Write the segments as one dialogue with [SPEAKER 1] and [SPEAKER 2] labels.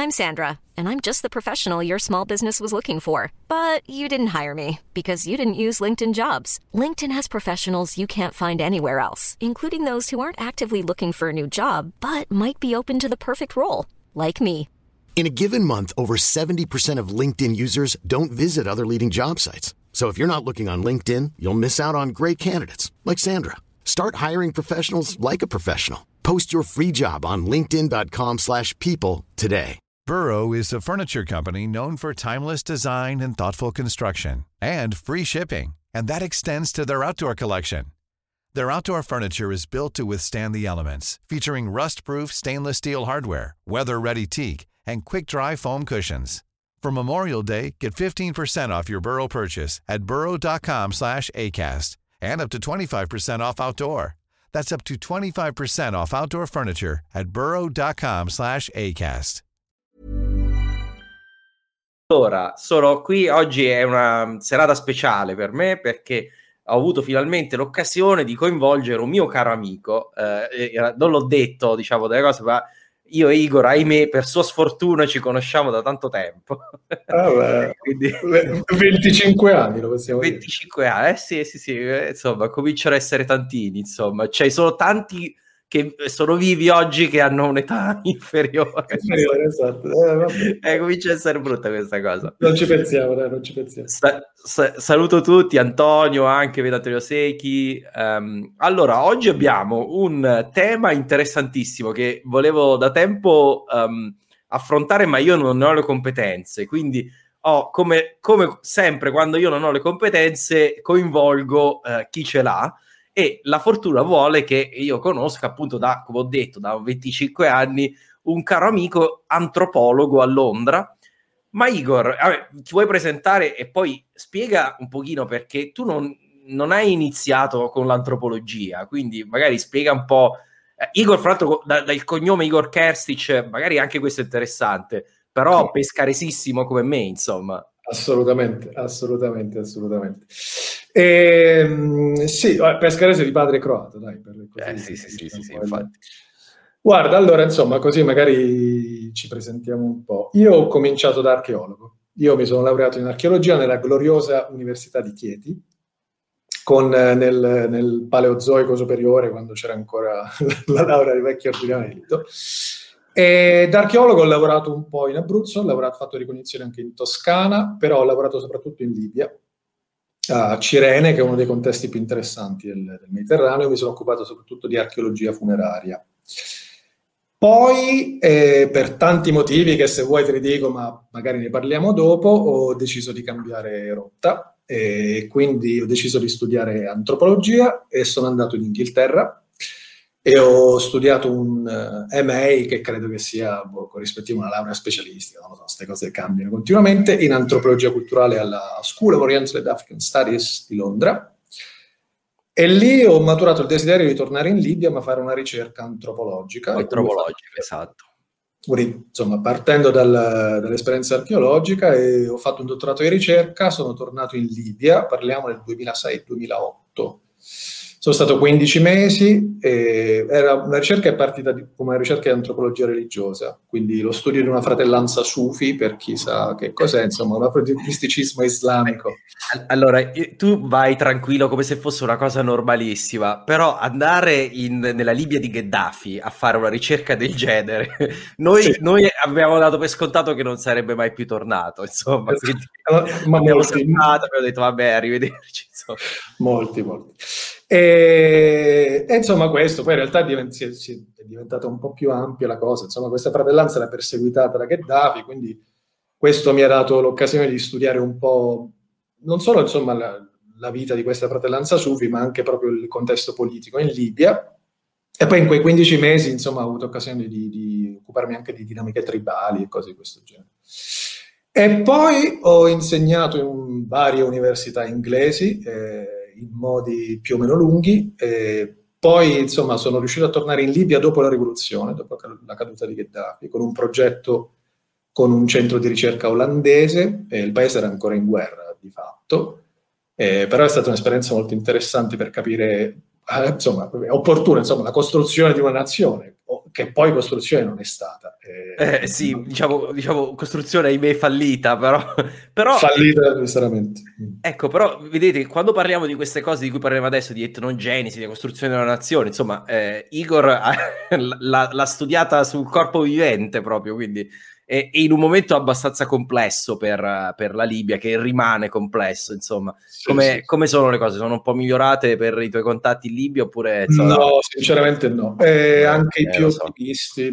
[SPEAKER 1] I'm Sandra, and I'm just the professional your small business was looking for. But you didn't hire me because you didn't use LinkedIn Jobs. LinkedIn has professionals you can't find anywhere else, including those who aren't actively looking for a new job, but might be open to the perfect role, like me.
[SPEAKER 2] In a given month, over 70% of LinkedIn users don't visit other leading job sites. So if you're not looking on LinkedIn, you'll miss out on great candidates like Sandra. Start hiring professionals like a professional. Post your free job on linkedin.com/people today.
[SPEAKER 3] Burrow is a furniture company known for timeless design and thoughtful construction and free shipping, and that extends to their outdoor collection. Their outdoor furniture is built to withstand the elements, featuring rust-proof stainless steel hardware, weather-ready teak, and quick-dry foam cushions. For Memorial Day, get 15% off your Burrow purchase at burrow.com/acast and up to 25% off outdoor. That's up to 25% off outdoor furniture at burrow.com/acast.
[SPEAKER 4] Allora, sono qui oggi, è una serata speciale per me perché ho avuto finalmente l'occasione di coinvolgere un mio caro amico, non l'ho detto, diciamo, delle cose, ma io e Igor, ahimè, per sua sfortuna ci conosciamo da tanto tempo.
[SPEAKER 5] Quindi 25 anni lo possiamo
[SPEAKER 4] 25 dire. Anni, sì, insomma, cominciano a essere tantini, insomma. Cioè, sono tanti che sono vivi oggi che hanno un'età inferiore.
[SPEAKER 5] Esatto.
[SPEAKER 4] Comincia a essere brutta questa cosa.
[SPEAKER 5] Non ci pensiamo.
[SPEAKER 4] Saluto tutti, Antonio, anche vedo Antonio Secchi. Allora, oggi abbiamo un tema interessantissimo che volevo da tempo affrontare, ma io non ne ho le competenze, quindi come sempre quando io non ho le competenze coinvolgo chi ce l'ha. E la fortuna vuole che io conosca, appunto, come ho detto, da 25 anni, un caro amico antropologo a Londra. Ma Igor, ti vuoi presentare e poi spiega un pochino, perché tu non hai iniziato con l'antropologia, quindi magari spiega un po'. Igor, fra l'altro, dal cognome Igor Kerstic, magari anche questo è interessante, però pescaresissimo come me, insomma.
[SPEAKER 5] Assolutamente. Sì, pescarese di padre croato, dai.
[SPEAKER 4] Sì, infatti.
[SPEAKER 5] Guarda, allora, insomma, così magari ci presentiamo un po'. Io ho cominciato da archeologo. Io mi sono laureato in archeologia nella gloriosa Università di Chieti, nel Paleozoico superiore, quando c'era ancora la laurea di vecchio ordinamento. E da archeologo ho lavorato un po' in Abruzzo, ho fatto ricognizione anche in Toscana, però ho lavorato soprattutto in Libia, a Cirene, che è uno dei contesti più interessanti del Mediterraneo. Mi sono occupato soprattutto di archeologia funeraria. Poi, per tanti motivi che se vuoi te li dico, ma magari ne parliamo dopo, ho deciso di cambiare rotta e quindi ho deciso di studiare antropologia e sono andato in Inghilterra e ho studiato un MA, che credo che sia corrispettivo a una laurea specialistica, non lo so, queste cose cambiano continuamente, in antropologia culturale alla School of Oriental and African Studies di Londra. E lì ho maturato il desiderio di tornare in Libia, ma fare una ricerca antropologica.
[SPEAKER 4] Esatto.
[SPEAKER 5] Insomma, partendo dall'esperienza archeologica, e ho fatto un dottorato di ricerca, sono tornato in Libia, parliamo del 2006-2008. Sono stato 15 mesi, era una ricerca che è partita come una ricerca di antropologia religiosa, quindi lo studio di una fratellanza sufi, per chi sa che cos'è, insomma, un misticismo islamico.
[SPEAKER 4] Allora, tu vai tranquillo come se fosse una cosa normalissima, però andare nella Libia di Gheddafi a fare una ricerca del genere, noi abbiamo dato per scontato che non sarebbe mai più tornato, insomma, quindi abbiamo detto vabbè, arrivederci, insomma.
[SPEAKER 5] Molti. E insomma questo, poi in realtà è diventata un po' più ampia la cosa, insomma questa fratellanza era perseguitata da Gheddafi, quindi questo mi ha dato l'occasione di studiare un po', non solo insomma la vita di questa fratellanza sufi, ma anche proprio il contesto politico in Libia. E poi in quei 15 mesi insomma ho avuto occasione di occuparmi anche di dinamiche tribali e cose di questo genere. E poi ho insegnato in varie università inglesi, in modi più o meno lunghi. Poi, insomma, sono riuscito a tornare in Libia dopo la rivoluzione, dopo la caduta di Gheddafi, con un progetto con un centro di ricerca olandese. Il paese era ancora in guerra, di fatto. Però è stata un'esperienza molto interessante per capire, insomma, è opportuna, insomma, la costruzione di una nazione, che poi costruzione non è stata.
[SPEAKER 4] Sì, diciamo costruzione ahimè fallita, però
[SPEAKER 5] fallita necessariamente.
[SPEAKER 4] Ecco, però vedete, quando parliamo di queste cose di cui parliamo adesso, di etnogenesi, di costruzione della nazione, insomma, Igor l'ha studiata sul corpo vivente proprio, quindi è in un momento abbastanza complesso per la Libia, che rimane complesso, insomma. Come sono le cose? Sono un po' migliorate per i tuoi contatti in Libia oppure... Insomma,
[SPEAKER 5] no, sinceramente no. Anche i più ottimisti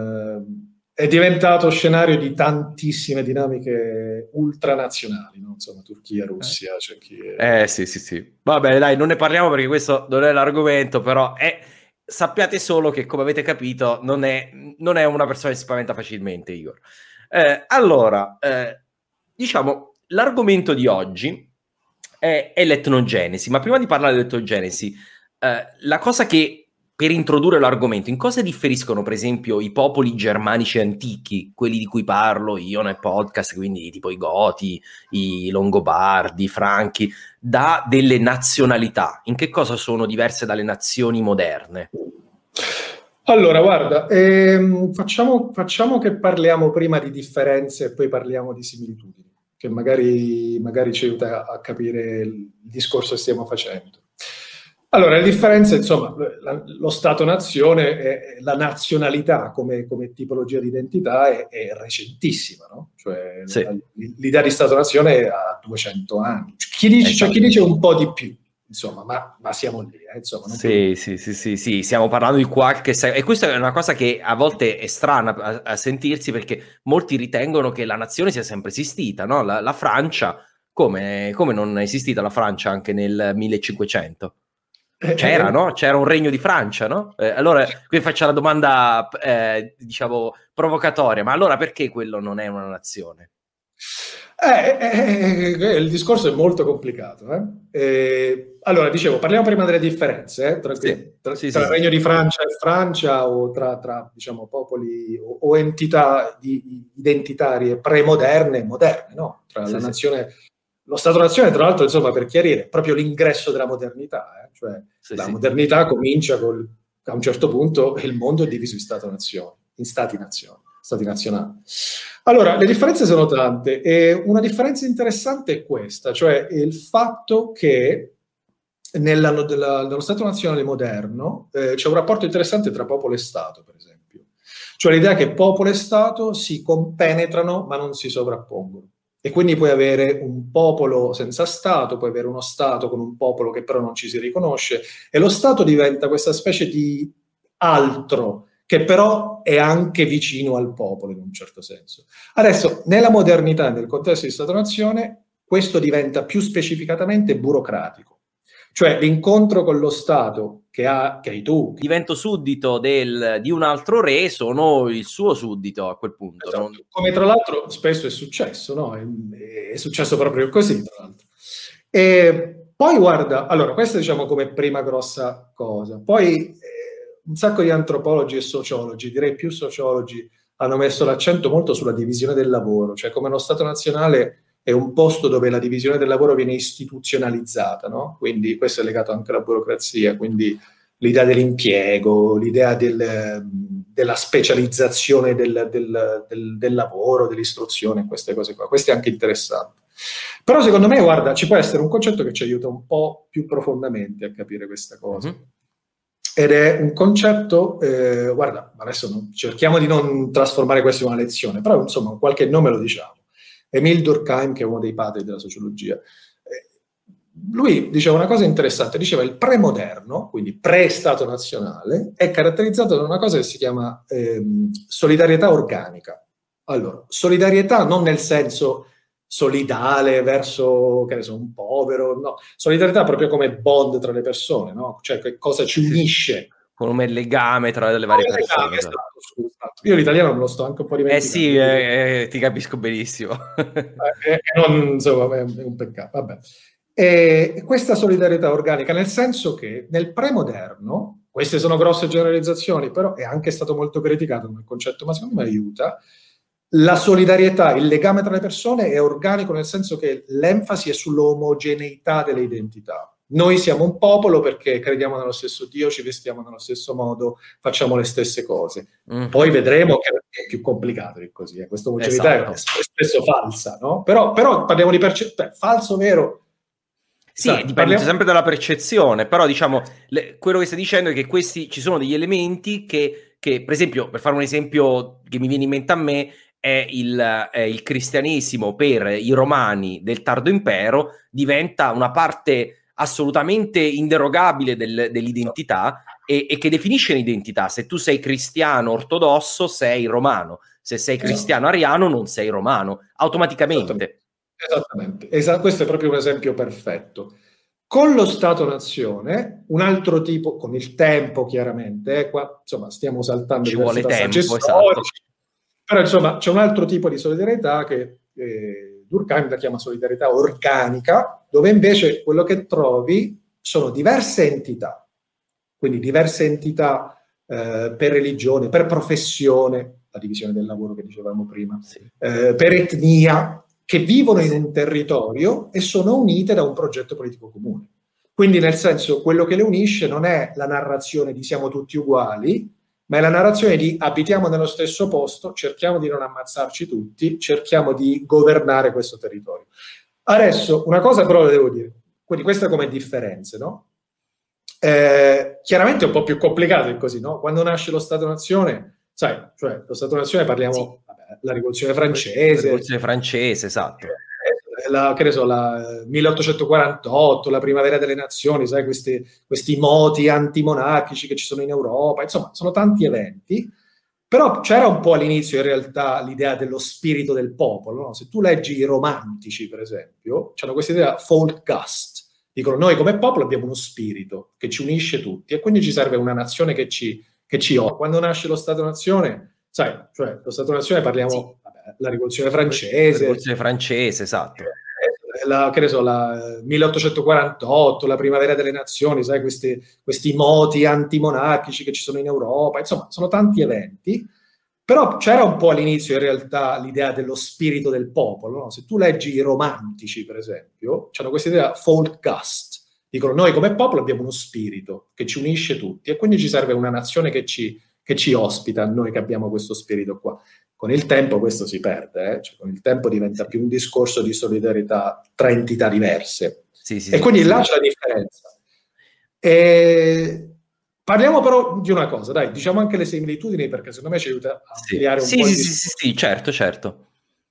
[SPEAKER 5] è diventato scenario di tantissime dinamiche ultranazionali, no? Insomma, Turchia, Russia, c'è chi è...
[SPEAKER 4] Sì. Va bene, dai, non ne parliamo perché questo non è l'argomento, però sappiate solo che, come avete capito, non è una persona che si spaventa facilmente, Igor. Allora, diciamo, l'argomento di oggi è l'etnogenesi, ma prima di parlare dell'etnogenesi, la cosa che, per introdurre l'argomento, in cosa differiscono, per esempio, i popoli germanici antichi, quelli di cui parlo io nel podcast, quindi tipo i Goti, i Longobardi, i Franchi, da delle nazionalità? In che cosa sono diverse dalle nazioni moderne?
[SPEAKER 5] Allora, guarda, facciamo che parliamo prima di differenze e poi parliamo di similitudini, che magari ci aiuta a capire il discorso che stiamo facendo. Allora, la differenza, insomma, lo Stato-nazione, la nazionalità come tipologia di identità è recentissima, no? Cioè,
[SPEAKER 4] sì.
[SPEAKER 5] L'idea di Stato-nazione ha 200 anni. Chi dice un po' di più, insomma, ma siamo lì, insomma.
[SPEAKER 4] Sì, stiamo parlando di qualche secolo, e questa è una cosa che a volte è strana a sentirsi, perché molti ritengono che la nazione sia sempre esistita, no? La Francia, come non è esistita la Francia anche nel 1500? C'era, no? C'era un regno di Francia, no? Allora, qui faccio la domanda, diciamo, provocatoria, ma allora perché quello non è una nazione?
[SPEAKER 5] Il discorso è molto complicato. Allora, dicevo, parliamo prima delle differenze tra il regno di Francia e Francia, o tra diciamo, popoli o entità identitarie premoderne e moderne, no? Tra la nazione... Lo Stato-nazione, tra l'altro, insomma, per chiarire, è proprio l'ingresso della modernità, cioè modernità comincia a un certo punto il mondo è diviso in Stato-nazione, in stati nazionali. Allora, le differenze sono tante, e una differenza interessante è questa, cioè il fatto che nello Stato nazionale moderno c'è un rapporto interessante tra popolo e Stato, per esempio. Cioè l'idea che popolo e Stato si compenetrano ma non si sovrappongono. E quindi puoi avere un popolo senza Stato, puoi avere uno Stato con un popolo che però non ci si riconosce, e lo Stato diventa questa specie di altro che però è anche vicino al popolo in un certo senso. Adesso, nella modernità, nel contesto di Stato-nazione, questo diventa più specificatamente burocratico. Cioè l'incontro con lo Stato che hai tu.
[SPEAKER 4] Divento suddito di un altro re, sono il suo suddito a quel punto.
[SPEAKER 5] Esatto. Come tra l'altro spesso è successo, no? È successo proprio così, tra l'altro. E poi guarda, allora questa diciamo come prima grossa cosa. Poi un sacco di antropologi e sociologi, direi più sociologi, hanno messo l'accento molto sulla divisione del lavoro, cioè come lo Stato nazionale è un posto dove la divisione del lavoro viene istituzionalizzata, no? Quindi questo è legato anche alla burocrazia, quindi l'idea dell'impiego, l'idea della specializzazione del lavoro, dell'istruzione, queste cose qua. Questo è anche interessante. Però secondo me, guarda, ci può essere un concetto che ci aiuta un po' più profondamente a capire questa cosa. Mm-hmm. Ed è un concetto, guarda, adesso cerchiamo di non trasformare questo in una lezione, però insomma qualche nome lo diciamo. Emile Durkheim, che è uno dei padri della sociologia, lui diceva una cosa interessante, diceva il premoderno, quindi pre-stato nazionale, è caratterizzato da una cosa che si chiama solidarietà organica. Allora, solidarietà non nel senso solidale verso, che ne so, un povero, no, solidarietà proprio come bond tra le persone, no? Cioè che cosa ci unisce.
[SPEAKER 4] Come il legame tra le varie persone.
[SPEAKER 5] Esatto. Io l'italiano me lo sto anche un po' dimenticando.
[SPEAKER 4] Ti capisco benissimo.
[SPEAKER 5] Insomma, è un peccato. Vabbè. E questa solidarietà organica, nel senso che nel premoderno, queste sono grosse generalizzazioni, però è anche stato molto criticato come concetto, ma secondo me aiuta, la solidarietà, il legame tra le persone è organico, nel senso che l'enfasi è sull'omogeneità delle identità. Noi siamo un popolo perché crediamo nello stesso Dio, ci vestiamo nello stesso modo, facciamo le stesse cose. Poi vedremo che è più complicato di così. Questa omogeneità è spesso falsa, no? Però parliamo di percezione, falso, vero?
[SPEAKER 4] Sì, dipende sempre dalla percezione, però diciamo, quello che stai dicendo è che ci sono degli elementi che, per esempio, per fare un esempio che mi viene in mente a me, è il cristianesimo per i romani del tardo impero diventa una parte assolutamente inderogabile dell'identità e che definisce l'identità. Se tu sei cristiano ortodosso, sei romano. Se sei cristiano ariano, non sei romano, automaticamente.
[SPEAKER 5] Esattamente. Questo è proprio un esempio perfetto. Con lo Stato-nazione, un altro tipo, con il tempo chiaramente, qua insomma stiamo saltando
[SPEAKER 4] ci vuole tempo,
[SPEAKER 5] esatto. Però insomma c'è un altro tipo di solidarietà che Durkheim la chiama solidarietà organica, dove invece quello che trovi sono diverse entità, quindi diverse entità per religione, per professione, la divisione del lavoro che dicevamo prima, per etnia, che vivono in un territorio e sono unite da un progetto politico comune. Quindi nel senso, quello che le unisce non è la narrazione di siamo tutti uguali, ma è la narrazione di abitiamo nello stesso posto, cerchiamo di non ammazzarci tutti, cerchiamo di governare questo territorio. Adesso, una cosa però le devo dire, quindi questa come differenze, no? Chiaramente è un po' più complicato di così, no? Quando nasce lo Stato-Nazione, sai, cioè lo Stato-Nazione parliamo, la Rivoluzione francese.
[SPEAKER 4] La Rivoluzione francese, esatto.
[SPEAKER 5] Che ne so, la 1848, la Primavera delle Nazioni, sai, questi moti antimonarchici che ci sono in Europa, insomma, sono tanti eventi, però c'era un po' all'inizio in realtà l'idea dello spirito del popolo, no? Se tu leggi i romantici, per esempio, c'hanno questa idea Volksgeist, dicono noi come popolo abbiamo uno spirito che ci unisce tutti e quindi ci serve una nazione che ci Quando nasce lo Stato-Nazione, sai, cioè lo Stato-Nazione parliamo, la Rivoluzione francese.
[SPEAKER 4] La Rivoluzione francese, esatto.
[SPEAKER 5] Che ne so, la 1848, la Primavera delle Nazioni, sai, questi moti antimonarchici che ci sono in Europa, insomma, sono tanti eventi, però c'era un po' all'inizio in realtà l'idea dello spirito del popolo, no? Se tu leggi i romantici, per esempio, c'hanno questa idea Volksgeist, dicono noi come popolo abbiamo uno spirito che ci unisce tutti e quindi ci serve una nazione che ci ospita, noi che abbiamo questo spirito qua. Con il tempo questo si perde, cioè, con il tempo diventa più un discorso di solidarietà tra entità diverse. E quindi là c'è la differenza. Parliamo però di una cosa, dai, diciamo anche le similitudini perché secondo me ci aiuta a ampliare un po' il discorso.
[SPEAKER 4] Sì, certo.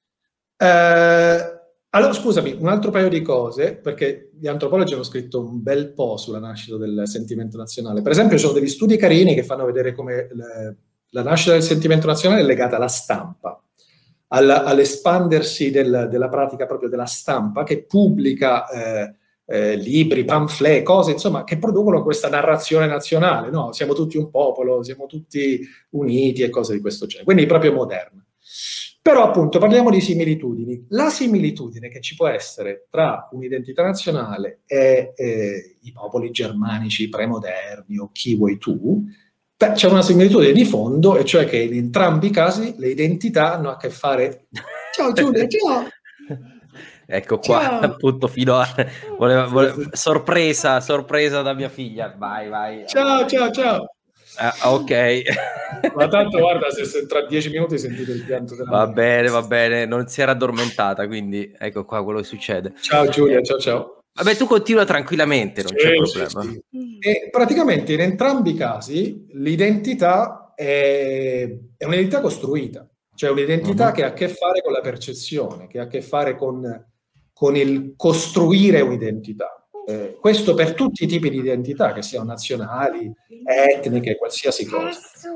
[SPEAKER 5] Allora, scusami, un altro paio di cose, perché gli antropologi hanno scritto un bel po' sulla nascita del sentimento nazionale. Per esempio, ci sono degli studi carini che fanno vedere come la nascita del sentimento nazionale è legata alla stampa, all'espandersi della pratica proprio della stampa, che pubblica libri, pamphlet, cose, insomma, che producono questa narrazione nazionale, no? Siamo tutti un popolo, siamo tutti uniti e cose di questo genere. Quindi proprio moderna. Però appunto parliamo di similitudini. La similitudine che ci può essere tra un'identità nazionale e i popoli germanici premoderni o chi vuoi tu, c'è una similitudine di fondo, e cioè che in entrambi i casi le identità hanno a che fare... Ciao Giulia, ciao!
[SPEAKER 4] Ecco qua, ciao. Appunto, fino a... Sorpresa da mia figlia. Vai.
[SPEAKER 5] Ciao!
[SPEAKER 4] Ok.
[SPEAKER 5] Ma tanto guarda, se tra 10 minuti sentite il pianto della
[SPEAKER 4] va bene, non si era addormentata, quindi ecco qua quello che succede.
[SPEAKER 5] Ciao Giulia, ciao.
[SPEAKER 4] Vabbè, tu continua tranquillamente, non c'è problema.
[SPEAKER 5] Sì. E praticamente in entrambi i casi l'identità è un'identità costruita, cioè un'identità che ha a che fare con la percezione, che ha a che fare con il costruire un'identità. Questo per tutti i tipi di identità, che siano nazionali, etniche, qualsiasi cosa.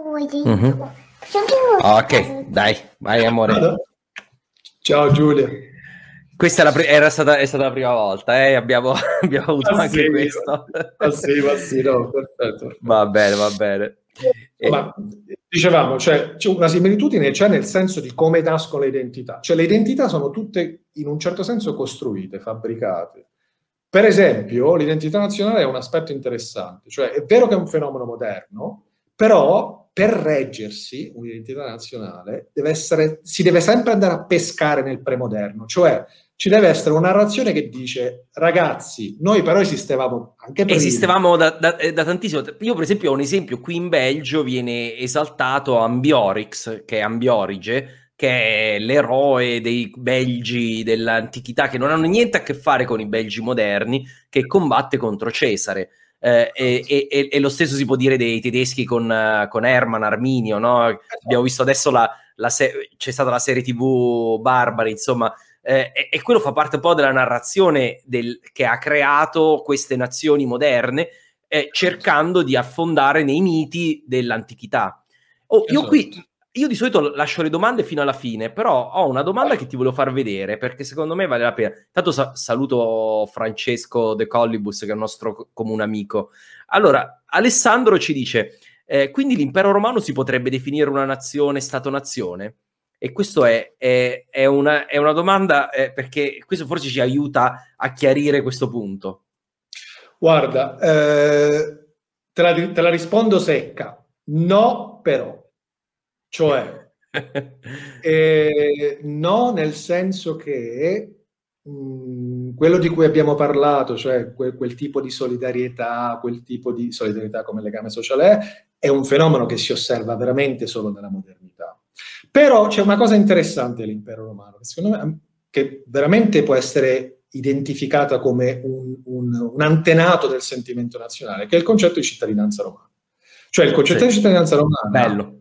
[SPEAKER 4] Ok, dai, vai amore.
[SPEAKER 5] Ciao Giulia.
[SPEAKER 4] Questa è stata la prima volta, abbiamo avuto anche questo.
[SPEAKER 5] Sì, no, perfetto.
[SPEAKER 4] Va bene.
[SPEAKER 5] Ma dicevamo, cioè, c'è una similitudine, c'è nel senso di come nascono le identità. Cioè le identità sono tutte in un certo senso costruite, fabbricate. Per esempio, l'identità nazionale è un aspetto interessante, cioè è vero che è un fenomeno moderno, però per reggersi un'identità nazionale si deve sempre andare a pescare nel premoderno, cioè ci deve essere una narrazione che dice: ragazzi, noi però esistevamo anche prima.
[SPEAKER 4] Esistevamo da tantissimo. Io per esempio ho un esempio, qui in Belgio viene esaltato Ambiorix, che è Ambiorige, che è l'eroe dei Belgi dell'antichità, che non hanno niente a che fare con i Belgi moderni, che combatte contro Cesare. E lo stesso si può dire dei tedeschi con Hermann Arminio, no? Abbiamo visto adesso c'è stata la serie TV Barbari, insomma, e quello fa parte un po' della narrazione che ha creato queste nazioni moderne, cercando di affondare nei miti dell'antichità. Io di solito lascio le domande fino alla fine, però ho una domanda che ti volevo far vedere, perché secondo me vale la pena. Tanto saluto Francesco De Collibus, che è un nostro comune amico. Allora, Alessandro ci dice, quindi l'impero romano si potrebbe definire una nazione, stato-nazione? E questo è una domanda, perché questo forse ci aiuta a chiarire questo punto.
[SPEAKER 5] Guarda, te la rispondo secca. No, però. Cioè, no, nel senso che quello di cui abbiamo parlato, cioè quel tipo di solidarietà, come legame sociale, è un fenomeno che si osserva veramente solo nella modernità. Però c'è una cosa interessante dell'impero romano, che secondo me che veramente può essere identificata come un antenato del sentimento nazionale, che è il concetto di cittadinanza romana. Cioè il concetto di cittadinanza romana...
[SPEAKER 4] Bello.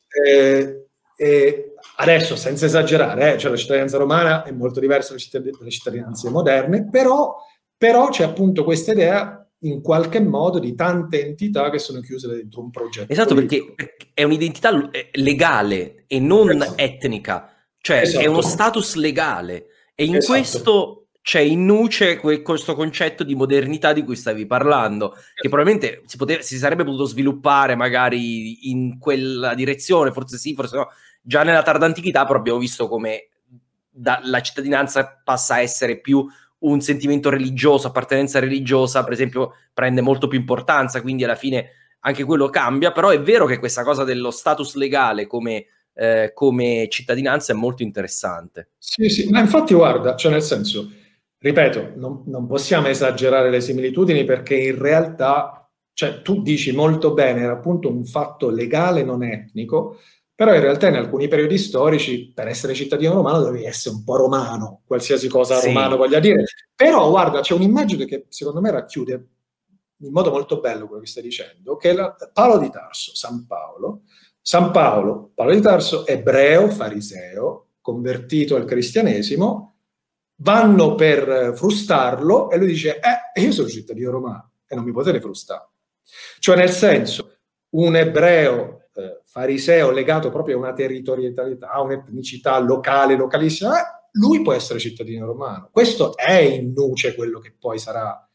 [SPEAKER 5] Adesso, senza esagerare, cioè la cittadinanza romana è molto diversa dalle cittadinanze moderne, però c'è appunto questa idea in qualche modo di tante entità che sono chiuse dentro un progetto.
[SPEAKER 4] Esatto, perché è un'identità legale e non etnica, cioè è uno status legale, e in questo c'è in nuce questo concetto di modernità di cui stavi parlando, che probabilmente si sarebbe potuto sviluppare magari in quella direzione, forse sì, forse no, già nella tarda antichità, però abbiamo visto come la cittadinanza passa a essere più un sentimento religioso, appartenenza religiosa, per esempio, prende molto più importanza, quindi alla fine anche quello cambia. Però è vero che questa cosa dello status legale come cittadinanza è molto interessante.
[SPEAKER 5] Sì, ma infatti guarda, cioè nel senso, ripeto, non possiamo esagerare le similitudini, perché in realtà, cioè tu dici molto bene, era appunto un fatto legale non etnico, però in realtà in alcuni periodi storici per essere cittadino romano dovevi essere un po' romano, qualsiasi cosa romano voglia dire. Però guarda, c'è un'immagine che secondo me racchiude in modo molto bello quello che stai dicendo, che è Paolo di Tarso, San Paolo di Tarso, ebreo, fariseo, convertito al cristianesimo, vanno per frustarlo e lui dice: io sono cittadino romano e non mi potete frustare. Cioè nel senso, un ebreo fariseo legato proprio a una territorialità, a un'etnicità locale, localissima, lui può essere cittadino romano. Questo è in nuce quello che poi sarà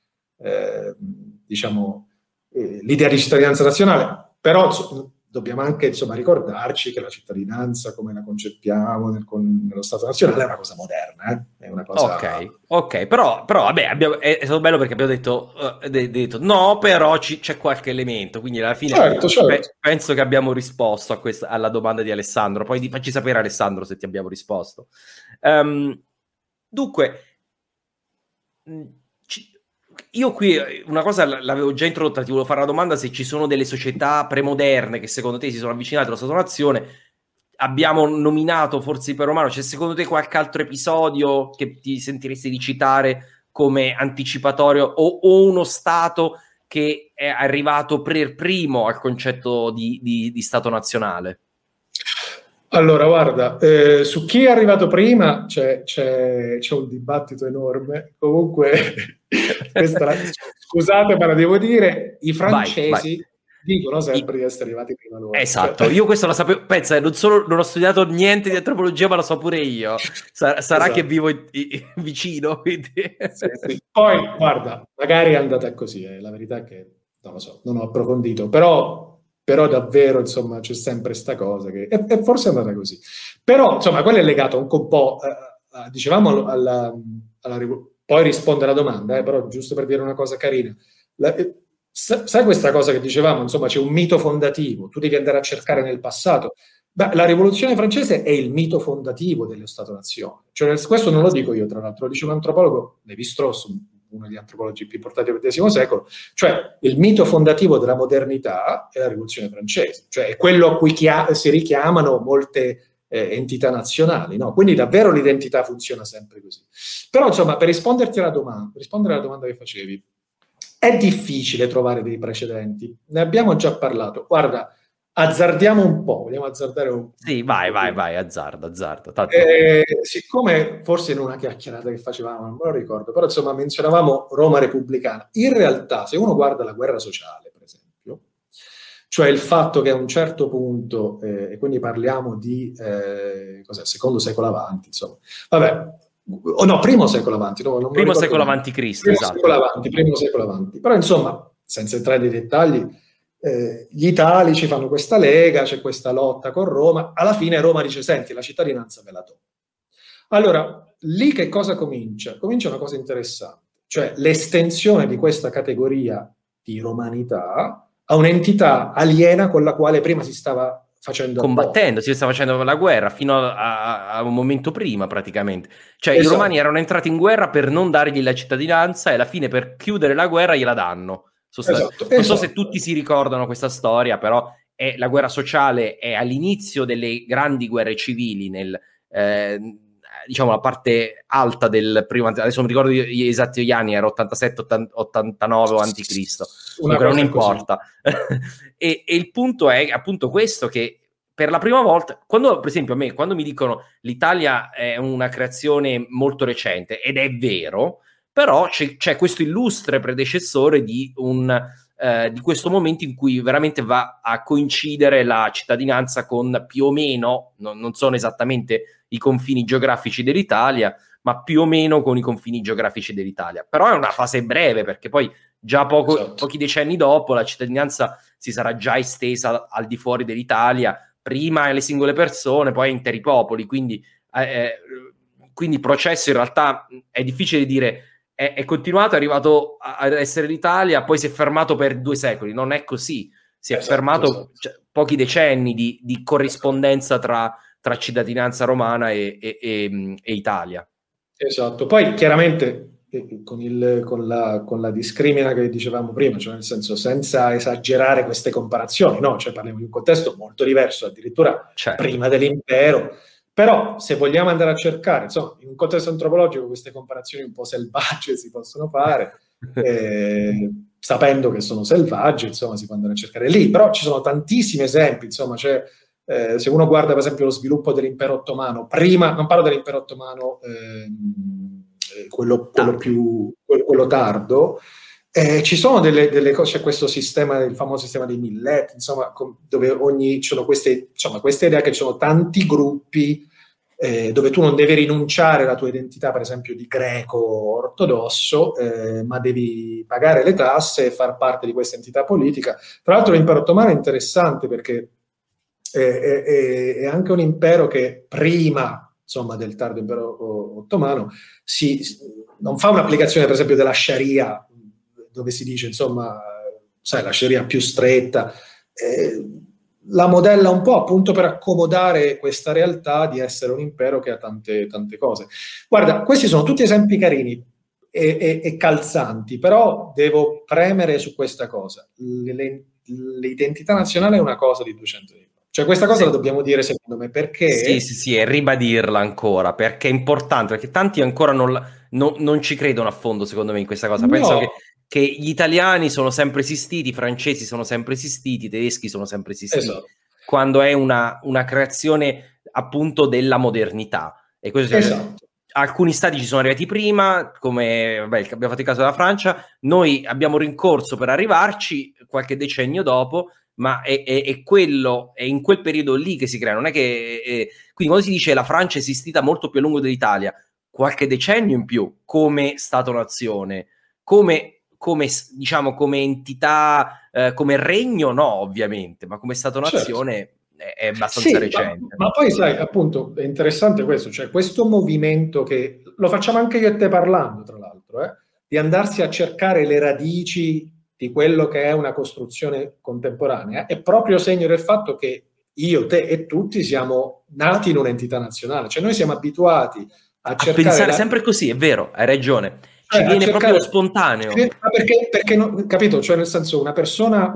[SPEAKER 5] l'idea di cittadinanza nazionale. Però dobbiamo anche ricordarci che la cittadinanza come la concepiamo nello Stato nazionale è una cosa moderna, è una cosa...
[SPEAKER 4] Ok, però vabbè, è stato bello perché abbiamo detto no, però c'è qualche elemento, quindi alla fine certo. Penso che abbiamo risposto alla domanda di Alessandro. Poi facci sapere, Alessandro, se ti abbiamo risposto. Dunque, io qui una cosa l'avevo già introdotta, ti volevo fare una domanda: se ci sono delle società premoderne che secondo te si sono avvicinate allo Stato-nazione. Abbiamo nominato forse Impero Romano, c'è secondo te qualche altro episodio che ti sentiresti di citare come anticipatorio, o uno Stato che è arrivato per primo al concetto di Stato nazionale?
[SPEAKER 5] Allora, guarda, su chi è arrivato prima c'è un dibattito enorme. Comunque, scusate, ma la devo dire, i francesi dicono sempre di essere arrivati prima loro.
[SPEAKER 4] Esatto, io questo lo sapevo, pensa, non ho studiato niente di antropologia, ma lo so pure io. Sarà esatto. Che vivo vicino, quindi...
[SPEAKER 5] sì. Poi, guarda, magari è andata così, la verità è che, non lo so, non ho approfondito, però davvero, insomma, c'è sempre sta cosa che e forse è andata così. Però, insomma, quello è legato anche un po', dicevamo, poi risponde alla domanda, però giusto per dire una cosa carina. Sai questa cosa che dicevamo, insomma, c'è un mito fondativo, tu devi andare a cercare nel passato. Beh, la rivoluzione francese è il mito fondativo dello Stato-nazione. Cioè, questo non lo dico io, tra l'altro, lo dice un antropologo, Lévi-Strauss, uno degli antropologi più importanti del XX secolo. Cioè, il mito fondativo della modernità è la rivoluzione francese, cioè è quello a cui si richiamano molte entità nazionali, no? Quindi davvero l'identità funziona sempre così. Però, insomma, per rispondere alla domanda che facevi, è difficile trovare dei precedenti. Ne abbiamo già parlato. Guarda, azzardiamo un po', vogliamo azzardare un po'.
[SPEAKER 4] Sì, vai, azzarda. Tanto...
[SPEAKER 5] siccome forse in una chiacchierata che facevamo, non me lo ricordo, però insomma menzionavamo Roma repubblicana. In realtà, se uno guarda la guerra sociale, per esempio, cioè il fatto che a un certo punto, e quindi parliamo di secondo secolo avanti, insomma, vabbè, o no, primo secolo avanti, no, non
[SPEAKER 4] primo secolo avanti Cristo, esatto.
[SPEAKER 5] Primo secolo avanti. Però insomma, senza entrare nei dettagli, gli italici fanno questa lega, c'è questa lotta con Roma, alla fine Roma dice: senti, la cittadinanza ve la do. Allora, lì che cosa comincia? Comincia una cosa interessante, cioè l'estensione di questa categoria di romanità a un'entità aliena con la quale prima si stava facendo
[SPEAKER 4] combattendo, si stava facendo la guerra fino a un momento prima praticamente. Cioè
[SPEAKER 5] esatto.
[SPEAKER 4] I romani erano entrati in guerra per non dargli la cittadinanza e alla fine per chiudere la guerra gliela danno. Non so se tutti si ricordano questa storia, però la guerra sociale è all'inizio delle grandi guerre civili nel diciamo la parte alta del primo, adesso non mi ricordo gli esatti gli anni, era 87-89 o anticristo, non importa. e il punto è appunto questo, che per la prima volta, quando per esempio quando mi dicono l'Italia è una creazione molto recente, ed è vero, però c'è questo illustre predecessore di questo momento in cui veramente va a coincidere la cittadinanza con più o meno, non sono esattamente i confini geografici dell'Italia, ma più o meno con i confini geografici dell'Italia. Però è una fase breve, perché poi già pochi decenni dopo la cittadinanza si sarà già estesa al di fuori dell'Italia, prima alle singole persone, poi a interi popoli, quindi il processo in realtà è difficile dire. È continuato, è arrivato ad essere l'Italia, poi si è fermato per 2 secoli. Non è così. Si è fermato pochi decenni di corrispondenza tra cittadinanza romana e Italia.
[SPEAKER 5] Esatto. Poi chiaramente con la discrimina che dicevamo prima, cioè nel senso, senza esagerare queste comparazioni, no? Cioè parliamo di un contesto molto diverso, addirittura prima dell'impero. Però se vogliamo andare a cercare, insomma, in un contesto antropologico queste comparazioni un po' selvagge si possono fare, sapendo che sono selvagge, insomma, si può andare a cercare lì. Però ci sono tantissimi esempi, insomma, se uno guarda per esempio lo sviluppo dell'impero ottomano, prima, non parlo dell'impero ottomano, quello tardo, ci sono delle cose, c'è questo sistema, il famoso sistema dei millet, insomma, dove ci sono queste idee che ci sono tanti gruppi dove tu non devi rinunciare alla tua identità, per esempio di greco ortodosso, ma devi pagare le tasse e far parte di questa entità politica. Tra l'altro l'impero ottomano è interessante perché è anche un impero che prima, insomma, del tardo impero ottomano non fa un'applicazione per esempio della Sharia, dove si dice, insomma, sai, la Sharia più stretta, la modella un po' appunto per accomodare questa realtà di essere un impero che ha tante cose. Guarda, questi sono tutti esempi carini e calzanti, però devo premere su questa cosa. L'identità nazionale è una cosa di 200 anni fa. Cioè questa cosa la dobbiamo dire, secondo me, perché...
[SPEAKER 4] Sì, e ribadirla ancora, perché è importante, perché tanti ancora non ci credono a fondo, secondo me, in questa cosa. Penso che gli italiani sono sempre esistiti, i francesi sono sempre esistiti, i tedeschi sono sempre esistiti, esatto, quando è una creazione appunto della modernità. E questo
[SPEAKER 5] esatto.
[SPEAKER 4] Alcuni stati ci sono arrivati prima, come abbiamo fatto il caso della Francia, noi abbiamo rincorso per arrivarci qualche decennio dopo, ma è in quel periodo lì che si crea, non è che quindi quando si dice la Francia è esistita molto più a lungo dell'Italia, qualche decennio in più come Stato-nazione, come diciamo come entità, come regno no ovviamente, ma come Stato-nazione, certo, è abbastanza recente.
[SPEAKER 5] Ma poi sai, appunto, è interessante questo, cioè questo movimento che lo facciamo anche io e te parlando, tra l'altro, di andarsi a cercare le radici di quello che è una costruzione contemporanea, è proprio segno del fatto che io, te e tutti siamo nati in un'entità nazionale, cioè noi siamo abituati a cercare...
[SPEAKER 4] pensare sempre così, è vero, hai ragione. Ci viene proprio spontaneo.
[SPEAKER 5] Ma perché no, capito? Cioè, nel senso, una persona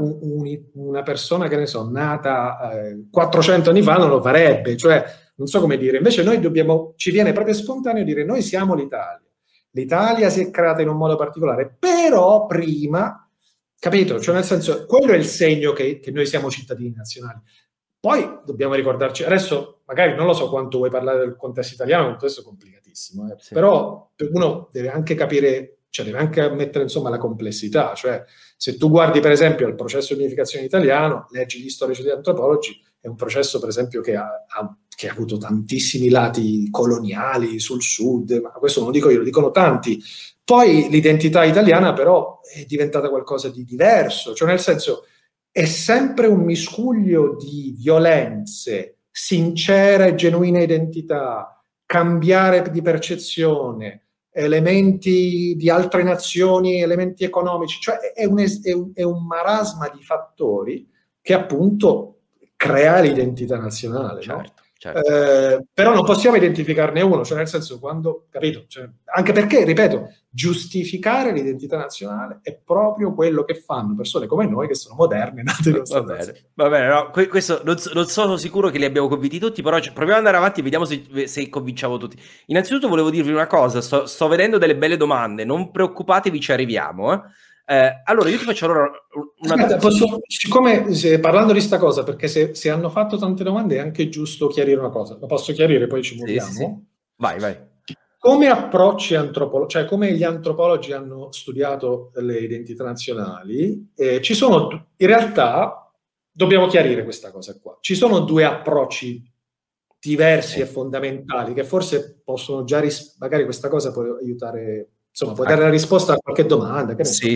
[SPEAKER 5] che ne so, nata 400 anni fa non lo farebbe, cioè, non so come dire. Invece noi ci viene proprio spontaneo dire noi siamo l'Italia. L'Italia si è creata in un modo particolare, però prima, capito? Cioè, nel senso, quello è il segno che noi siamo cittadini nazionali. Poi dobbiamo ricordarci, adesso magari non lo so quanto vuoi parlare del contesto italiano, è un contesto complicatissimo,
[SPEAKER 4] sì.
[SPEAKER 5] Però uno deve anche capire, cioè deve anche ammettere insomma la complessità, cioè se tu guardi per esempio il processo di unificazione italiano, leggi gli storici e gli antropologi, è un processo per esempio che ha avuto tantissimi lati coloniali sul sud, ma questo non lo dico io, lo dicono tanti. Poi l'identità italiana però è diventata qualcosa di diverso, cioè nel senso è sempre un miscuglio di violenze, sincera e genuina identità, cambiare di percezione, elementi di altre nazioni, elementi economici, cioè è un marasma di fattori che appunto crea l'identità nazionale,
[SPEAKER 4] certo,
[SPEAKER 5] no?
[SPEAKER 4] certo.
[SPEAKER 5] Però non possiamo identificarne uno, cioè nel senso quando, capito? Cioè, anche perché, ripeto, giustificare l'identità nazionale è proprio quello che fanno persone come noi che sono moderne, nate nello Stato.
[SPEAKER 4] Va bene, no, questo non sono sicuro che li abbiamo convinti tutti, però proviamo ad andare avanti e vediamo se convinciamo tutti. Innanzitutto volevo dirvi una cosa, sto vedendo delle belle domande, non preoccupatevi, ci arriviamo, Allora io ti faccio
[SPEAKER 5] una siccome parlando di sta cosa, perché se hanno fatto tante domande è anche giusto chiarire una cosa, la posso chiarire, poi ci muoviamo.
[SPEAKER 4] Sì. Vai.
[SPEAKER 5] Come approcci antropologici, cioè come gli antropologi hanno studiato le identità nazionali, ci sono, in realtà, dobbiamo chiarire questa cosa qua, ci sono due approcci diversi e fondamentali che forse possono già, magari questa cosa può aiutare, insomma, può dare la risposta a qualche domanda. Che
[SPEAKER 4] sì.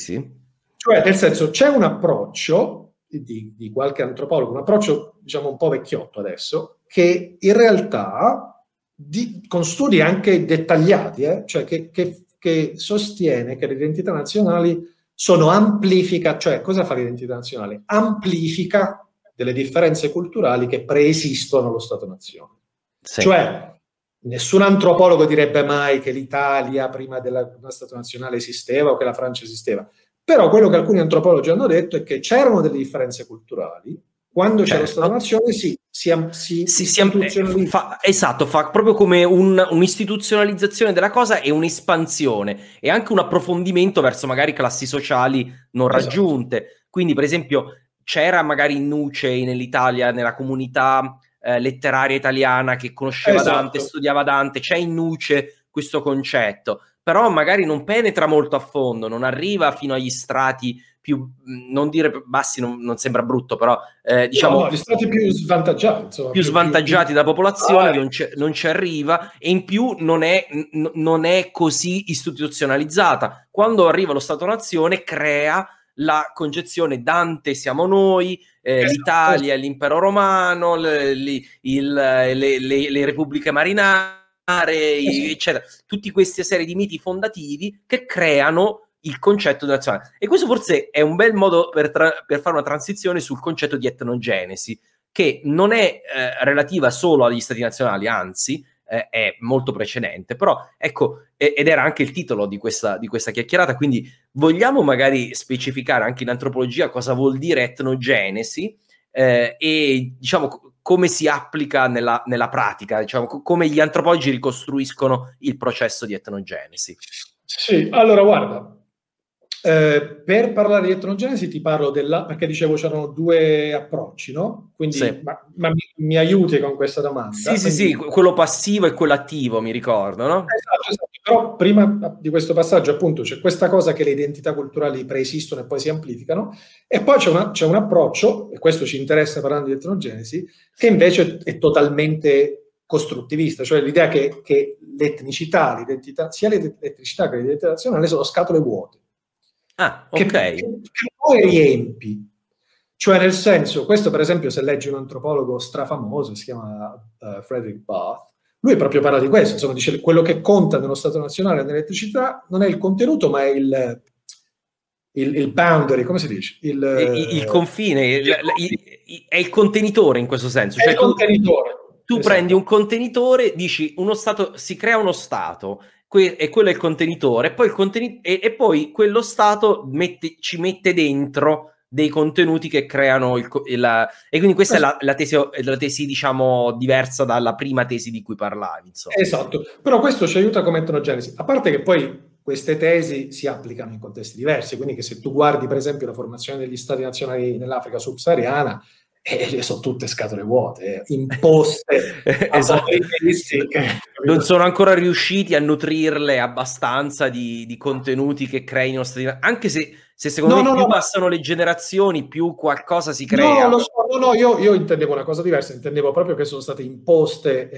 [SPEAKER 5] Cioè, nel senso, c'è un approccio di qualche antropologo, un approccio, diciamo, un po' vecchiotto adesso, che in realtà, con studi anche dettagliati, cioè che sostiene che le identità nazionali sono cioè cosa fa l'identità nazionale? Amplifica delle differenze culturali che preesistono allo Stato-nazione. Sì. Cioè, nessun antropologo direbbe mai che l'Italia prima dello Stato nazionale esisteva o che la Francia esisteva. Però quello che alcuni antropologi hanno detto è che c'erano delle differenze culturali. Quando c'è lo Stato-nazione si istituzionalizza.
[SPEAKER 4] Esatto, fa proprio come un'istituzionalizzazione della cosa e un'espansione e anche un approfondimento verso magari classi sociali non raggiunte. Quindi, per esempio, c'era magari in nuce nell'Italia, nella comunità letteraria italiana che conosceva Dante, studiava Dante, c'è in nuce questo concetto, però magari non penetra molto a fondo, non arriva fino agli strati più, non dire bassi, non sembra brutto, però diciamo
[SPEAKER 5] gli strati più svantaggiati, insomma,
[SPEAKER 4] più svantaggiati della popolazione, non ci arriva, e in più non è così istituzionalizzata. Quando arriva lo Stato-nazione crea la concezione Dante siamo noi, l'Italia, l'impero romano, le repubbliche marinare, eccetera, tutti queste serie di miti fondativi che creano il concetto di nazionale. E questo forse è un bel modo per fare una transizione sul concetto di etnogenesi, che non è relativa solo agli stati nazionali, anzi è molto precedente, però ecco, ed era anche il titolo di questa chiacchierata, quindi vogliamo magari specificare anche in antropologia cosa vuol dire etnogenesi e diciamo come si applica nella pratica, diciamo come gli antropologi ricostruiscono il processo di etnogenesi.
[SPEAKER 5] Sì, allora guarda, per parlare di etnogenesi ti parlo perché dicevo c'erano due approcci, no? Quindi ma mi aiuti con questa domanda?
[SPEAKER 4] Sì, quello passivo e quello attivo, mi ricordo, no?
[SPEAKER 5] Esatto. Però prima di questo passaggio appunto c'è questa cosa che le identità culturali preesistono e poi si amplificano, e poi c'è un approccio, e questo ci interessa parlando di etnogenesi, che invece è totalmente costruttivista, cioè l'idea che l'etnicità, l'identità, sia l'etnicità che l'identità nazionale sono scatole vuote.
[SPEAKER 4] Ok.
[SPEAKER 5] Che poi riempi. Cioè, nel senso, questo per esempio, se leggi un antropologo strafamoso, si chiama Frederick Bath, lui proprio parla di questo, insomma, dice quello che conta nello Stato nazionale nell'etnicità non è il contenuto, ma è il boundary, come si dice?
[SPEAKER 4] Il confine, è il contenitore in questo senso.
[SPEAKER 5] È
[SPEAKER 4] cioè
[SPEAKER 5] il contenitore.
[SPEAKER 4] Tu
[SPEAKER 5] Esatto.
[SPEAKER 4] prendi un contenitore, dici uno stato, si crea uno stato, e quello è il contenitore, poi e poi quello stato ci mette dentro dei contenuti che creano e quindi questa è la tesi, diciamo, diversa dalla prima tesi di cui parlavi, insomma.
[SPEAKER 5] Esatto, però questo ci aiuta come etnogenesi, a parte che poi queste tesi si applicano in contesti diversi, quindi che se tu guardi per esempio la formazione degli stati nazionali nell'Africa subsahariana, sono tutte scatole vuote, imposte
[SPEAKER 4] esatto. Non sono ancora riusciti a nutrirle abbastanza di contenuti che creino stati, anche se secondo me più passano le generazioni, più qualcosa si crea.
[SPEAKER 5] No, lo so, io intendevo una cosa diversa, intendevo proprio che sono state imposte,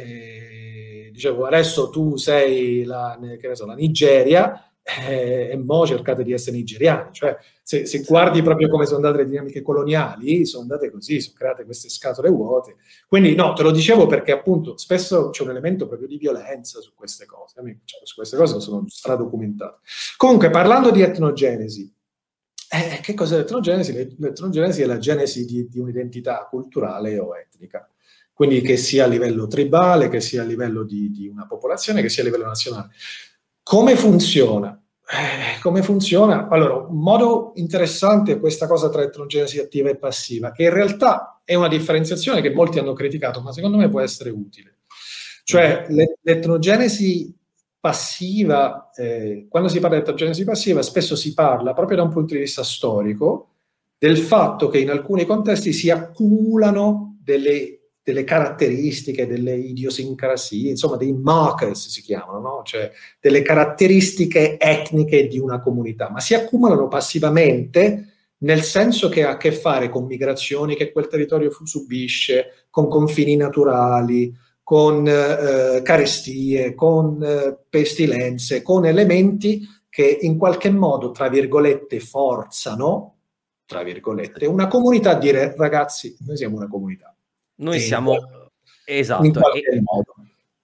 [SPEAKER 5] dicevo adesso tu sei la Nigeria, e mo cercate di essere nigeriani, cioè se guardi proprio come sono andate le dinamiche coloniali, sono andate così, sono create queste scatole vuote. Quindi no, te lo dicevo perché appunto spesso c'è un elemento proprio di violenza su queste cose, su queste cose sono stradocumentate. Comunque, parlando di etnogenesi, che cos'è l'etnogenesi? L'etnogenesi è la genesi di un'identità culturale o etnica, quindi che sia a livello tribale, che sia a livello di una popolazione, che sia a livello nazionale. Come funziona? Come funziona? Allora, un modo interessante è questa cosa tra etnogenesi attiva e passiva, che in realtà è una differenziazione che molti hanno criticato, ma secondo me può essere utile. Cioè, l'etnogenesi passiva, quando si parla di etnogenesi passiva, spesso si parla, proprio da un punto di vista storico, del fatto che in alcuni contesti si accumulano delle caratteristiche, delle idiosincrasie, insomma dei markers si chiamano, no? Cioè delle caratteristiche etniche di una comunità, ma si accumulano passivamente nel senso che ha a che fare con migrazioni che quel territorio subisce, con confini naturali, con carestie, con pestilenze, con elementi che in qualche modo, tra virgolette, forzano, tra virgolette, una comunità a dire ragazzi, noi siamo una comunità.
[SPEAKER 4] Noi siamo, esatto,
[SPEAKER 5] in qualche modo.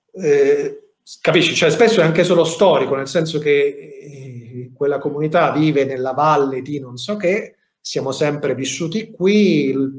[SPEAKER 5] Capisci? Cioè, spesso è anche solo storico, nel senso che quella comunità vive nella valle di non so che, siamo sempre vissuti qui, il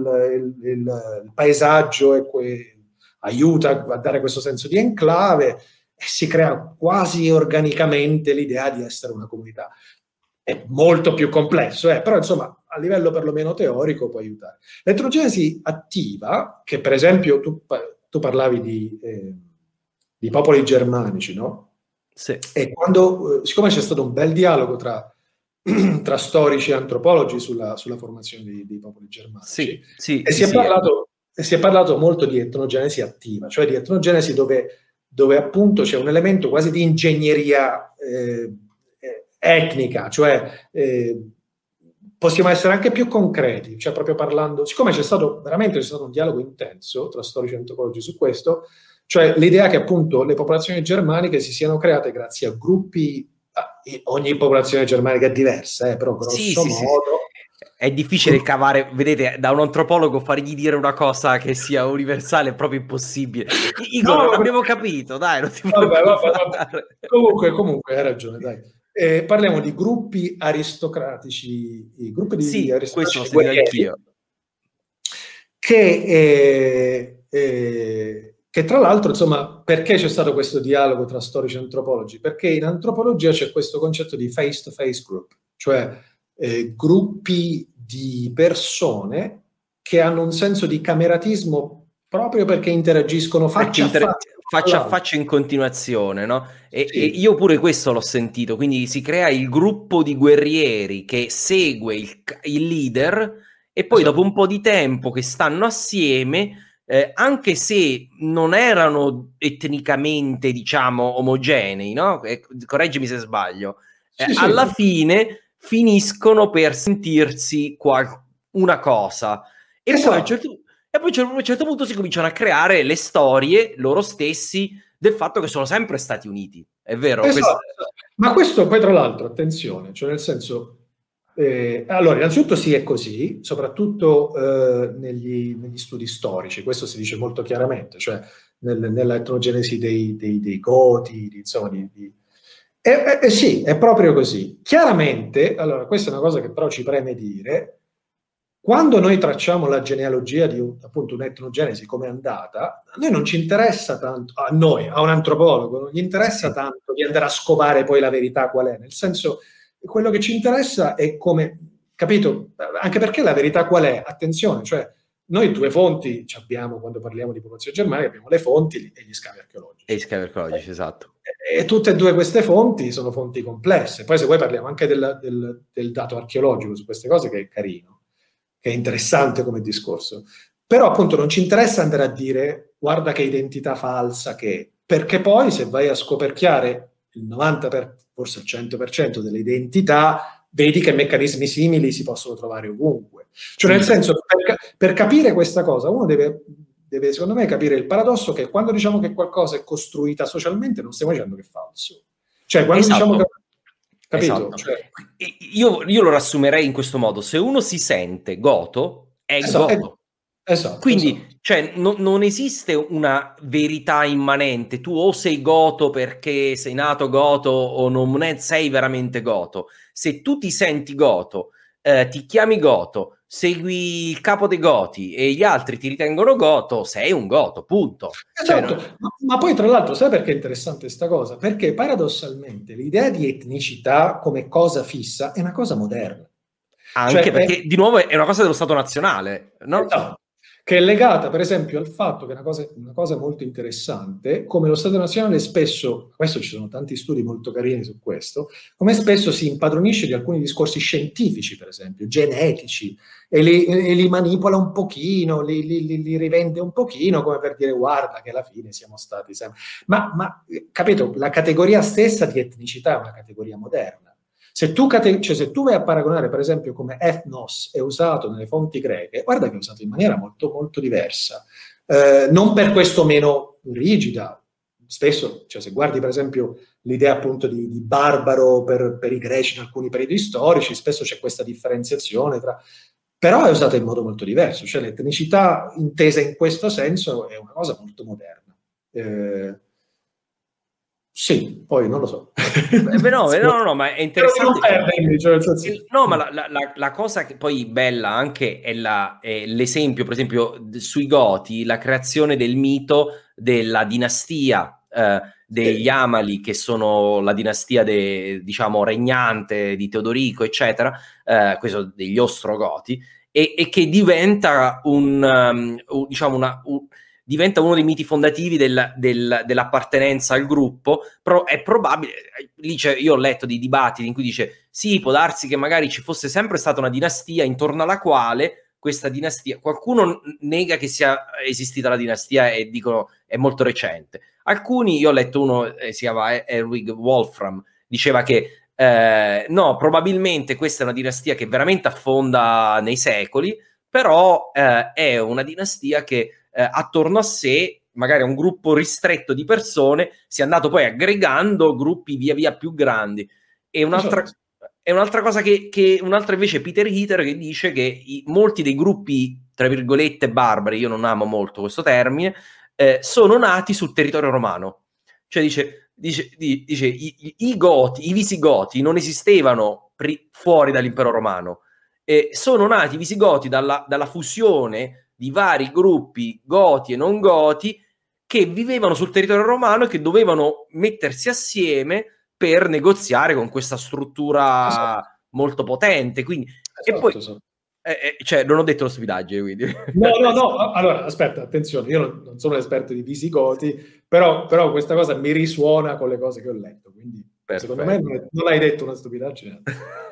[SPEAKER 5] paesaggio aiuta a dare questo senso di enclave e si crea quasi organicamente l'idea di essere una comunità. È molto più complesso, però insomma a livello perlomeno teorico può aiutare. L'eterogenesi attiva, che per esempio tu parlavi di popoli germanici, no?
[SPEAKER 4] Sì.
[SPEAKER 5] E quando, siccome c'è stato un bel dialogo tra storici e antropologi sulla formazione dei popoli germanici, si è parlato molto di etnogenesi attiva, cioè di etnogenesi dove appunto c'è un elemento quasi di ingegneria etnica, cioè possiamo essere anche più concreti, cioè proprio parlando, siccome c'è stato un dialogo intenso tra storici e antropologi su questo, cioè l'idea che appunto le popolazioni germaniche si siano create grazie a gruppi, ogni popolazione germanica è diversa, però grosso modo...
[SPEAKER 4] È difficile cavare, vedete, da un antropologo fargli dire una cosa che sia universale è proprio impossibile. Igor, non abbiamo capito, dai, non ti
[SPEAKER 5] vabbè. Comunque hai ragione, dai. Parliamo di gruppi aristocratici, aristocratici
[SPEAKER 4] questo lo sento anch'io.
[SPEAKER 5] Che tra l'altro, insomma, perché c'è stato questo dialogo tra storici e antropologi? Perché in antropologia c'è questo concetto di face-to-face group, cioè gruppi di persone che hanno un senso di cameratismo proprio perché interagiscono faccia
[SPEAKER 4] a faccia in continuazione, no? E io pure questo l'ho sentito, quindi si crea il gruppo di guerrieri che segue il leader e poi dopo un po' di tempo che stanno assieme, anche se non erano etnicamente, diciamo, omogenei, no? Correggimi se sbaglio, alla fine finiscono per sentirsi una cosa e poi a un certo punto si cominciano a creare le storie loro stessi del fatto che sono sempre Stati Uniti, è vero?
[SPEAKER 5] Ma questo poi tra l'altro, attenzione, cioè nel senso allora innanzitutto sì è così, soprattutto negli studi storici, questo si dice molto chiaramente, cioè nella etnogenesi dei Goti, insomma sì, è proprio così. Chiaramente, allora questa è una cosa che però ci preme dire, quando noi tracciamo la genealogia di appunto un'etnogenesi come è andata, a noi non ci interessa tanto, a noi, a un antropologo, non gli interessa tanto di andare a scovare poi la verità qual è, nel senso, quello che ci interessa è come, capito? Anche perché la verità qual è? Attenzione, cioè, noi due fonti abbiamo quando parliamo di popolazione germanica, abbiamo le fonti e gli scavi archeologici.
[SPEAKER 4] E gli scavi archeologici, esatto.
[SPEAKER 5] E tutte e due queste fonti sono fonti complesse. Poi se vuoi parliamo anche del dato archeologico su queste cose, che è carino, che è interessante come discorso. Però appunto non ci interessa andare a dire guarda che identità falsa che è, perché poi se vai a scoperchiare il 90%, forse il 100% delle identità, vedi che meccanismi simili si possono trovare ovunque. Cioè nel senso, per capire questa cosa, uno deve secondo me capire il paradosso che quando diciamo che qualcosa è costruita socialmente non stiamo dicendo che è falso. Cioè quando diciamo che... Capito?
[SPEAKER 4] Esatto. Cioè... Io lo riassumerei in questo modo: se uno si sente goto, è goto.
[SPEAKER 5] Esatto.
[SPEAKER 4] Quindi cioè, non esiste una verità immanente. Tu o sei goto perché sei nato goto o non sei veramente goto. Se tu ti senti goto, ti chiami goto, segui il capo dei goti e gli altri ti ritengono goto, sei un goto, punto.
[SPEAKER 5] Esatto. Cioè, ma poi tra l'altro sai perché è interessante questa cosa? Perché paradossalmente l'idea di etnicità come cosa fissa è una cosa moderna.
[SPEAKER 4] Anche perché di nuovo è una cosa dello Stato nazionale, no?
[SPEAKER 5] Esatto. Che è legata per esempio al fatto che una cosa molto interessante, come lo Stato nazionale spesso, questo ci sono tanti studi molto carini su questo, come spesso si impadronisce di alcuni discorsi scientifici, per esempio, genetici, e li manipola un pochino, li rivende un pochino, come per dire guarda che alla fine siamo stati sempre... Ma capito, la categoria stessa di etnicità è una categoria moderna. Se tu vai a paragonare, per esempio, come ethnos è usato nelle fonti greche, guarda che è usato in maniera molto, molto diversa. Non per questo meno rigida. Spesso, cioè, se guardi, per esempio, l'idea appunto di barbaro per i greci in alcuni periodi storici, spesso c'è questa differenziazione tra... Però è usata in modo molto diverso. Cioè, l'etnicità intesa in questo senso è una cosa molto moderna. Sì, poi non lo so.
[SPEAKER 4] No, ma è interessante. No, ma la cosa che poi bella anche è l'esempio, per esempio, sui Goti, la creazione del mito della dinastia degli Amali, che sono la dinastia diciamo regnante di Teodorico, eccetera, questo degli Ostrogoti, e che diventa diventa uno dei miti fondativi dell'appartenenza al gruppo. Però è probabile, lì io ho letto dei dibattiti in cui dice sì, può darsi che magari ci fosse sempre stata una dinastia intorno alla quale questa dinastia, qualcuno nega che sia esistita la dinastia e dicono è molto recente. Alcuni, io ho letto uno, si chiama Erwin Wolfram, diceva che no, probabilmente questa è una dinastia che veramente affonda nei secoli, però è una dinastia che attorno a sé, magari a un gruppo ristretto di persone, si è andato poi aggregando gruppi via via più grandi. E un'altra cosa un'altra invece Peter Heater, che dice che molti dei gruppi, tra virgolette, barbari, io non amo molto questo termine, sono nati sul territorio romano. Cioè dice i Goti, i Visigoti non esistevano fuori dall'impero romano, sono nati i Visigoti dalla fusione di vari gruppi goti e non goti che vivevano sul territorio romano e che dovevano mettersi assieme per negoziare con questa struttura molto potente. Quindi, e poi cioè, non ho detto una stupidaggine, quindi.
[SPEAKER 5] No. Allora, aspetta, attenzione, io non sono un esperto di Visigoti, però questa cosa mi risuona con le cose che ho letto, quindi perfetto. Secondo me non hai detto una stupidaggine.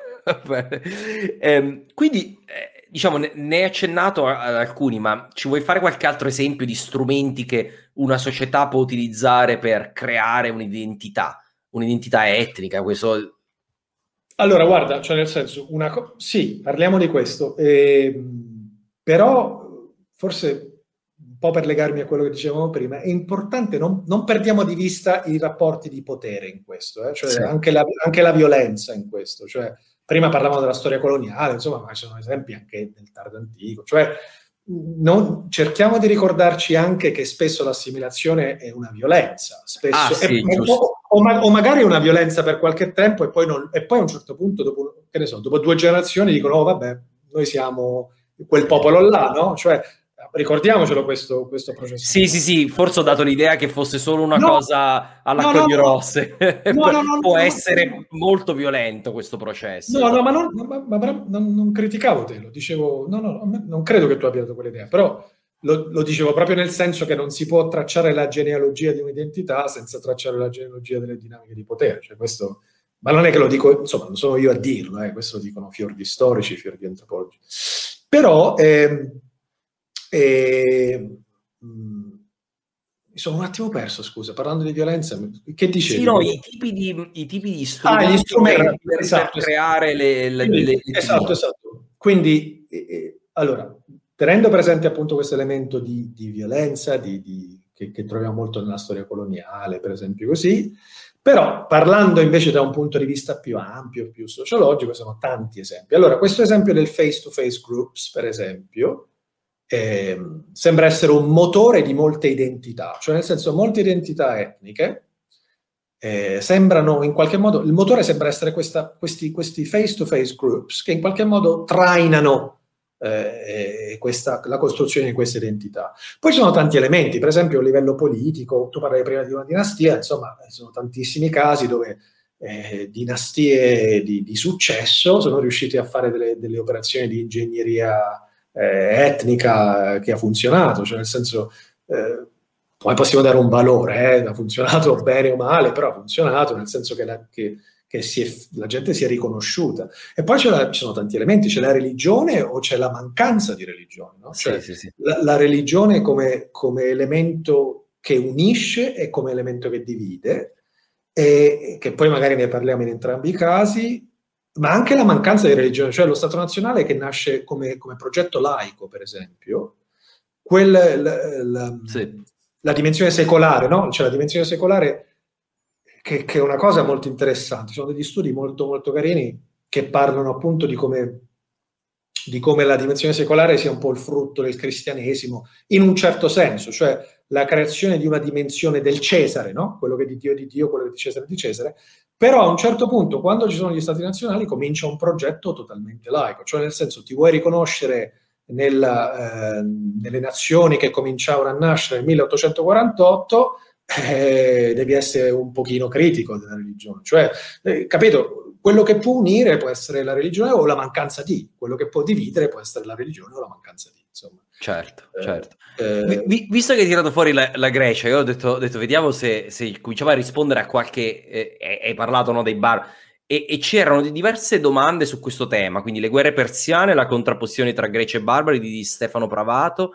[SPEAKER 4] Quindi diciamo ne hai accennato ad alcuni, ma ci vuoi fare qualche altro esempio di strumenti che una società può utilizzare per creare un'identità etnica? Questo...
[SPEAKER 5] Allora, guarda, cioè nel senso, sì, parliamo di questo, però forse un po' per legarmi a quello che dicevamo prima, è importante, non perdiamo di vista i rapporti di potere in questo, cioè sì. anche la violenza in questo, cioè prima parlavamo della storia coloniale, insomma, ma ci sono esempi anche del tardo antico, cioè cerchiamo di ricordarci anche che spesso l'assimilazione è una violenza, spesso,
[SPEAKER 4] sì,
[SPEAKER 5] o magari una violenza per qualche tempo e poi a un certo punto, dopo 2 generazioni dicono, oh vabbè, noi siamo quel popolo là, no? Cioè, ricordiamocelo questo processo.
[SPEAKER 4] Sì, forse ho dato l'idea che fosse solo una cosa alla Cogni Rosse. Può essere molto violento questo processo.
[SPEAKER 5] Ma non criticavo te, lo dicevo, non credo che tu abbia dato quell'idea, però lo dicevo proprio nel senso che non si può tracciare la genealogia di un'identità senza tracciare la genealogia delle dinamiche di potere, cioè questo, ma non è che lo dico, insomma, non sono io a dirlo, questo lo dicono fior di storici, fior di antropologi. Però mi sono un attimo perso, scusa, parlando di violenza, che dicevi?
[SPEAKER 4] Sì, no, i tipi di strumenti,
[SPEAKER 5] gli strumenti
[SPEAKER 4] per creare le
[SPEAKER 5] esatto. Quindi, allora, tenendo presente appunto questo elemento di violenza, che troviamo molto nella storia coloniale, per esempio così, però parlando invece da un punto di vista più ampio, più sociologico, sono tanti esempi. Allora, questo esempio del face-to-face groups, per esempio, sembra essere un motore di molte identità, cioè nel senso molte identità etniche sembrano in qualche modo, il motore sembra essere questi face-to-face groups che in qualche modo trainano la costruzione di queste identità. Poi ci sono tanti elementi, per esempio a livello politico, tu parlavi prima di una dinastia, insomma ci sono tantissimi casi dove dinastie di successo sono riusciti a fare delle operazioni di ingegneria etnica che ha funzionato, cioè nel senso poi possiamo dare un valore, ha funzionato bene o male, però ha funzionato nel senso che la gente si è riconosciuta. E poi ci sono tanti elementi, c'è la religione o c'è la mancanza di religione, no? Cioè, sì. La religione come elemento che unisce e come elemento che divide, e che poi magari ne parliamo in entrambi i casi, ma anche la mancanza di religione, cioè lo Stato nazionale che nasce come progetto laico, per esempio, la dimensione secolare, no? Cioè la dimensione secolare che è una cosa molto interessante. Ci sono degli studi molto, molto carini che parlano appunto di come la dimensione secolare sia un po' il frutto del cristianesimo, in un certo senso, cioè la creazione di una dimensione del Cesare, no? Quello che è di Dio, quello che è di Cesare, però a un certo punto, quando ci sono gli stati nazionali, comincia un progetto totalmente laico, cioè nel senso ti vuoi riconoscere nelle nazioni che cominciavano a nascere nel 1848, devi essere un pochino critico della religione, cioè, capito? Quello che può unire può essere la religione o la mancanza di, quello che può dividere può essere la religione o la mancanza di, insomma.
[SPEAKER 4] Certo. Visto che hai tirato fuori la Grecia, io ho detto vediamo se cominciava a rispondere a qualche... hai parlato, no, dei bar... E c'erano diverse domande su questo tema, quindi le guerre persiane, la contrapposizione tra Greci e barbari di Stefano Pravato,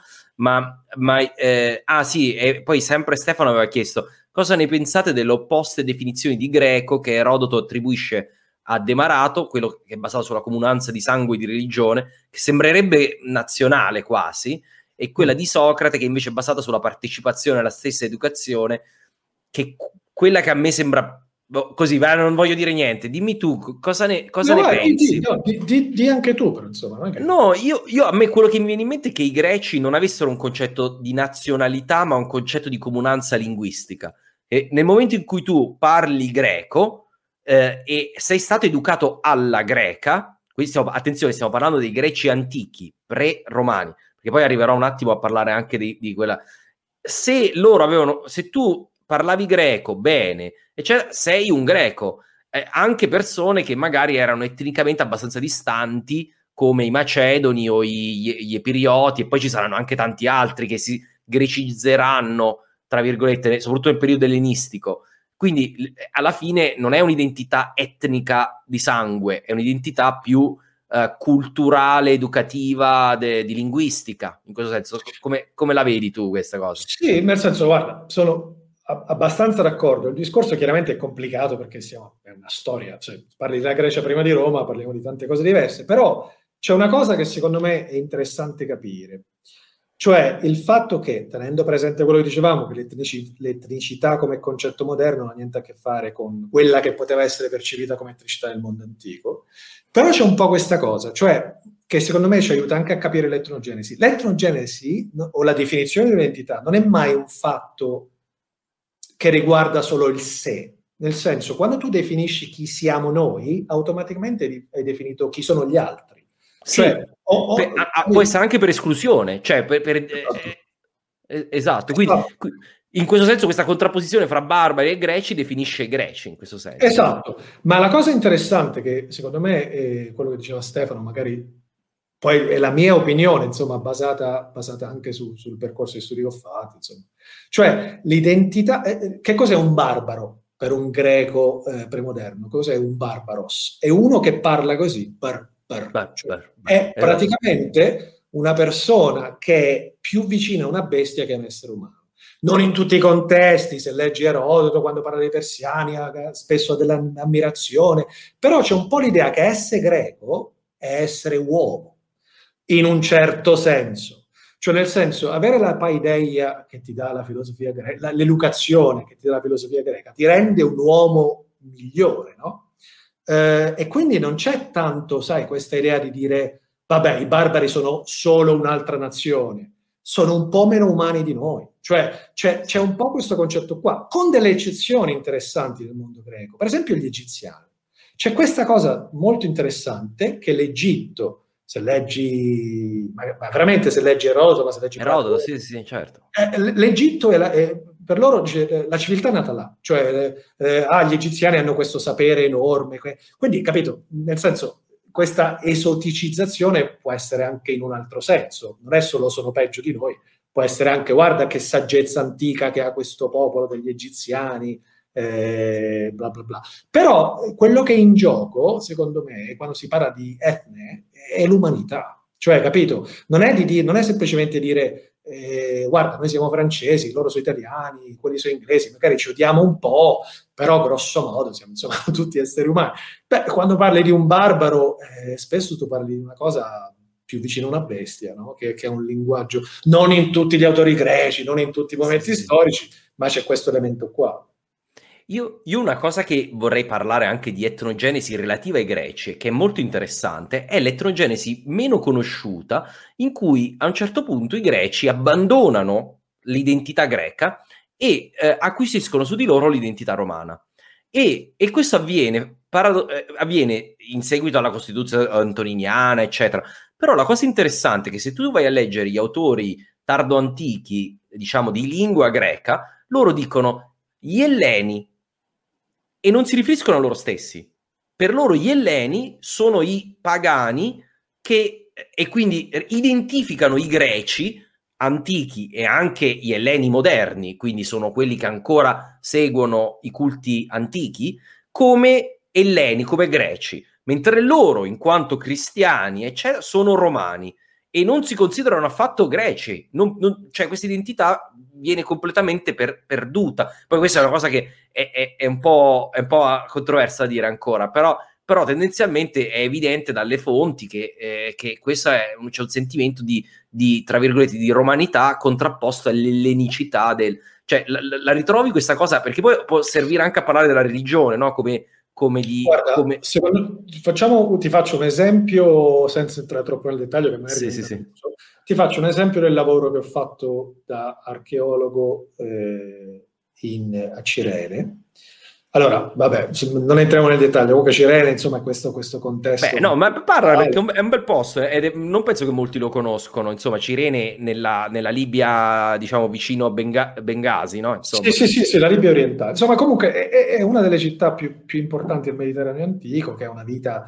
[SPEAKER 4] sì, e poi sempre Stefano aveva chiesto cosa ne pensate delle opposte definizioni di greco che Erodoto attribuisce a Demarato, quello che è basato sulla comunanza di sangue e di religione, che sembrerebbe nazionale quasi, e quella di Socrate che invece è basata sulla partecipazione alla stessa educazione, che quella che a me sembra così, non voglio dire niente, dimmi tu cosa ne pensi?
[SPEAKER 5] Di anche tu, però insomma.
[SPEAKER 4] No, io a me quello che mi viene in mente è che i greci non avessero un concetto di nazionalità, ma un concetto di comunanza linguistica. E nel momento in cui tu parli greco e sei stato educato alla greca, quindi attenzione, stiamo parlando dei greci antichi, pre-romani, perché poi arriverò un attimo a parlare anche di quella. Se tu parlavi greco bene, cioè sei un greco, anche persone che magari erano etnicamente abbastanza distanti, come i Macedoni o gli Epirioti, e poi ci saranno anche tanti altri che si grecizzeranno, tra virgolette, soprattutto nel periodo ellenistico. Quindi alla fine non è un'identità etnica di sangue, è un'identità più culturale, educativa, di linguistica, in questo senso. Come la vedi tu questa cosa?
[SPEAKER 5] Sì, nel senso, guarda, sono abbastanza d'accordo. Il discorso chiaramente è complicato perché è una storia, cioè, parli della Grecia prima di Roma, parliamo di tante cose diverse, però c'è una cosa che secondo me è interessante capire, cioè il fatto che, tenendo presente quello che dicevamo, che l'etnicità come concetto moderno non ha niente a che fare con quella che poteva essere percepita come etnicità nel mondo antico, però c'è un po' questa cosa, cioè che secondo me ci aiuta anche a capire l'etnogenesi. L'etnogenesi o la definizione di un'entità non è mai un fatto che riguarda solo il sé, nel senso, quando tu definisci chi siamo noi, automaticamente hai definito chi sono gli altri.
[SPEAKER 4] Sì.
[SPEAKER 5] Cioè,
[SPEAKER 4] può essere anche per esclusione, cioè esatto. Quindi in questo senso questa contrapposizione fra barbari e greci definisce i greci in questo senso.
[SPEAKER 5] Esatto, ma la cosa interessante che secondo me è quello che diceva Stefano, magari poi è la mia opinione, insomma, basata anche sul percorso di studi che ho fatto, insomma. Cioè l'identità, che cos'è un barbaro per un greco premoderno? Cos'è un barbaros? È uno che parla così, è praticamente una persona che è più vicina a una bestia che a un essere umano. Non in tutti i contesti, se leggi Erodoto quando parla dei persiani, spesso ha dell'ammirazione, però c'è un po' l'idea che essere greco è essere uomo, in un certo senso. Cioè nel senso, avere la paideia che ti dà la filosofia greca, l'educazione che ti dà la filosofia greca, ti rende un uomo migliore, no? E quindi non c'è tanto, sai, questa idea di dire, vabbè, i barbari sono solo un'altra nazione, sono un po' meno umani di noi. Cioè c'è un po' questo concetto qua, con delle eccezioni interessanti del mondo greco. Per esempio gli egiziani. C'è questa cosa molto interessante che l'Egitto, se leggi, ma veramente se leggi Erodoto, ma se leggi
[SPEAKER 4] Erodoto, sì, certo.
[SPEAKER 5] L'Egitto per loro la civiltà è nata là, cioè gli egiziani hanno questo sapere enorme, quindi capito, nel senso, questa esoticizzazione può essere anche in un altro senso, non è solo sono peggio di noi, può essere anche guarda che saggezza antica che ha questo popolo degli egiziani, bla bla bla. Però quello che è in gioco, secondo me, quando si parla di etne, è l'umanità. Cioè, capito? Non è semplicemente dire guarda, noi siamo francesi, loro sono italiani, quelli sono inglesi, magari ci odiamo un po', però grosso modo siamo insomma tutti esseri umani. Beh, quando parli di un barbaro, spesso tu parli di una cosa più vicino a una bestia, no? Che è un linguaggio, non in tutti gli autori greci, non in tutti i momenti storici, ma c'è questo elemento qua.
[SPEAKER 4] Io una cosa che vorrei parlare anche di etnogenesi relativa ai greci, che è molto interessante, è l'etnogenesi meno conosciuta, in cui a un certo punto i greci abbandonano l'identità greca e acquisiscono su di loro l'identità romana. E questo avviene in seguito alla Costituzione antoniniana, eccetera. Però la cosa interessante è che se tu vai a leggere gli autori tardo-antichi, diciamo, di lingua greca, loro dicono gli Elleni, e non si riferiscono a loro stessi. Per loro gli Elleni sono i pagani e quindi identificano i greci antichi e anche gli Elleni moderni, quindi sono quelli che ancora seguono i culti antichi, come Elleni, come greci, mentre loro, in quanto cristiani, eccetera, sono romani e non si considerano affatto greci. Cioè questa identità viene completamente perduta. Poi questa è una cosa che è un po' controversa da dire ancora, però tendenzialmente è evidente dalle fonti che questo c'è un sentimento di tra virgolette di romanità contrapposto all'ellenicità cioè la ritrovi questa cosa, perché poi può servire anche a parlare della religione, no?
[SPEAKER 5] Guarda, ti faccio un esempio senza entrare troppo nel dettaglio, che magari
[SPEAKER 4] sì.
[SPEAKER 5] Ti faccio un esempio del lavoro che ho fatto da archeologo a Cirene. Allora, vabbè, non entriamo nel dettaglio, comunque Cirene, insomma, questo contesto.
[SPEAKER 4] Beh, no, ma parla perché è un bel posto, non penso che molti lo conoscono, insomma, Cirene nella Libia, diciamo, vicino a Bengasi, no? Insomma.
[SPEAKER 5] Sì, la Libia orientale. Insomma, comunque è una delle città più importanti del Mediterraneo antico, che ha una vita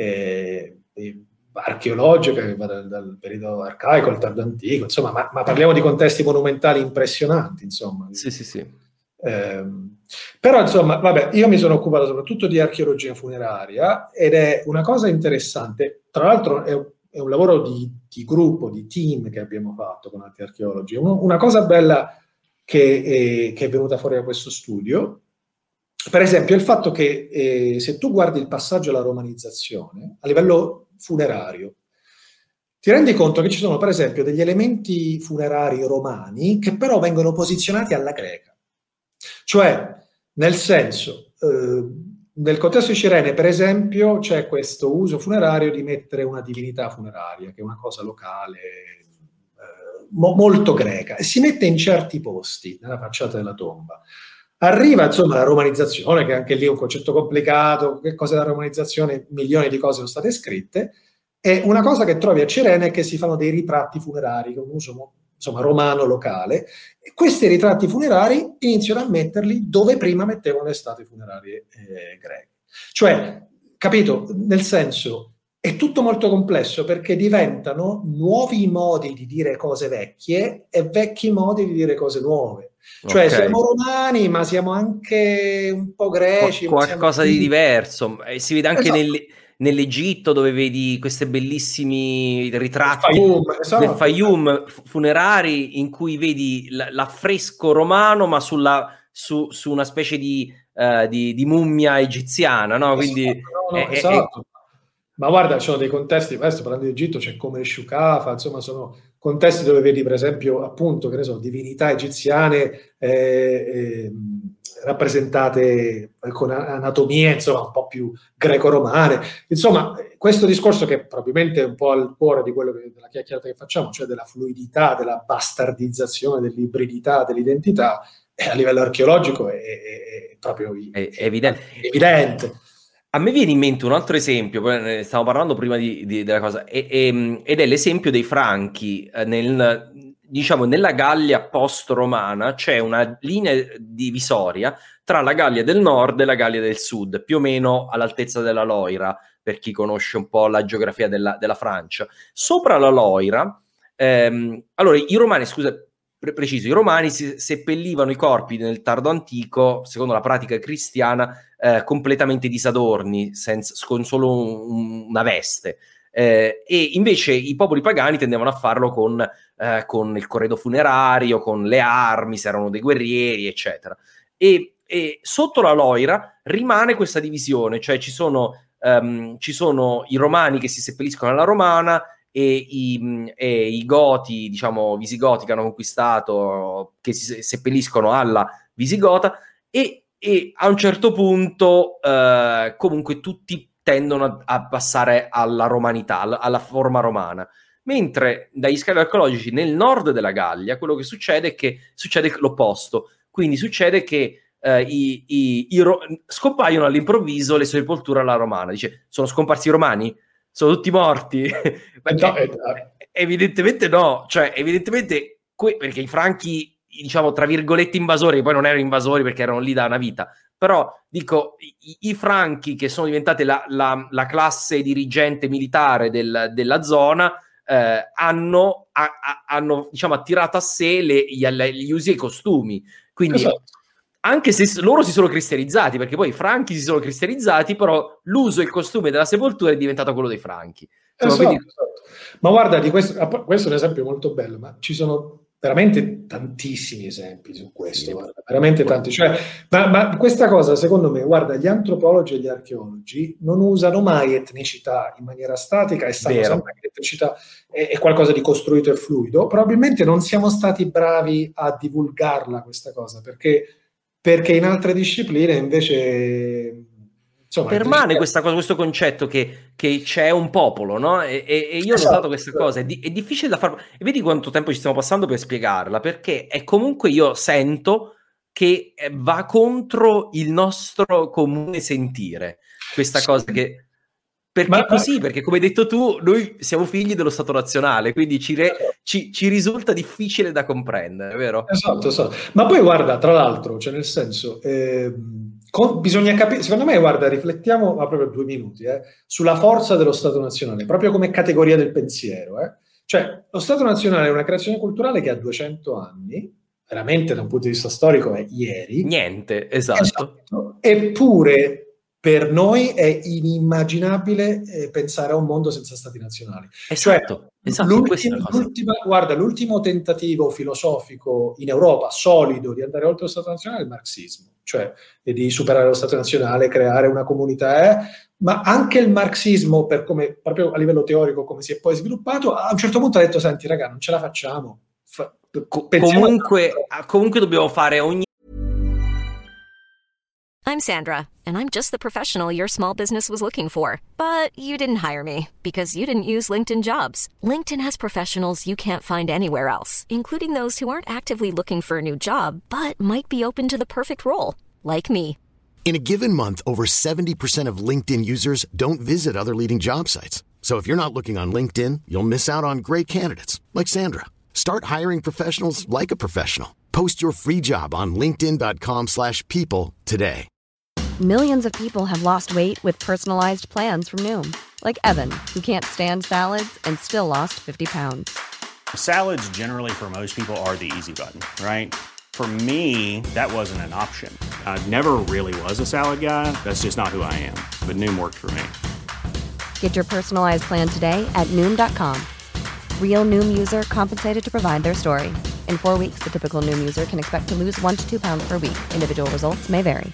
[SPEAKER 5] archeologica che va dal periodo arcaico al tardo antico, insomma, ma parliamo di contesti monumentali impressionanti, insomma.
[SPEAKER 4] Sì.
[SPEAKER 5] Però insomma, vabbè, io mi sono occupato soprattutto di archeologia funeraria ed è una cosa interessante, tra l'altro è un lavoro di gruppo, di team che abbiamo fatto con altri archeologi. Una cosa bella che è venuta fuori da questo studio, per esempio, è il fatto che se tu guardi il passaggio alla romanizzazione a livello funerario, ti rendi conto che ci sono per esempio degli elementi funerari romani che però vengono posizionati alla greca. Cioè, nel senso, nel contesto di Cirene, per esempio, c'è questo uso funerario di mettere una divinità funeraria, che è una cosa locale, molto greca, e si mette in certi posti nella facciata della tomba. Arriva, insomma, la romanizzazione, che anche lì è un concetto complicato. Che cos'è la romanizzazione? Milioni di cose sono state scritte. E una cosa che trovi a Cirene è che si fanno dei ritratti funerari, con un uso romano locale, e questi ritratti funerari iniziano a metterli dove prima mettevano le statue funerarie greche. Cioè, capito? Nel senso, è tutto molto complesso perché diventano nuovi modi di dire cose vecchie e vecchi modi di dire cose nuove. Cioè, siamo romani, ma siamo anche un po' greci.
[SPEAKER 4] Qualcosa di diverso. Si vede anche nell'Egitto, dove vedi questi bellissimi ritratti del Fayum funerari, in cui vedi l'affresco romano, ma su una specie di mummia egiziana, no? Quindi
[SPEAKER 5] esatto. Ma guarda, ci sono dei contesti, adesso parlando di Egitto c'è come Shukafa, insomma sono contesti dove vedi per esempio appunto, che ne so, divinità egiziane rappresentate con anatomie insomma un po' più greco-romane. Insomma, questo discorso che probabilmente è un po' al cuore di quello della chiacchierata che facciamo, cioè della fluidità, della bastardizzazione, dell'ibridità, dell'identità, a livello archeologico è proprio evidente.
[SPEAKER 4] A me viene in mente un altro esempio, stavo parlando prima della cosa, ed è l'esempio dei Franchi. Nella Gallia post-romana c'è una linea divisoria tra la Gallia del nord e la Gallia del sud, più o meno all'altezza della Loira, per chi conosce un po' la geografia della Francia. Sopra la Loira, allora i romani, i romani si seppellivano i corpi nel tardo antico, secondo la pratica cristiana, completamente disadorni, con solo una veste. E invece i popoli pagani tendevano a farlo con il corredo funerario, con le armi, se erano dei guerrieri, eccetera. E sotto la Loira rimane questa divisione, cioè ci sono i romani che si seppelliscono alla romana, e i goti, diciamo visigoti, che hanno conquistato, che si seppelliscono alla visigota, e a un certo punto comunque tutti tendono a passare alla romanità, alla forma romana, mentre dagli scavi archeologici nel nord della Gallia quello che succede è che succede l'opposto, quindi succede che scompaiono all'improvviso le sepolture alla romana. Dice, sono scomparsi i romani? Sono tutti morti? Evidentemente no, cioè evidentemente perché i Franchi, diciamo tra virgolette invasori, che poi non erano invasori perché erano lì da una vita, però dico i Franchi, che sono diventati la classe dirigente militare della zona, hanno diciamo attirato a sé gli usi e i costumi, quindi esatto. Anche se loro si sono cristianizzati, perché poi i Franchi si sono cristianizzati, però l'uso e il costume della sepoltura è diventato quello dei Franchi. Insomma,
[SPEAKER 5] esatto. Ma guarda, questo è un esempio molto bello, ma ci sono veramente tantissimi esempi su questo, sì, guarda, veramente tanti. Cioè, ma questa cosa, secondo me, guarda, gli antropologi e gli archeologi non usano mai etnicità in maniera statica e sanno sempre che l'etnicità è qualcosa di costruito e fluido. Probabilmente non siamo stati bravi a divulgarla questa cosa, perché in altre discipline invece insomma,
[SPEAKER 4] permane questo concetto che c'è un popolo, no? E io ho notato questa cosa, è difficile da fare, e vedi quanto tempo ci stiamo passando per spiegarla, perché è comunque, io sento che va contro il nostro comune sentire questa cosa, che perché come hai detto tu, noi siamo figli dello Stato nazionale, quindi ci risulta difficile da comprendere, vero?
[SPEAKER 5] Esatto. Ma poi guarda, tra l'altro, cioè nel senso, bisogna capire, secondo me, guarda, riflettiamo proprio 2 minuti sulla forza dello Stato nazionale, proprio come categoria del pensiero. Cioè, lo Stato nazionale è una creazione culturale che ha 200 anni, veramente da un punto di vista storico è ieri.
[SPEAKER 4] Niente, esatto.
[SPEAKER 5] Eppure per noi è inimmaginabile pensare a un mondo senza stati nazionali.
[SPEAKER 4] Esatto.
[SPEAKER 5] L'ultimo tentativo filosofico in Europa solido di andare oltre lo Stato nazionale è il marxismo, cioè di superare lo Stato nazionale, creare una comunità, ma anche il marxismo, per come proprio a livello teorico come si è poi sviluppato, a un certo punto ha detto: senti raga, non ce la facciamo.
[SPEAKER 4] Comunque dobbiamo fare ogni...
[SPEAKER 1] I'm Sandra, and I'm just the professional your small business was looking for. But you didn't hire me because you didn't use LinkedIn Jobs. LinkedIn has professionals you can't find anywhere else, including those who aren't actively looking for a new job, but might be open to the perfect role, like me.
[SPEAKER 2] In a given month, over 70% of LinkedIn users don't visit other leading job sites. So if you're not looking on LinkedIn, you'll miss out on great candidates like Sandra. Start hiring professionals like a professional. Post your free job on linkedin.com/people today.
[SPEAKER 6] Millions of people have lost weight with personalized plans from Noom. Like Evan, who can't stand salads and still lost 50 pounds.
[SPEAKER 7] Salads generally for most people are the easy button, right? For me, that wasn't an option. I never really was a salad guy. That's just not who I am. But Noom worked for me.
[SPEAKER 6] Get your personalized plan today at Noom.com. Real Noom user compensated to provide their story. In 4 weeks, the typical Noom user can expect to lose 1 to 2 pounds per week. Individual results may vary.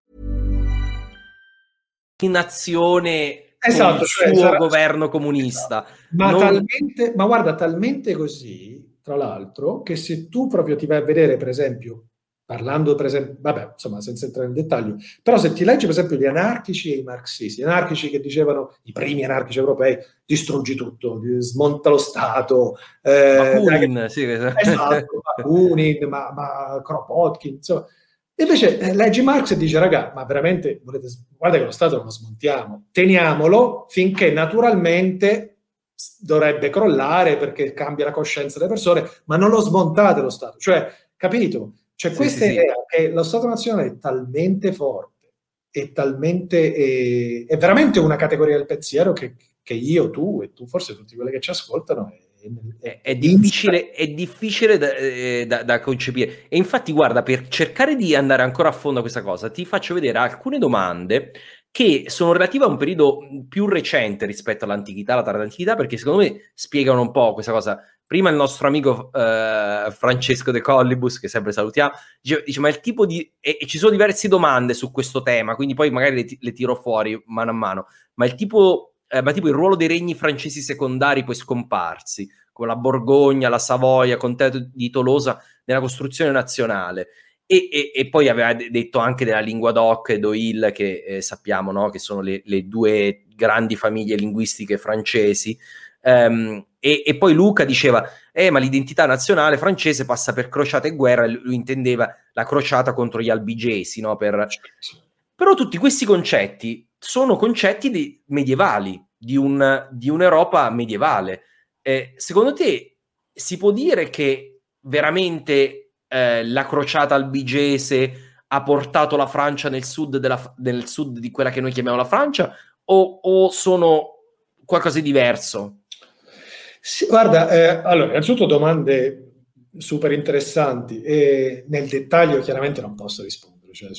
[SPEAKER 4] Nazione
[SPEAKER 5] Esatto,
[SPEAKER 4] con il
[SPEAKER 5] cioè,
[SPEAKER 4] suo governo comunista.
[SPEAKER 5] Ma guarda, talmente così, tra l'altro, che se tu proprio ti vai a vedere, per esempio, parlando per esempio, vabbè, insomma, senza entrare in dettaglio, però se ti leggi per esempio gli anarchici e i marxisti, gli anarchici che dicevano, i primi anarchici europei, distruggi tutto, smonta lo Stato,
[SPEAKER 4] Bakunin, sì.
[SPEAKER 5] Esatto, Bakunin, ma Kropotkin, insomma. Invece leggi Marx e dice, raga, ma veramente guarda che lo Stato non lo smontiamo, teniamolo finché naturalmente dovrebbe crollare perché cambia la coscienza delle persone, ma non lo smontate lo Stato. Cioè, capito? Cioè, questa idea che lo Stato nazionale è talmente forte, è talmente, è veramente una categoria del pensiero che io, tu e tu, forse tutti quelli che ci ascoltano,
[SPEAKER 4] è difficile da concepire. E infatti, guarda, per cercare di andare ancora a fondo a questa cosa, ti faccio vedere alcune domande che sono relative a un periodo più recente rispetto all'antichità, alla tarda antichità, perché secondo me spiegano un po' questa cosa. Prima il nostro amico Francesco De Collibus, che sempre salutiamo, dice ma il tipo di... E ci sono diverse domande su questo tema, quindi poi magari le tiro fuori mano a mano, ma il tipo... ma tipo il ruolo dei regni francesi secondari poi scomparsi, come la Borgogna, la Savoia, Conte di Tolosa, nella costruzione nazionale. E poi aveva detto anche della lingua doc e d'Oil, che sappiamo, no? Che sono le due grandi famiglie linguistiche francesi. E poi Luca diceva ma l'identità nazionale francese passa per crociata e guerra, e lui intendeva la crociata contro gli albigesi, no? Però tutti questi concetti sono concetti medievali, di un'Europa medievale. Secondo te si può dire che veramente la crociata albigese ha portato la Francia nel sud di quella che noi chiamiamo la Francia, o sono qualcosa di diverso?
[SPEAKER 5] Sì, guarda, allora, innanzitutto domande super interessanti e nel dettaglio chiaramente non posso rispondere. Cioè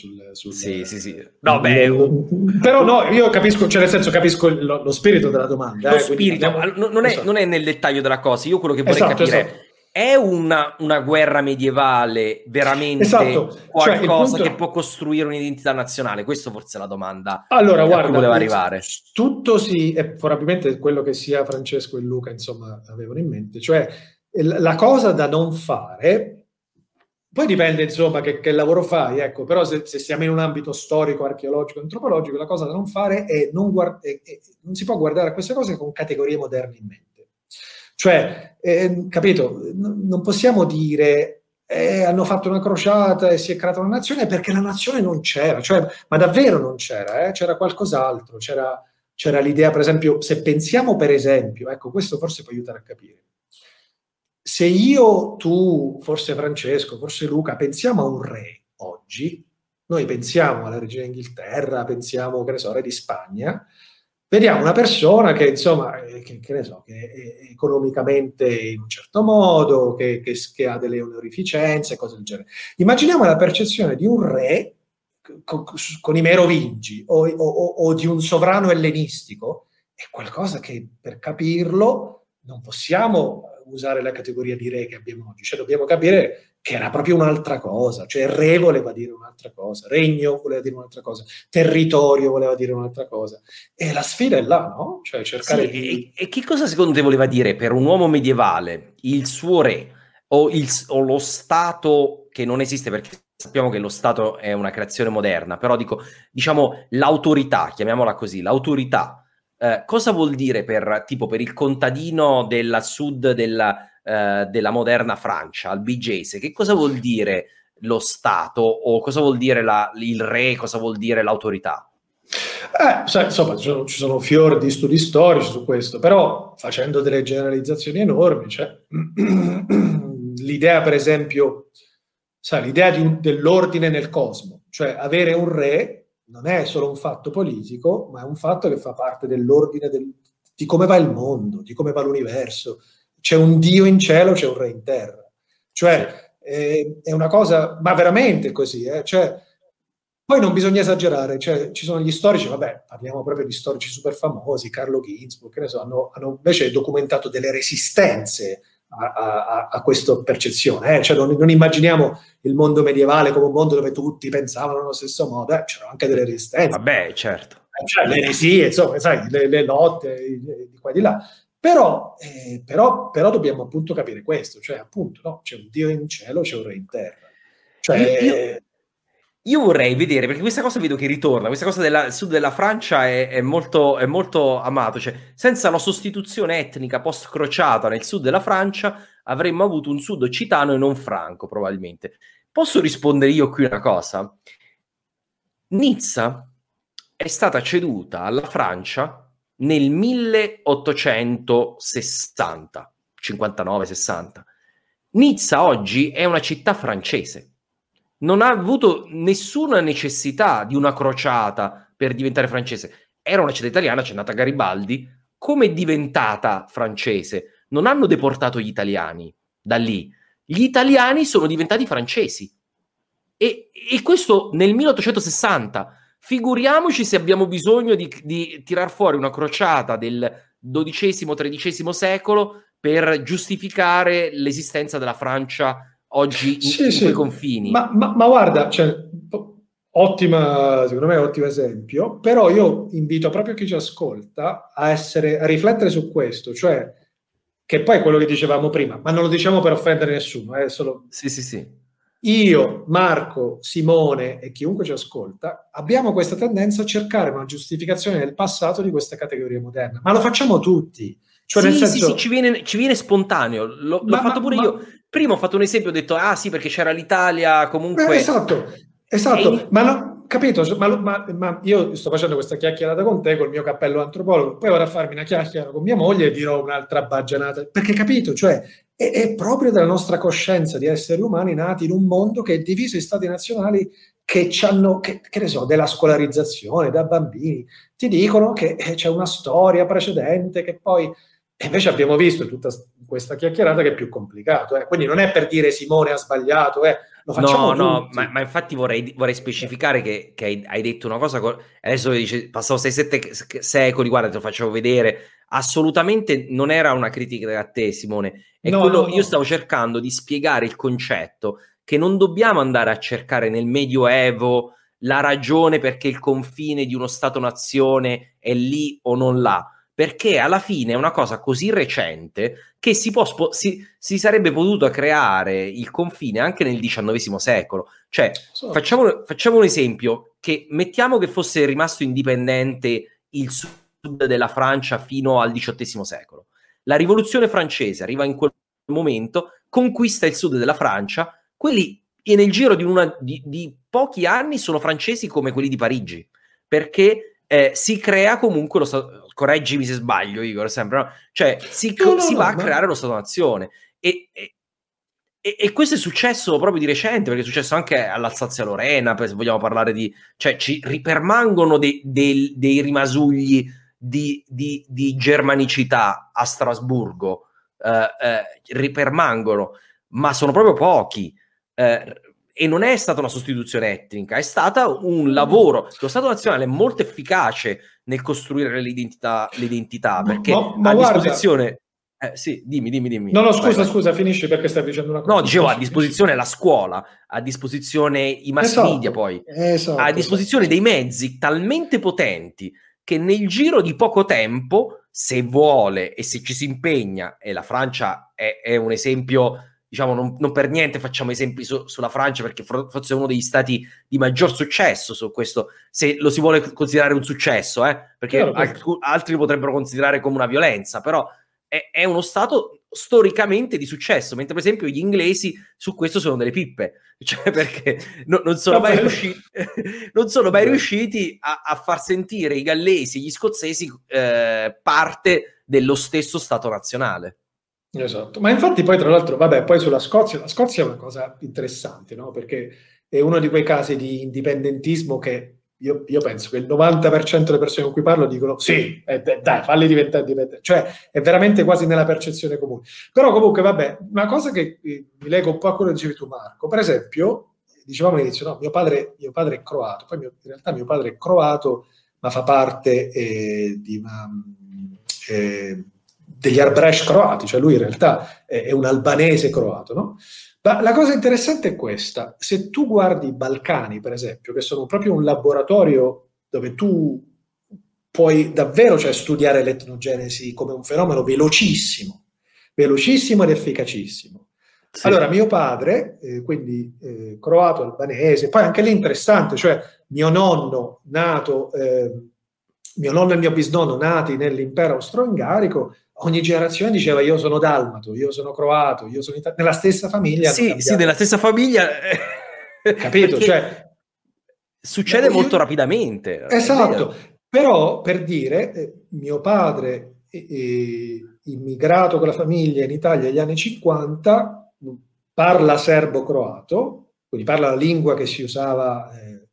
[SPEAKER 4] sì. No,
[SPEAKER 5] però no, io capisco, cioè nel senso capisco lo spirito della domanda.
[SPEAKER 4] Lo spirito, non è nel dettaglio della cosa. Io quello che vorrei capire è una guerra medievale veramente qualcosa che può costruire un'identità nazionale? Questo forse è la domanda.
[SPEAKER 5] Allora, guarda,
[SPEAKER 4] voleva arrivare.
[SPEAKER 5] Tutto sì, e probabilmente quello che sia Francesco e Luca, insomma, avevano in mente, cioè la cosa da non fare. Poi dipende, insomma, che lavoro fai, ecco, però se siamo in un ambito storico, archeologico, antropologico, la cosa da non fare è non si può guardare a queste cose con categorie moderne in mente. Cioè, capito, non possiamo dire hanno fatto una crociata e si è creata una nazione, perché la nazione non c'era, cioè, ma davvero non c'era, c'era qualcos'altro, c'era l'idea, per esempio, se pensiamo per esempio, ecco, questo forse può aiutare a capire. Se io, tu, forse Francesco, forse Luca, pensiamo a un re oggi, noi pensiamo alla regina d'Inghilterra, pensiamo, che ne so, re di Spagna, vediamo una persona che, insomma, che ne so, che è economicamente in un certo modo, che ha delle onorificenze, cose del genere. Immaginiamo la percezione di un re con i Merovingi o di un sovrano ellenistico, è qualcosa che, per capirlo, non possiamo usare la categoria di re che abbiamo oggi, cioè dobbiamo capire che era proprio un'altra cosa, cioè re voleva dire un'altra cosa, regno voleva dire un'altra cosa, territorio voleva dire un'altra cosa, e la sfida è là, no? Cioè cercare di...
[SPEAKER 4] E che cosa secondo te voleva dire per un uomo medievale il suo re o lo Stato, che non esiste perché sappiamo che lo Stato è una creazione moderna, però diciamo l'autorità, chiamiamola così, l'autorità. Cosa vuol dire per il contadino del sud della moderna Francia, albigese? Che cosa vuol dire lo Stato, o cosa vuol dire il re, cosa vuol dire l'autorità?
[SPEAKER 5] Sai, insomma, ci sono fior di studi storici su questo, però facendo delle generalizzazioni enormi, cioè, l'idea, per esempio, sai, l'idea dell'ordine nel cosmo, cioè avere un re non è solo un fatto politico, ma è un fatto che fa parte dell'ordine di come va il mondo, di come va l'universo. C'è un Dio in cielo, c'è un re in terra. Cioè, è una cosa, ma veramente così, cioè, poi non bisogna esagerare, cioè, ci sono gli storici, vabbè, parliamo proprio di storici super famosi, Carlo Ginzburg, che ne so, hanno invece documentato delle resistenze a questa percezione, cioè non immaginiamo il mondo medievale come un mondo dove tutti pensavano nello stesso modo, c'erano anche delle resistenze.
[SPEAKER 4] Vabbè, certo.
[SPEAKER 5] Cioè, le eresie, insomma, sai, le lotte di qua e di là. Però dobbiamo appunto capire questo, cioè appunto, no, c'è un Dio in cielo, c'è un re in terra. Cioè,
[SPEAKER 4] io vorrei vedere, perché questa cosa vedo che ritorna, questa cosa del sud della Francia è molto amato, cioè senza la sostituzione etnica post-crociata nel sud della Francia avremmo avuto un sud occitano e non franco, probabilmente. Posso rispondere io qui una cosa? Nizza è stata ceduta alla Francia nel 1860, 59-60. Nizza oggi è una città francese. Non ha avuto nessuna necessità di una crociata per diventare francese. Era una città italiana, c'è nata Garibaldi. Come è diventata francese? Non hanno deportato gli italiani da lì. Gli italiani sono diventati francesi. E questo nel 1860. Figuriamoci se abbiamo bisogno di tirar fuori una crociata del XII-XIII secolo per giustificare l'esistenza della Francia oggi in quei confini.
[SPEAKER 5] Ma guarda, cioè, secondo me è un ottimo esempio, però io invito proprio chi ci ascolta a riflettere su questo, cioè che poi è quello che dicevamo prima, ma non lo diciamo per offendere nessuno, è solo...
[SPEAKER 4] Sì.
[SPEAKER 5] Io, Marco, Simone e chiunque ci ascolta abbiamo questa tendenza a cercare una giustificazione nel passato di questa categoria moderna, ma lo facciamo tutti. Cioè, nel senso...
[SPEAKER 4] sì, ci viene spontaneo. L'ho fatto pure io. Prima ho fatto un esempio, ho detto, sì, perché c'era l'Italia, comunque...
[SPEAKER 5] Esatto. Ma no, capito? Ma io sto facendo questa chiacchierata con te, col mio cappello antropologo, poi vado a farmi una chiacchiera con mia moglie e dirò un'altra baggianata. Perché, capito? Cioè, è proprio della nostra coscienza di esseri umani nati in un mondo che è diviso in stati nazionali che hanno, che ne so, della scolarizzazione, da bambini. Ti dicono che c'è una storia precedente che poi... E invece abbiamo visto in tutta questa chiacchierata che è più complicato. Quindi non è per dire Simone ha sbagliato, lo facciamo tutti.
[SPEAKER 4] Ma infatti vorrei specificare che hai detto una cosa, adesso dice passano 6-7 secoli, guarda, te lo faccio vedere. Assolutamente non era una critica a te, Simone. Io stavo cercando di spiegare il concetto che non dobbiamo andare a cercare nel Medioevo la ragione perché il confine di uno Stato-nazione è lì o non là. Perché alla fine è una cosa così recente che si sarebbe potuto creare il confine anche nel XIX secolo. Cioè, facciamo un esempio, che mettiamo che fosse rimasto indipendente il sud della Francia fino al XVIII secolo. La rivoluzione francese arriva in quel momento, conquista il sud della Francia, quelli e nel giro di pochi anni sono francesi come quelli di Parigi, perché si crea comunque lo Stato, correggimi se sbaglio Igor, sempre, no? Cioè si va a creare lo Stato-nazione e questo è successo proprio di recente, perché è successo anche all'Alsazia-Lorena, se vogliamo parlare di... cioè ci permangono dei rimasugli di germanicità a Strasburgo, ripermangono, ma sono proprio pochi. E non è stata una sostituzione etnica, è stata un lavoro. Lo Stato nazionale è molto efficace nel costruire l'identità perché a disposizione... sì, dimmi.
[SPEAKER 5] No, scusa, finisci perché stai dicendo una cosa.
[SPEAKER 4] No, dicevo, a disposizione la scuola, a disposizione i mass media poi, a disposizione dei mezzi talmente potenti che nel giro di poco tempo, se vuole e se ci si impegna, e la Francia è un esempio... diciamo, non per niente facciamo esempi sulla Francia, perché forse è uno degli stati di maggior successo su questo, se lo si vuole considerare un successo, perché altri lo potrebbero considerare come una violenza, però è uno stato storicamente di successo, mentre per esempio gli inglesi su questo sono delle pippe, cioè perché non sono mai riusciti a far sentire i gallesi e gli scozzesi parte dello stesso stato nazionale.
[SPEAKER 5] Esatto, ma infatti poi tra l'altro, vabbè, poi la Scozia è una cosa interessante, no? Perché è uno di quei casi di indipendentismo che io penso che il 90% delle persone con cui parlo dicono sì, dai, falli diventare indipendenti, cioè è veramente quasi nella percezione comune. Però comunque, vabbè, una cosa che mi lega un po' a quello che dicevi tu, Marco, per esempio, dicevamo all'inizio, no, mio padre è croato, poi in realtà mio padre è croato, ma fa parte degli Arbrecht croati, cioè lui in realtà è un albanese croato, no? Ma la cosa interessante è questa: se tu guardi i Balcani, per esempio, che sono proprio un laboratorio dove tu puoi davvero, cioè, studiare l'etnogenesi come un fenomeno velocissimo ed efficacissimo. Sì. Allora, mio padre, quindi croato, albanese, poi anche lì interessante, cioè mio nonno nato, mio nonno e mio bisnonno nati nell'impero austro-ungarico, ogni generazione diceva io sono dalmato, io sono croato, io sono nella stessa famiglia.
[SPEAKER 4] Sì, nella stessa famiglia.
[SPEAKER 5] Capito? Cioè,
[SPEAKER 4] succede molto rapidamente.
[SPEAKER 5] Esatto, però per dire, mio padre immigrato con la famiglia in Italia negli anni 50, parla serbo-croato, quindi parla la lingua che si usava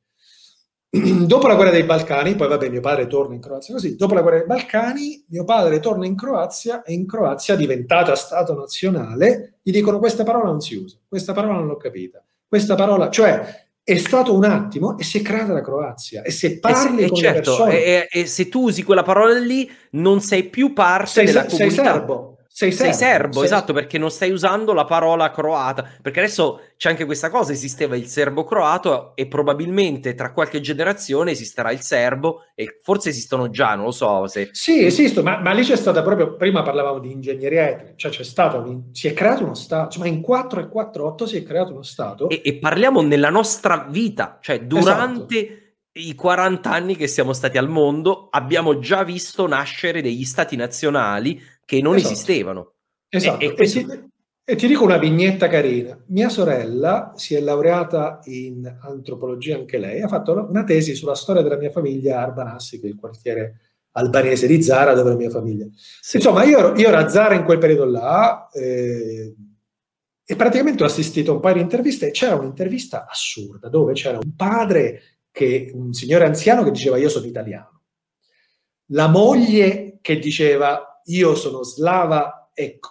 [SPEAKER 5] dopo la guerra dei Balcani. Poi vabbè, mio padre torna in Croazia così. Dopo la guerra dei Balcani, mio padre torna in Croazia, e in Croazia, diventata Stato nazionale, gli dicono questa parola non si usa, questa parola non l'ho capita, questa parola, cioè è stato un attimo e si è creata la Croazia. E se parli con le persone...
[SPEAKER 4] E se tu usi quella parola lì, non sei più parte della comunità. Sei serbo, esatto, perché non stai usando la parola croata, perché adesso c'è anche questa cosa, esisteva il serbo-croato e probabilmente tra qualche generazione esisterà il serbo, e forse esistono già, non lo so se...
[SPEAKER 5] Sì, esistono, ma lì c'è stata proprio, prima parlavamo di ingegneria etnica, cioè si è creato uno Stato, cioè, ma in 4 e 4-8 si è creato uno Stato.
[SPEAKER 4] E parliamo nella nostra vita, cioè durante... Esatto. I 40 anni che siamo stati al mondo abbiamo già visto nascere degli stati nazionali che non esistevano.
[SPEAKER 5] Esatto. E ti dico una vignetta carina. Mia sorella si è laureata in antropologia anche lei, ha fatto una tesi sulla storia della mia famiglia a Arbanassi, che è il quartiere albanese di Zara, dove è la mia famiglia. Sì. Insomma, io ero a Zara in quel periodo là, e praticamente ho assistito a un paio di interviste, e c'era un'intervista assurda dove c'era un padre, un signore anziano, che diceva io sono italiano, la moglie che diceva io sono slava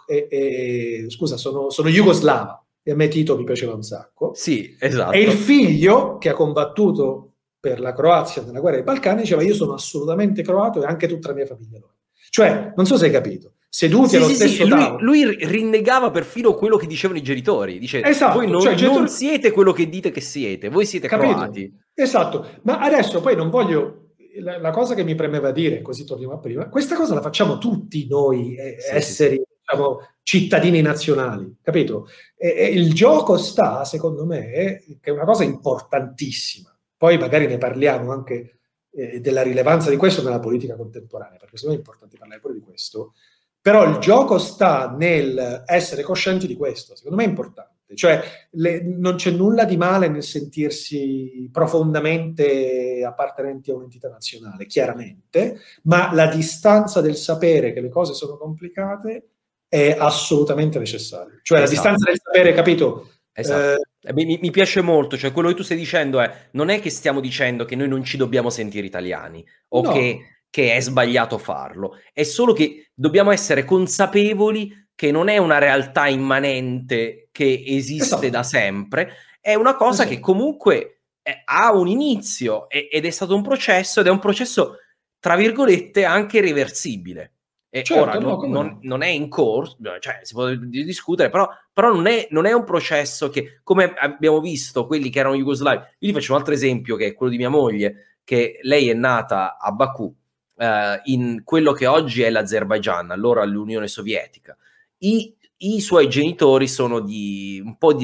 [SPEAKER 5] scusa, sono jugoslava, e a me Tito mi piaceva un sacco.
[SPEAKER 4] Sì, esatto.
[SPEAKER 5] E il figlio che ha combattuto per la Croazia nella guerra dei Balcani diceva io sono assolutamente croato e anche tutta la mia famiglia lo è. Cioè, non so se hai capito, seduti allo stesso tavolo.
[SPEAKER 4] Lui rinnegava perfino quello che dicevano i genitori. Dice,
[SPEAKER 5] esatto,
[SPEAKER 4] voi non siete quello che dite che siete, voi siete croati.
[SPEAKER 5] Esatto, ma adesso poi non voglio... La cosa che mi premeva dire, così torniamo a prima, questa cosa la facciamo tutti noi, esseri, diciamo, cittadini nazionali, capito? E il gioco sta, secondo me, che è una cosa importantissima. Poi magari ne parliamo anche della rilevanza di questo nella politica contemporanea, perché secondo me è importante parlare pure di questo. Però il gioco sta nel essere coscienti di questo, secondo me è importante. Cioè non c'è nulla di male nel sentirsi profondamente appartenenti a un'entità nazionale, chiaramente, ma la distanza del sapere che le cose sono complicate è assolutamente necessaria. Cioè la distanza del sapere, capito?
[SPEAKER 4] Esatto. Mi piace molto, cioè quello che tu stai dicendo non è che stiamo dicendo che noi non ci dobbiamo sentire italiani o
[SPEAKER 5] no.
[SPEAKER 4] che è sbagliato farlo, è solo che dobbiamo essere consapevoli che non è una realtà immanente che esiste da sempre, è una cosa che comunque ha un inizio ed è stato un processo, ed è un processo tra virgolette anche reversibile. E ora non è in corso, cioè si può discutere, però non è un processo che, come abbiamo visto quelli che erano jugoslavi. Io ti faccio un altro esempio, che è quello di mia moglie, che lei è nata a Baku, in quello che oggi è l'Azerbaigian, allora l'Unione Sovietica. I suoi genitori sono il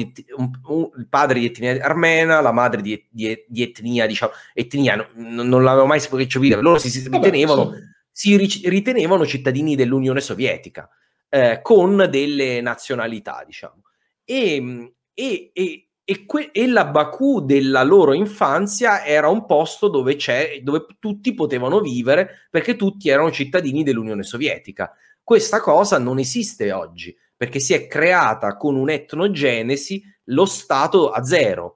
[SPEAKER 4] padre di etnia armena, la madre di etnia, diciamo, non l'avevo mai saputo capire, loro si ritenevano cittadini dell'Unione Sovietica. con delle nazionalità, diciamo. E la Baku della loro infanzia era un posto dove tutti potevano vivere, perché tutti erano cittadini dell'Unione Sovietica. Questa cosa non esiste oggi, perché si è creata con un'etnogenesi lo Stato azero,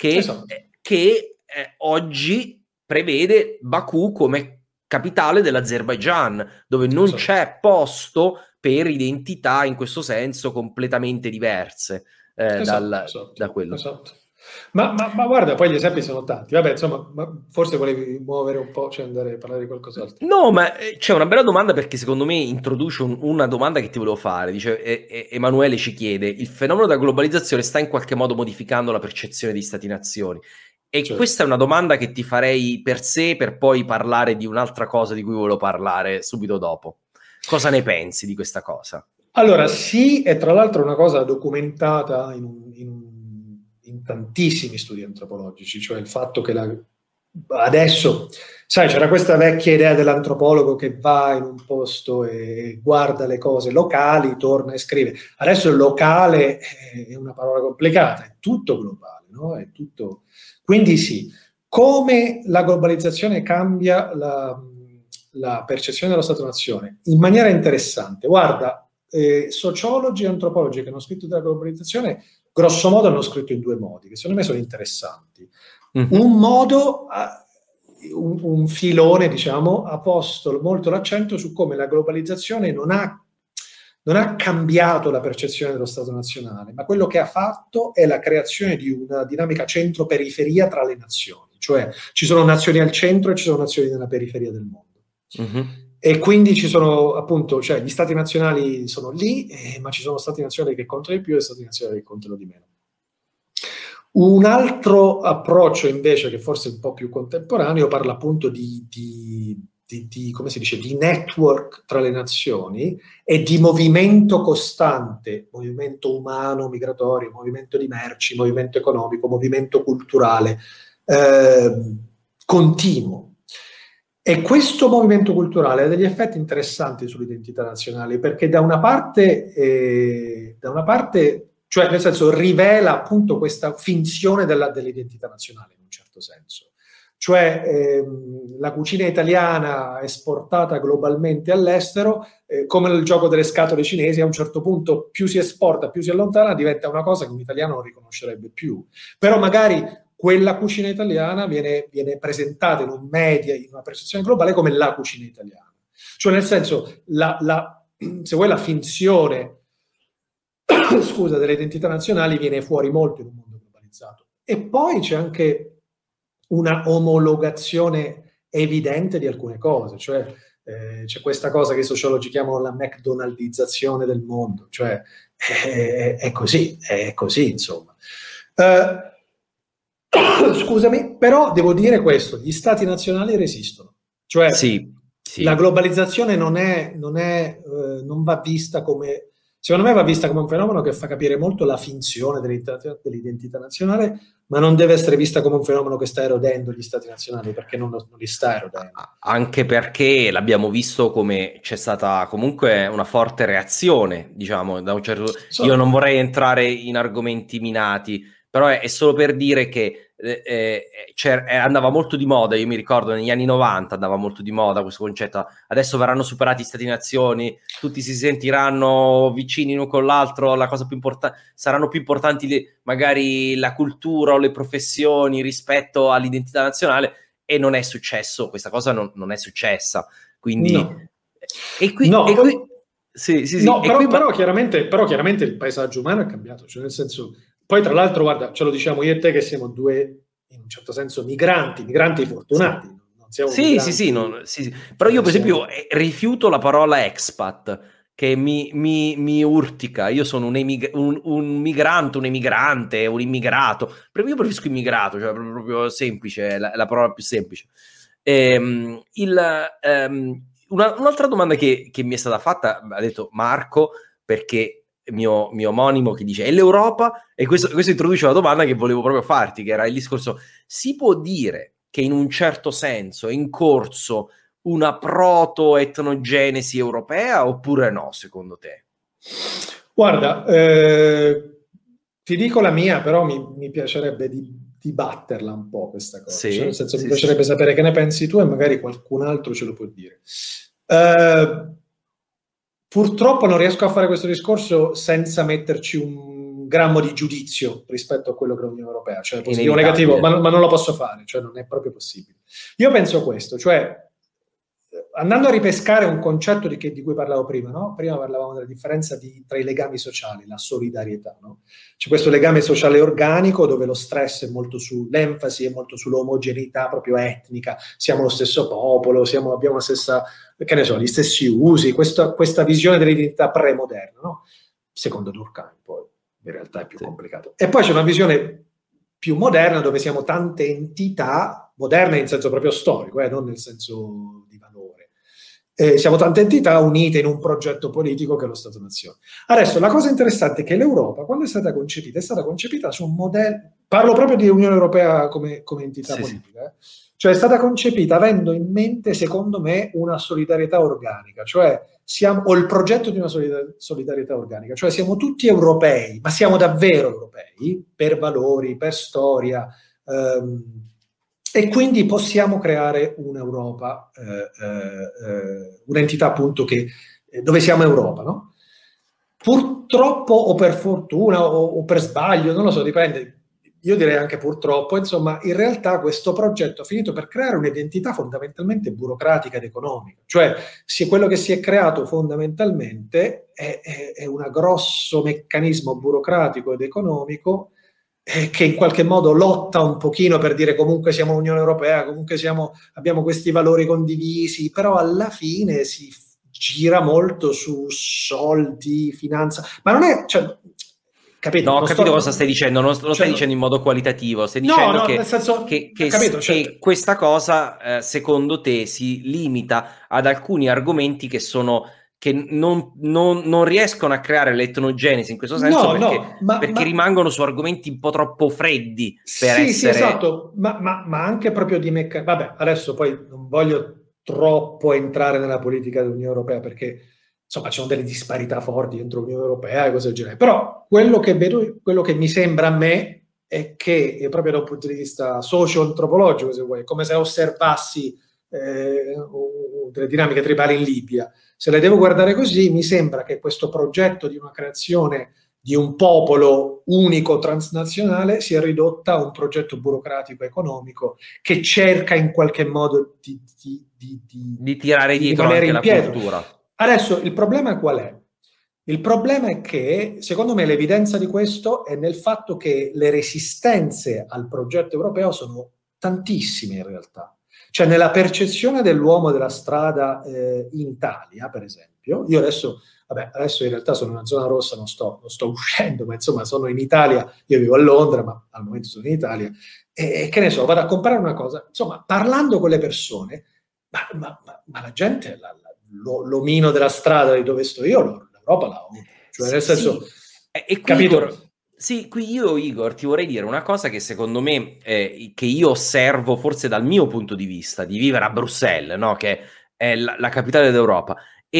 [SPEAKER 4] che oggi prevede Baku come capitale dell'Azerbaigian, dove non c'è posto per identità in questo senso completamente diverse da quello.
[SPEAKER 5] Esatto. Ma guarda, poi gli esempi sono tanti. Vabbè, insomma, forse volevi muovere un po', cioè andare a parlare di qualcos'altro.
[SPEAKER 4] No, ma c'è una bella domanda, perché secondo me introduce una domanda che ti volevo fare. Dice, Emanuele ci chiede: il fenomeno della globalizzazione sta in qualche modo modificando la percezione di stati-nazioni? E certo, questa è una domanda che ti farei per sé, per poi parlare di un'altra cosa di cui volevo parlare subito dopo. Cosa ne pensi di questa cosa?
[SPEAKER 5] Allora, sì, e tra l'altro è una cosa documentata in tantissimi studi antropologici, cioè il fatto che adesso, sai, c'era questa vecchia idea dell'antropologo che va in un posto e guarda le cose locali, torna e scrive. Adesso il locale è una parola complicata, è tutto globale, no? È tutto. Quindi sì, come la globalizzazione cambia la percezione dello Stato-nazione? In maniera interessante. Guarda, sociologi e antropologi che hanno scritto della globalizzazione, grosso modo hanno scritto in due modi, che secondo me sono interessanti. Mm-hmm. Un modo, un filone, diciamo, ha posto molto l'accento su come la globalizzazione non ha cambiato la percezione dello Stato nazionale, ma quello che ha fatto è la creazione di una dinamica centro-periferia tra le nazioni, cioè ci sono nazioni al centro e ci sono nazioni nella periferia del mondo. Mm-hmm. E quindi ci sono appunto, cioè gli stati nazionali sono lì, ma ci sono stati nazionali che contano di più e stati nazionali che contano di meno. Un altro approccio invece, che forse è un po' più contemporaneo, parla appunto di come si dice, di network tra le nazioni e di movimento costante, movimento umano, migratorio, movimento di merci, movimento economico, movimento culturale, continuo. E questo movimento culturale ha degli effetti interessanti sull'identità nazionale, perché da una parte, cioè nel senso rivela appunto questa finzione dell'identità nazionale in un certo senso. Cioè la cucina italiana esportata globalmente all'estero, come il gioco delle scatole cinesi, a un certo punto più si esporta, più si allontana, diventa una cosa che un italiano non riconoscerebbe più. Però magari quella cucina italiana viene presentata in un media, in una percezione globale come la cucina italiana. Cioè nel senso, se vuoi la finzione delle identità nazionali viene fuori molto in un mondo globalizzato. E poi c'è anche una omologazione evidente di alcune cose, cioè c'è questa cosa che i sociologi chiamano la McDonaldizzazione del mondo, cioè è così insomma. Scusami, però devo dire questo: gli stati nazionali resistono, cioè sì. La globalizzazione non va vista come, secondo me va vista come un fenomeno che fa capire molto la finzione dell'identità nazionale, ma non deve essere vista come un fenomeno che sta erodendo gli stati nazionali, perché non li sta erodendo.
[SPEAKER 4] Anche perché l'abbiamo visto come c'è stata comunque una forte reazione, diciamo, da un certo. Io non vorrei entrare in argomenti minati, però è solo per dire che andava molto di moda. Io mi ricordo negli anni 90 andava molto di moda questo concetto: adesso verranno superati gli stati-nazioni, tutti si sentiranno vicini l'uno con l'altro, la cosa più importante saranno più importanti magari la cultura o le professioni rispetto all'identità nazionale, e non è successo, questa cosa non è successa, quindi
[SPEAKER 5] no. Però chiaramente il paesaggio umano è cambiato, cioè nel senso. Poi tra l'altro, guarda, ce lo diciamo io e te che siamo due, in un certo senso, migranti fortunati. Sì. Non siamo
[SPEAKER 4] sì. Però io per esempio rifiuto la parola expat, che mi urtica. Io sono un migrante, un emigrante, un immigrato. Io preferisco immigrato, cioè proprio semplice, la parola più semplice. Un'altra domanda che mi è stata fatta, ha detto Marco, perché mio omonimo, che dice: è l'Europa? E questo introduce una domanda che volevo proprio farti, che era il discorso: si può dire che in un certo senso è in corso una proto-etnogenesi europea oppure no, secondo te?
[SPEAKER 5] Guarda, ti dico la mia, però mi piacerebbe dibatterla un po' questa cosa.
[SPEAKER 4] Sì,
[SPEAKER 5] cioè, nel senso,
[SPEAKER 4] sì,
[SPEAKER 5] mi piacerebbe
[SPEAKER 4] sì.
[SPEAKER 5] sapere che ne pensi tu e magari qualcun altro ce lo può dire. Purtroppo non riesco a fare questo discorso senza metterci un grammo di giudizio rispetto a quello che è l'Unione Europea, cioè positivo o negativo, ma non lo posso fare, cioè non è proprio possibile. Io penso questo, cioè andando a ripescare un concetto di cui parlavo prima, no? Prima parlavamo della differenza tra i legami sociali, la solidarietà, no? C'è questo legame sociale organico dove lo stress è molto l'enfasi è molto sull'omogeneità proprio etnica, siamo lo stesso popolo, abbiamo la stessa, che ne so, gli stessi usi, questa visione dell'identità premoderna, no? Secondo Durkheim, poi in realtà è più complicato. E poi c'è una visione più moderna dove siamo tante entità, moderne in senso proprio storico, non nel senso di valore. Siamo tante entità unite in un progetto politico che è lo Stato-Nazione. Adesso, la cosa interessante è che l'Europa, quando è stata concepita su un modello, parlo proprio di Unione Europea come entità politica, cioè è stata concepita avendo in mente, secondo me, una solidarietà organica, cioè o il progetto di una solidarietà organica, cioè siamo tutti europei, ma siamo davvero europei, per valori, per storia, e quindi possiamo creare un'Europa, un'entità appunto dove siamo Europa, no? Purtroppo o per fortuna o per sbaglio, non lo so, dipende, io direi anche purtroppo, insomma, in realtà questo progetto ha finito per creare un'identità fondamentalmente burocratica ed economica, cioè quello che si è creato fondamentalmente è un grosso meccanismo burocratico ed economico che in qualche modo lotta un pochino per dire comunque siamo Unione Europea, comunque abbiamo questi valori condivisi, però alla fine si gira molto su soldi, finanza, ma non è... Cioè, capito?
[SPEAKER 4] No, ho capito cosa stai dicendo, non lo stai dicendo in modo qualitativo, stai dicendo che,
[SPEAKER 5] nel senso,
[SPEAKER 4] che questa cosa secondo te si limita ad alcuni argomenti che non riescono a creare l'etnogenesi in questo senso perché rimangono su argomenti un po' troppo freddi per essere...
[SPEAKER 5] Sì, esatto, ma anche proprio di meccanismo. Vabbè, adesso poi non voglio troppo entrare nella politica dell'Unione Europea perché insomma ci sono delle disparità forti dentro l'Unione Europea e cose del genere, però quello che vedo, quello che mi sembra a me è che proprio da un punto di vista socio-antropologico, se vuoi, come se osservassi delle dinamiche tribali in Libia, se le devo guardare così, mi sembra che questo progetto di una creazione di un popolo unico transnazionale sia ridotta a un progetto burocratico economico che cerca in qualche modo
[SPEAKER 4] di tirare dietro anche la cultura.
[SPEAKER 5] Adesso il problema qual è? Il problema è che, secondo me, l'evidenza di questo è nel fatto che le resistenze al progetto europeo sono tantissime in realtà. Cioè, nella percezione dell'uomo della strada in Italia, per esempio, io adesso in realtà sono in una zona rossa, non sto uscendo, ma insomma sono in Italia, io vivo a Londra, ma al momento sono in Italia, e che ne so, vado a comprare una cosa, insomma, parlando con le persone, ma la gente, l'omino della strada di dove sto io, l'Europa la odia. Cioè, nel senso,
[SPEAKER 4] e capito? Sì, qui io, Igor, ti vorrei dire una cosa che secondo me, che io osservo forse dal mio punto di vista, di vivere a Bruxelles, no? Che è la capitale d'Europa,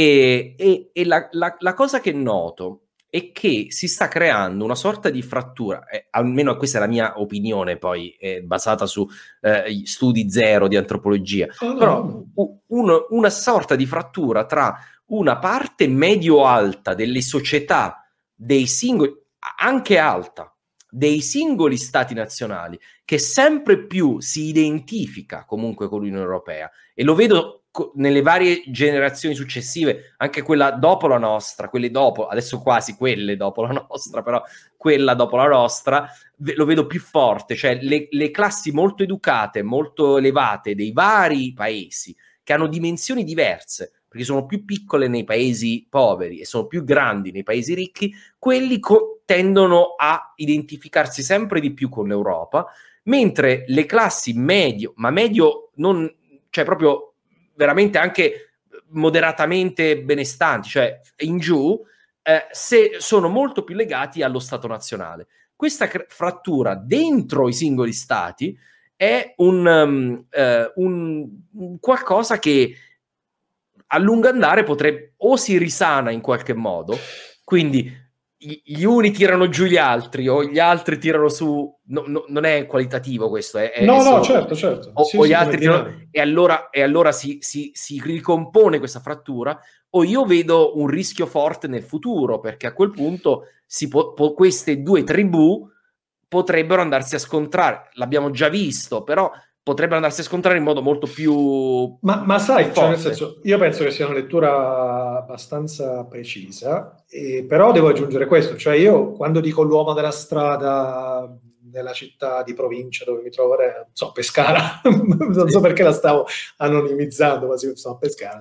[SPEAKER 4] e la cosa che noto è che si sta creando una sorta di frattura, almeno questa è la mia opinione, poi basata su studi zero di antropologia, però una sorta di frattura tra una parte medio-alta delle società, dei singoli, anche alta, dei singoli stati nazionali, che sempre più si identifica comunque con l'Unione Europea, e lo vedo nelle varie generazioni successive, anche quella dopo la nostra, quelle dopo, adesso quasi quelle dopo la nostra, però quella dopo la nostra, lo vedo più forte, cioè le classi molto educate, molto elevate dei vari paesi, che hanno dimensioni diverse, perché sono più piccole nei paesi poveri e sono più grandi nei paesi ricchi, quelli tendono a identificarsi sempre di più con l'Europa, mentre le classi medio, ma medio non, cioè proprio veramente anche moderatamente benestanti, cioè in giù, se sono molto più legati allo Stato nazionale. Questa frattura dentro i singoli stati è un qualcosa che a lungo andare potrebbe, o si risana in qualche modo, Quindi gli uni tirano giù gli altri o gli altri tirano su, non è qualitativo questo, è
[SPEAKER 5] no,
[SPEAKER 4] solo,
[SPEAKER 5] certo.
[SPEAKER 4] O gli altri tirano, e allora si ricompone questa frattura, o io vedo un rischio forte nel futuro, perché a quel punto queste due tribù potrebbero andarsi a scontrare, l'abbiamo già visto, però potrebbero andarsi a scontrare in modo molto più
[SPEAKER 5] ma sai,
[SPEAKER 4] forte.
[SPEAKER 5] cioè nel senso, io penso che sia una lettura abbastanza precisa, però devo aggiungere questo, cioè io quando dico l'uomo della strada nella città di provincia dove mi trovo, non so, Pescara, non so perché la stavo anonimizzando, ma sono a Pescara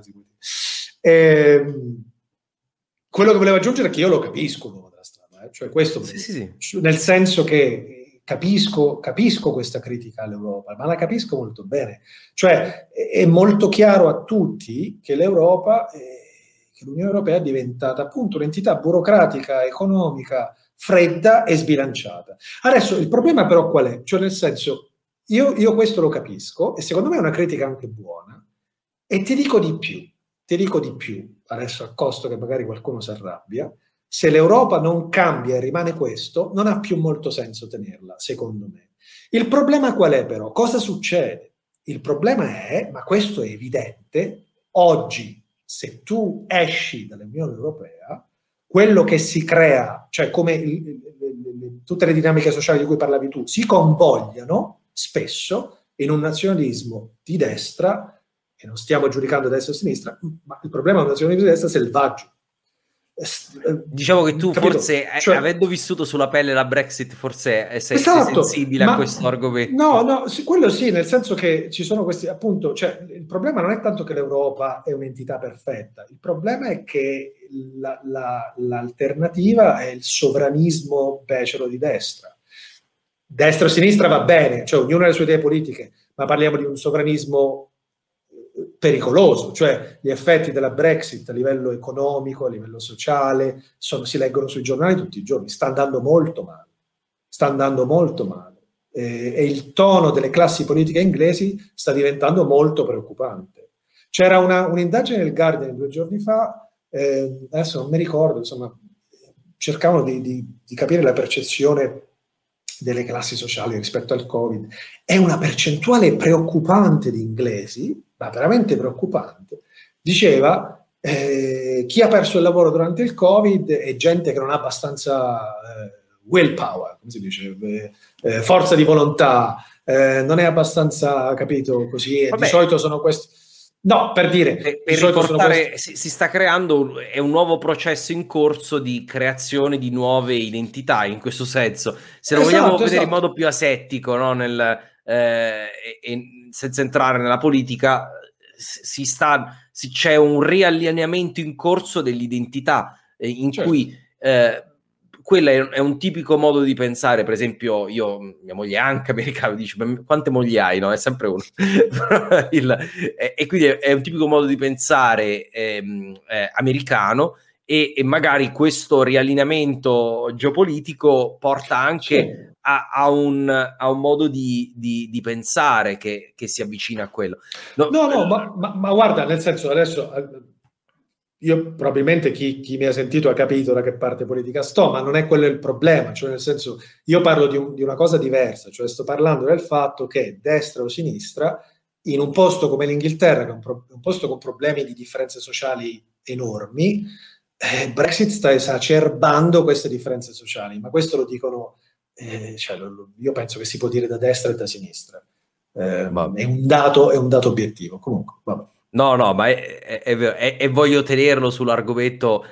[SPEAKER 5] quello che volevo aggiungere è che io lo capisco l'uomo della strada, cioè questo
[SPEAKER 4] sì.
[SPEAKER 5] Nel senso che capisco questa critica all'Europa, ma la capisco molto bene. Cioè è molto chiaro a tutti che l'Europa, che l'Unione Europea è diventata appunto un'entità burocratica, economica, fredda e sbilanciata. Adesso il problema però qual è? Cioè nel senso, io questo lo capisco e secondo me è una critica anche buona, e ti dico di più, adesso a costo che magari qualcuno si arrabbia. Se l'Europa non cambia e rimane questo, non ha più molto senso tenerla, secondo me. Il problema qual è però? Cosa succede? Il problema è, ma questo è evidente, oggi se tu esci dall'Unione Europea, quello che si crea, cioè come tutte le dinamiche sociali di cui parlavi tu, si convogliano spesso in un nazionalismo di destra, e non stiamo giudicando destra o sinistra, ma il problema è un nazionalismo di destra selvaggio.
[SPEAKER 4] Diciamo che tu,
[SPEAKER 5] capito?
[SPEAKER 4] Forse avendo vissuto sulla pelle la Brexit, forse sei sensibile a questo argomento.
[SPEAKER 5] No, quello sì, nel senso che ci sono questi, appunto, cioè il problema non è tanto che l'Europa è un'entità perfetta, il problema è che l'alternativa è il sovranismo becero di destra. Destra o sinistra va bene, cioè ognuno ha le sue idee politiche, ma parliamo di un sovranismo pericoloso, cioè gli effetti della Brexit a livello economico, a livello sociale, si leggono sui giornali tutti i giorni, sta andando molto male, e il tono delle classi politiche inglesi sta diventando molto preoccupante. C'era un'indagine del Guardian 2 giorni fa, adesso non mi ricordo, insomma, cercavano di capire la percezione delle classi sociali rispetto al Covid. È una percentuale preoccupante di inglesi, ma veramente preoccupante. Diceva, chi ha perso il lavoro durante il Covid è gente che non ha abbastanza willpower, come si dice, forza di volontà, non è abbastanza, capito, così, di solito sono questi. No, per dire,
[SPEAKER 4] per riportare, si sta creando, è un nuovo processo in corso di creazione di nuove identità, in questo senso. Se lo vogliamo vedere in modo più asettico, no? Senza entrare nella politica, c'è un riallineamento in corso dell'identità, in cui quello è un tipico modo di pensare. Per esempio, mia moglie è anche americana, dice, quante mogli hai? No, è sempre uno. E quindi è un tipico modo di pensare americano, e magari questo riallineamento geopolitico porta anche a un modo di pensare che si avvicina a quello.
[SPEAKER 5] Ma guarda, nel senso, adesso io probabilmente chi mi ha sentito ha capito da che parte politica sto, ma non è quello il problema, cioè nel senso, io parlo di una cosa diversa, cioè sto parlando del fatto che destra o sinistra, in un posto come l'Inghilterra, che è un posto con problemi di differenze sociali enormi, Brexit sta esacerbando queste differenze sociali, ma questo lo dicono, io penso che si può dire da destra e da sinistra, è un dato obiettivo, comunque, vabbè.
[SPEAKER 4] No, ma è vero, e voglio tenerlo sull'argomento.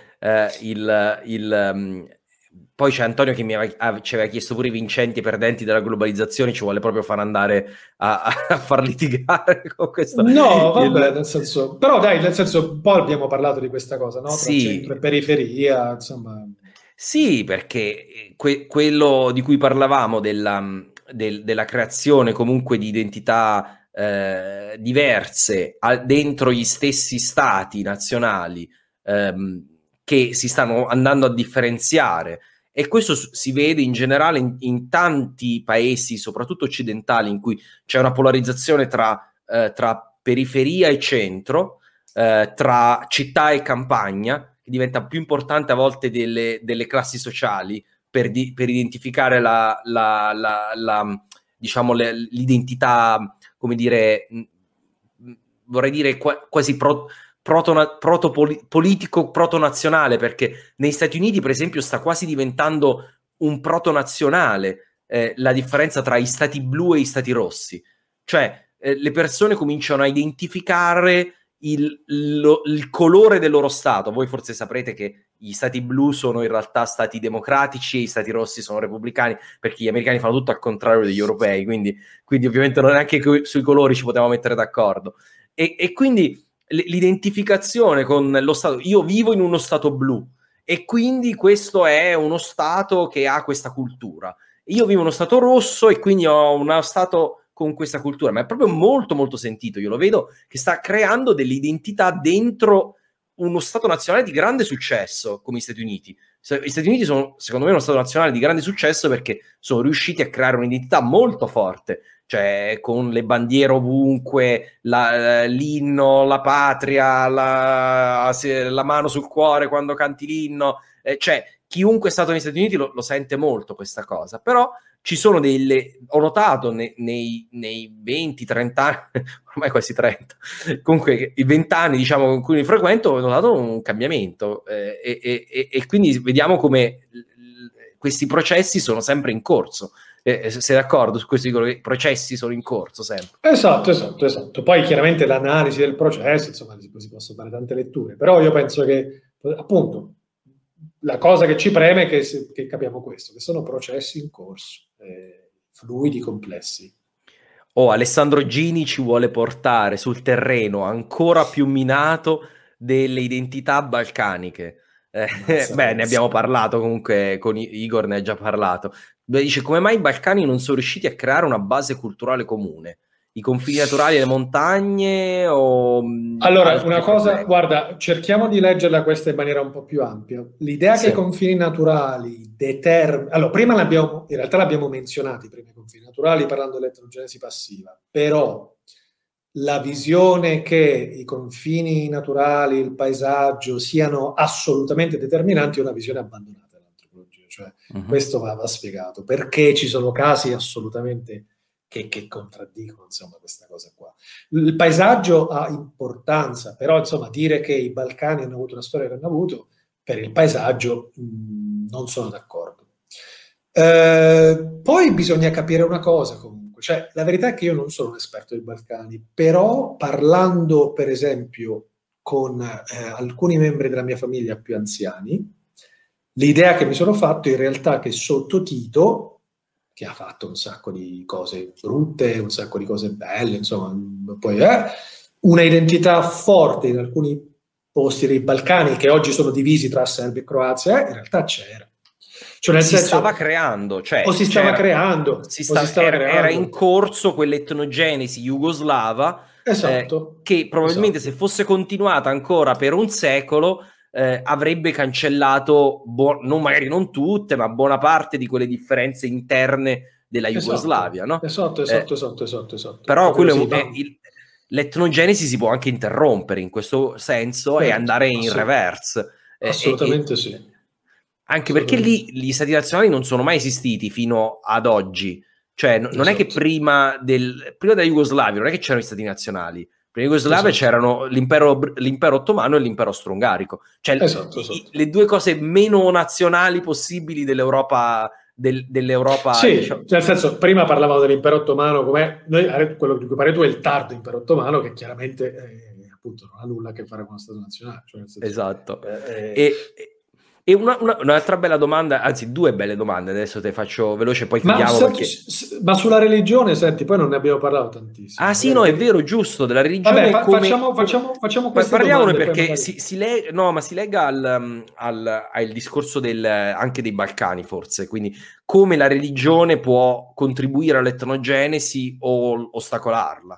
[SPEAKER 4] Poi c'è Antonio che ci aveva chiesto pure i vincenti e perdenti della globalizzazione, ci vuole proprio far andare a far litigare con questo.
[SPEAKER 5] No, vabbè, nel senso, però dai, nel senso, poi abbiamo parlato di questa cosa, no? Tra centro e periferia, insomma.
[SPEAKER 4] Sì, perché quello di cui parlavamo della creazione comunque di identità diverse dentro gli stessi stati nazionali, che si stanno andando a differenziare, e questo si vede in generale in tanti paesi, soprattutto occidentali, in cui c'è una polarizzazione tra periferia e centro, tra città e campagna, che diventa più importante a volte delle classi sociali per identificare diciamo l'identità, come dire, vorrei dire quasi politico protonazionale, perché negli Stati Uniti per esempio sta quasi diventando un protonazionale la differenza tra gli stati blu e gli stati rossi, cioè le persone cominciano a identificare il colore del loro stato. Voi forse saprete che gli stati blu sono in realtà stati democratici e gli stati rossi sono repubblicani, perché gli americani fanno tutto al contrario degli europei, quindi ovviamente non neanche sui colori ci potevamo mettere d'accordo, e quindi l'identificazione con lo stato, io vivo in uno stato blu e quindi questo è uno stato che ha questa cultura, io vivo in uno stato rosso e quindi ho uno stato con questa cultura, ma è proprio molto molto sentito. Io lo vedo che sta creando delle identità dentro uno stato nazionale di grande successo come gli Stati Uniti. Gli Stati Uniti sono, secondo me, uno stato nazionale di grande successo perché sono riusciti a creare un'identità molto forte, cioè con le bandiere ovunque, l'inno, la patria, la mano sul cuore quando canti l'inno, cioè chiunque è stato negli Stati Uniti lo sente molto questa cosa, però ci sono ho notato nei 20-30 anni, ormai quasi 30, comunque i 20 anni diciamo con cui mi frequento, ho notato un cambiamento e quindi vediamo come questi processi sono sempre in corso. Sei d'accordo su questo? Dicono che i processi sono in corso sempre.
[SPEAKER 5] Esatto. Poi chiaramente l'analisi del processo, insomma, si possono fare tante letture, però io penso che appunto la cosa che ci preme è che capiamo questo, che sono processi in corso, fluidi, complessi.
[SPEAKER 4] Alessandro Gini ci vuole portare sul terreno ancora più minato delle identità balcaniche. Ne abbiamo parlato comunque con Igor, ne ha già parlato. Dice: come mai i Balcani non sono riusciti a creare una base culturale comune? I confini naturali e le montagne
[SPEAKER 5] allora, una cosa, guarda, cerchiamo di leggerla questa in maniera un po' più ampia. L'idea che i confini naturali allora, prima in realtà l'abbiamo menzionati prima i confini naturali parlando dell'eterogenesi passiva, però la visione che i confini naturali, il paesaggio siano assolutamente determinanti è una visione abbandonata dall'antropologia, cioè questo va spiegato, perché ci sono casi assolutamente che contraddicono, insomma, questa cosa qua. Il paesaggio ha importanza, però, insomma, dire che i Balcani hanno avuto una storia che hanno avuto, per il paesaggio non sono d'accordo. Poi bisogna capire una cosa, comunque, cioè, la verità è che io non sono un esperto dei Balcani, però parlando, per esempio, con alcuni membri della mia famiglia più anziani, l'idea che mi sono fatto in realtà è che sotto Tito, che ha fatto un sacco di cose brutte, un sacco di cose belle, insomma, poi una identità forte in alcuni posti dei Balcani che oggi sono divisi tra Serbia e Croazia, in realtà c'era. Cioè, nel senso,
[SPEAKER 4] stava creando, cioè,
[SPEAKER 5] o si stava creando,
[SPEAKER 4] era in corso quell'etnogenesi jugoslava,
[SPEAKER 5] esatto,
[SPEAKER 4] che probabilmente se fosse continuata ancora per un secolo avrebbe cancellato magari non tutte, ma buona parte di quelle differenze interne della Jugoslavia, no?
[SPEAKER 5] Esatto.
[SPEAKER 4] Però quello l'etnogenesi si può anche interrompere in questo senso e andare in reverse.
[SPEAKER 5] Assolutamente sì.
[SPEAKER 4] Anche perché lì gli stati nazionali non sono mai esistiti fino ad oggi. Cioè, non è che prima della Jugoslavia non è che c'erano gli stati nazionali. Prima di Jugoslavia c'erano l'impero ottomano e l'impero austro-ungarico. Cioè, le due cose meno nazionali possibili dell'Europa.
[SPEAKER 5] Sì,
[SPEAKER 4] diciamo.
[SPEAKER 5] Nel senso, prima parlavamo dell'impero ottomano, quello di cui parli tu è il tardo impero ottomano, che chiaramente appunto non ha nulla a che fare con lo Stato nazionale. Cioè, nel senso,
[SPEAKER 4] esatto. E un'altra bella domanda, anzi due belle domande, adesso te faccio veloce, poi chiudiamo.
[SPEAKER 5] Ma sulla religione, senti, poi non ne abbiamo parlato tantissimo.
[SPEAKER 4] Ah sì, no, è vero, giusto, della religione.
[SPEAKER 5] Vabbè, facciamo queste
[SPEAKER 4] parliamone
[SPEAKER 5] domande,
[SPEAKER 4] perché si lega al discorso anche dei Balcani, forse, quindi come la religione può contribuire all'etnogenesi o ostacolarla.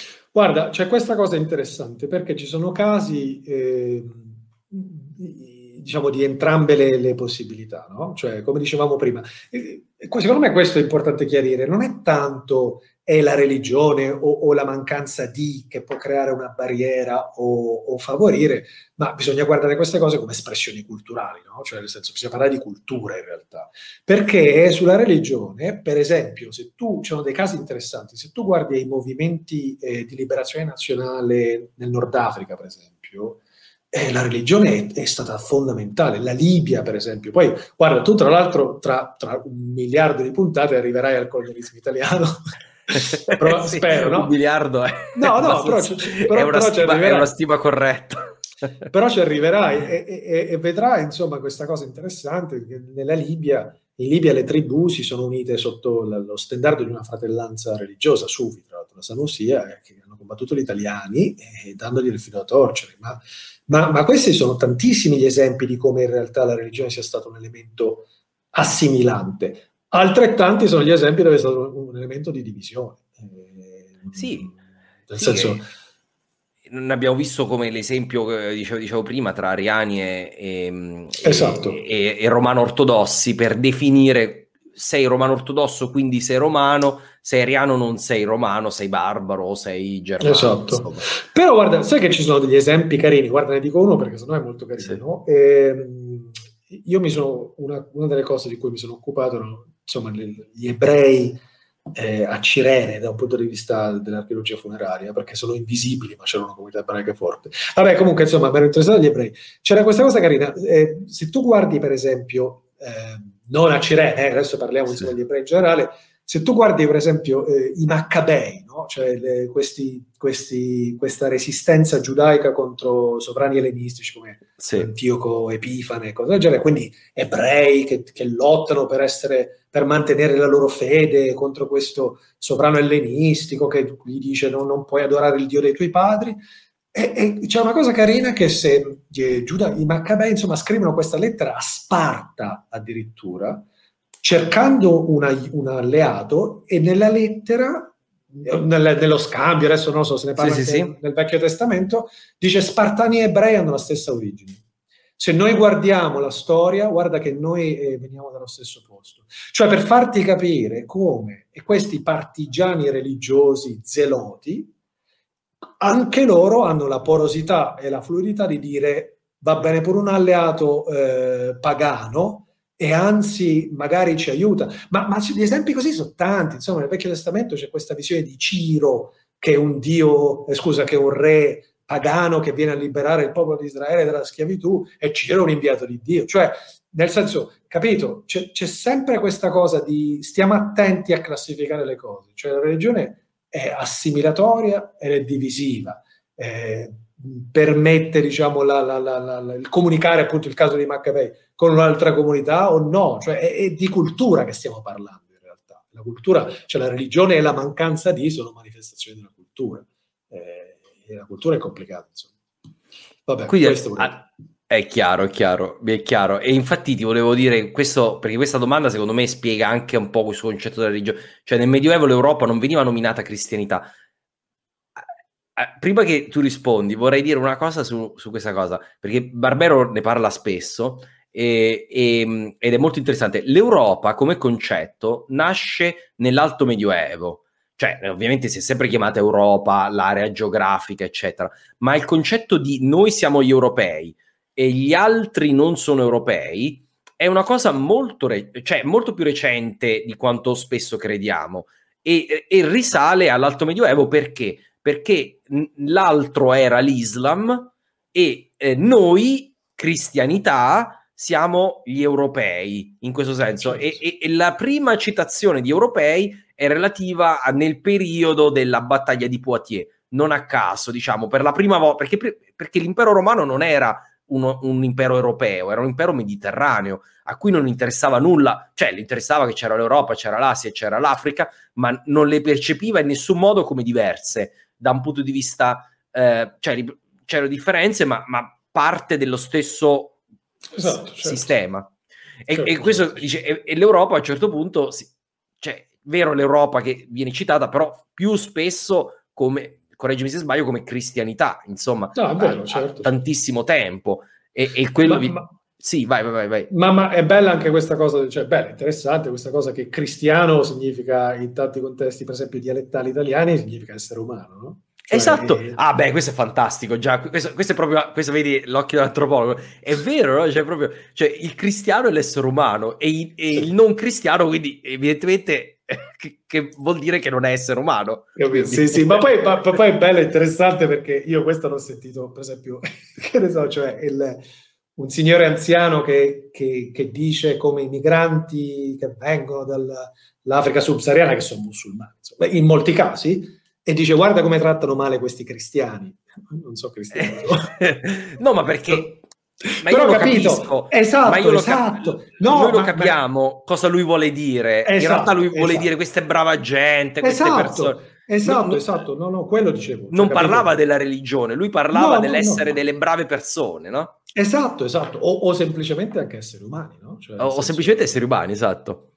[SPEAKER 5] Guarda, c'è questa cosa interessante, perché ci sono casi diciamo, di entrambe le possibilità, no? Cioè, come dicevamo prima, secondo me questo è importante chiarire, non è tanto è la religione o la mancanza di che può creare una barriera o favorire, ma bisogna guardare queste cose come espressioni culturali, no? Cioè, nel senso, bisogna parlare di cultura in realtà, perché sulla religione, per esempio, ci sono dei casi interessanti, se tu guardi ai movimenti di liberazione nazionale nel Nord Africa, per esempio, la religione è stata fondamentale. La Libia, per esempio. Poi, guarda, tu tra l'altro, tra 1 miliardo di puntate arriverai al colonialismo italiano. Però, sì, spero, no?
[SPEAKER 4] 1 miliardo è,
[SPEAKER 5] no,
[SPEAKER 4] è una stima corretta.
[SPEAKER 5] Però ci arriverai e vedrai, insomma, questa cosa interessante, che in Libia le tribù si sono unite sotto lo stendardo di una fratellanza religiosa, Sufi, tra l'altro, la Sanusia, che hanno combattuto gli italiani dandogli il filo da torcere. Ma questi sono tantissimi gli esempi di come in realtà la religione sia stato un elemento assimilante. Altrettanti sono gli esempi dove è stato un elemento di divisione.
[SPEAKER 4] Sì,
[SPEAKER 5] nel senso...
[SPEAKER 4] Non abbiamo visto come l'esempio che dicevo prima tra ariani
[SPEAKER 5] esatto.
[SPEAKER 4] e romano ortodossi, per definire sei romano ortodosso, quindi sei romano, sei ariano non sei romano, sei barbaro, sei germano.
[SPEAKER 5] Esatto.
[SPEAKER 4] Insomma.
[SPEAKER 5] Però guarda, sai che ci sono degli esempi carini, guarda, ne dico uno perché secondo me è molto carino. Sì. Io una delle cose di cui mi sono occupato erano, insomma, gli ebrei a Cirene da un punto di vista dell'archeologia funeraria, perché sono invisibili ma c'era una comunità ebraica forte. Vabbè, comunque, insomma, mi ero interessato agli ebrei. C'era questa cosa carina, se tu guardi per esempio non a Cirene, adesso parliamo insomma degli ebrei in generale, se tu guardi per esempio i Maccabei, no? Cioè questa resistenza giudaica contro sovrani ellenistici come Antioco Epifane, cose del genere, quindi ebrei che lottano per mantenere la loro fede contro questo sovrano ellenistico che gli dice non puoi adorare il Dio dei tuoi padri. E c'è una cosa carina che se i Maccabei insomma scrivono questa lettera a Sparta addirittura, cercando un alleato, e nella lettera, nello scambio, adesso non so se ne parla nel Vecchio Testamento, dice Spartani e ebrei hanno la stessa origine. Se noi guardiamo la storia, guarda che noi veniamo dallo stesso posto. Cioè, per farti capire come questi partigiani religiosi zeloti, anche loro hanno la porosità e la fluidità di dire va bene pure un alleato pagano, e anzi magari ci aiuta, ma gli esempi così sono tanti. Insomma, nel Vecchio Testamento c'è questa visione di Ciro, che è un dio, che è un re pagano che viene a liberare il popolo di Israele dalla schiavitù, e Ciro è un inviato di Dio. Cioè, nel senso, capito, c'è sempre questa cosa di stiamo attenti a classificare le cose. Cioè, la religione è assimilatoria ed è divisiva, permette, diciamo, il comunicare, appunto, il caso di Maccabei con un'altra comunità o no, cioè è di cultura che stiamo parlando in realtà. La cultura, cioè la religione e la mancanza di sono manifestazioni della cultura, e la cultura è complicata, insomma. Vabbè,
[SPEAKER 4] quindi
[SPEAKER 5] questo
[SPEAKER 4] è chiaro. E infatti ti volevo dire questo, perché questa domanda secondo me spiega anche un po' questo concetto della religione. Cioè, nel Medioevo l'Europa non veniva nominata cristianità. Prima che tu rispondi, vorrei dire una cosa su questa cosa, perché Barbero ne parla spesso ed è molto interessante. L'Europa come concetto nasce nell'Alto Medioevo, cioè ovviamente si è sempre chiamata Europa, l'area geografica, eccetera, ma il concetto di noi siamo gli europei e gli altri non sono europei è una cosa molto più recente di quanto spesso crediamo, e risale all'Alto Medioevo. Perché l'altro era l'Islam e noi, cristianità, siamo gli europei, in questo senso. E la prima citazione di europei è relativa nel periodo della battaglia di Poitiers, non a caso, diciamo, per la prima volta, perché l'impero romano non era un impero europeo, era un impero mediterraneo, a cui non interessava nulla, cioè le interessava che c'era l'Europa, c'era l'Asia, c'era l'Africa, ma non le percepiva in nessun modo come diverse. Da un punto di vista, c'erano differenze, ma parte dello stesso sistema. E questo dice, e l'Europa a un certo punto, vero, l'Europa che viene citata, però più spesso come, correggimi se sbaglio, come cristianità, insomma,
[SPEAKER 5] no, è vero, certo,
[SPEAKER 4] tantissimo tempo. E quello Sì, vai.
[SPEAKER 5] Ma è bella anche questa cosa, cioè bella, interessante questa cosa che cristiano significa, in tanti contesti, per esempio dialettali italiani, significa essere umano, no? Cioè,
[SPEAKER 4] esatto, questo è fantastico, già, questo è proprio, questo vedi l'occhio dell'antropologo, è vero, no? Cioè, proprio, cioè, il cristiano è l'essere umano e il non cristiano, quindi evidentemente che vuol dire che non è essere umano.
[SPEAKER 5] Sì, ma poi è bello e interessante perché io questo l'ho sentito, per esempio, che ne so, cioè un signore anziano che dice come i migranti che vengono dall'Africa subsahariana, che sono musulmani, insomma, in molti casi, e dice guarda come trattano male questi cristiani. Non so cristiani.
[SPEAKER 4] No, ma perché... Ma
[SPEAKER 5] però
[SPEAKER 4] io lo
[SPEAKER 5] capito,
[SPEAKER 4] capisco.
[SPEAKER 5] esatto,
[SPEAKER 4] ma io
[SPEAKER 5] esatto.
[SPEAKER 4] Noi lo capiamo cosa lui vuole dire.
[SPEAKER 5] Esatto,
[SPEAKER 4] in realtà lui vuole dire questa è brava gente, queste persone.
[SPEAKER 5] Esatto, no, quello dicevo.
[SPEAKER 4] Non parlava della religione, lui parlava dell'essere delle brave persone, no?
[SPEAKER 5] Esatto. O semplicemente anche esseri umani, no? Cioè,
[SPEAKER 4] o semplicemente esseri umani, esatto.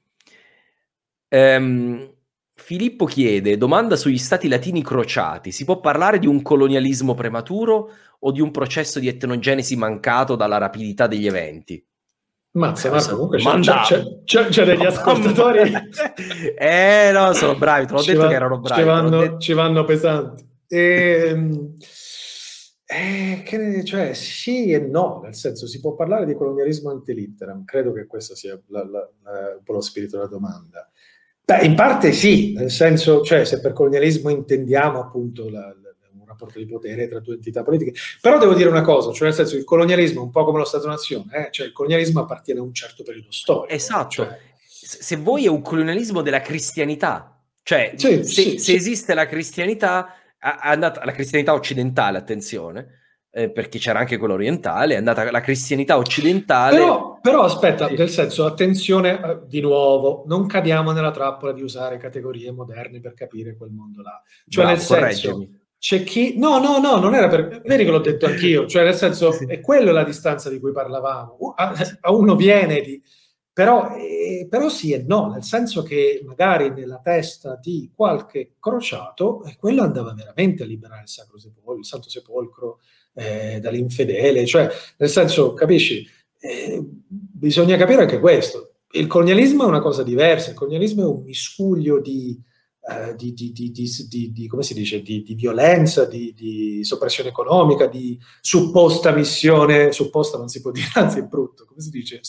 [SPEAKER 4] Filippo chiede, domanda sugli stati latini crociati, si può parlare di un colonialismo prematuro o di un processo di etnogenesi mancato dalla rapidità degli eventi?
[SPEAKER 5] Mazza, Marco, comunque c'è degli ascoltatori.
[SPEAKER 4] No, sono bravi, te l'ho detto che erano bravi.
[SPEAKER 5] Ci vanno pesanti. Cioè, sì e no, nel senso, si può parlare di colonialismo ante litteram, credo che questo sia un po' lo spirito della domanda. Beh, in parte sì, nel senso, cioè, se per colonialismo intendiamo appunto un rapporto di potere tra due entità politiche, però devo dire una cosa, cioè nel senso il colonialismo è un po' come lo Stato-nazione, cioè il colonialismo appartiene a un certo periodo storico.
[SPEAKER 4] Esatto,
[SPEAKER 5] cioè,
[SPEAKER 4] se vuoi è un colonialismo della cristianità, cioè se esiste la cristianità, è andata la cristianità occidentale, attenzione, perché c'era anche quella orientale, è andata la cristianità occidentale.
[SPEAKER 5] Però aspetta, nel senso, attenzione, di nuovo, non cadiamo nella trappola di usare categorie moderne per capire quel mondo là. Cioè, nel senso, c'è chi... No, non era per... Vedi che l'ho detto anch'io, cioè nel senso, sì. È quello la distanza di cui parlavamo. A uno viene di... Però sì e no, nel senso che magari nella testa di qualche crociato, quello andava veramente a liberare il Santo Sepolcro dall'infedele, cioè nel senso, capisci? Bisogna capire anche questo. Il colonialismo è una cosa diversa, il colonialismo è un miscuglio di come si dice, di violenza, di soppressione economica, di supposta missione, supposta non si può dire, anzi è brutto, come si dice?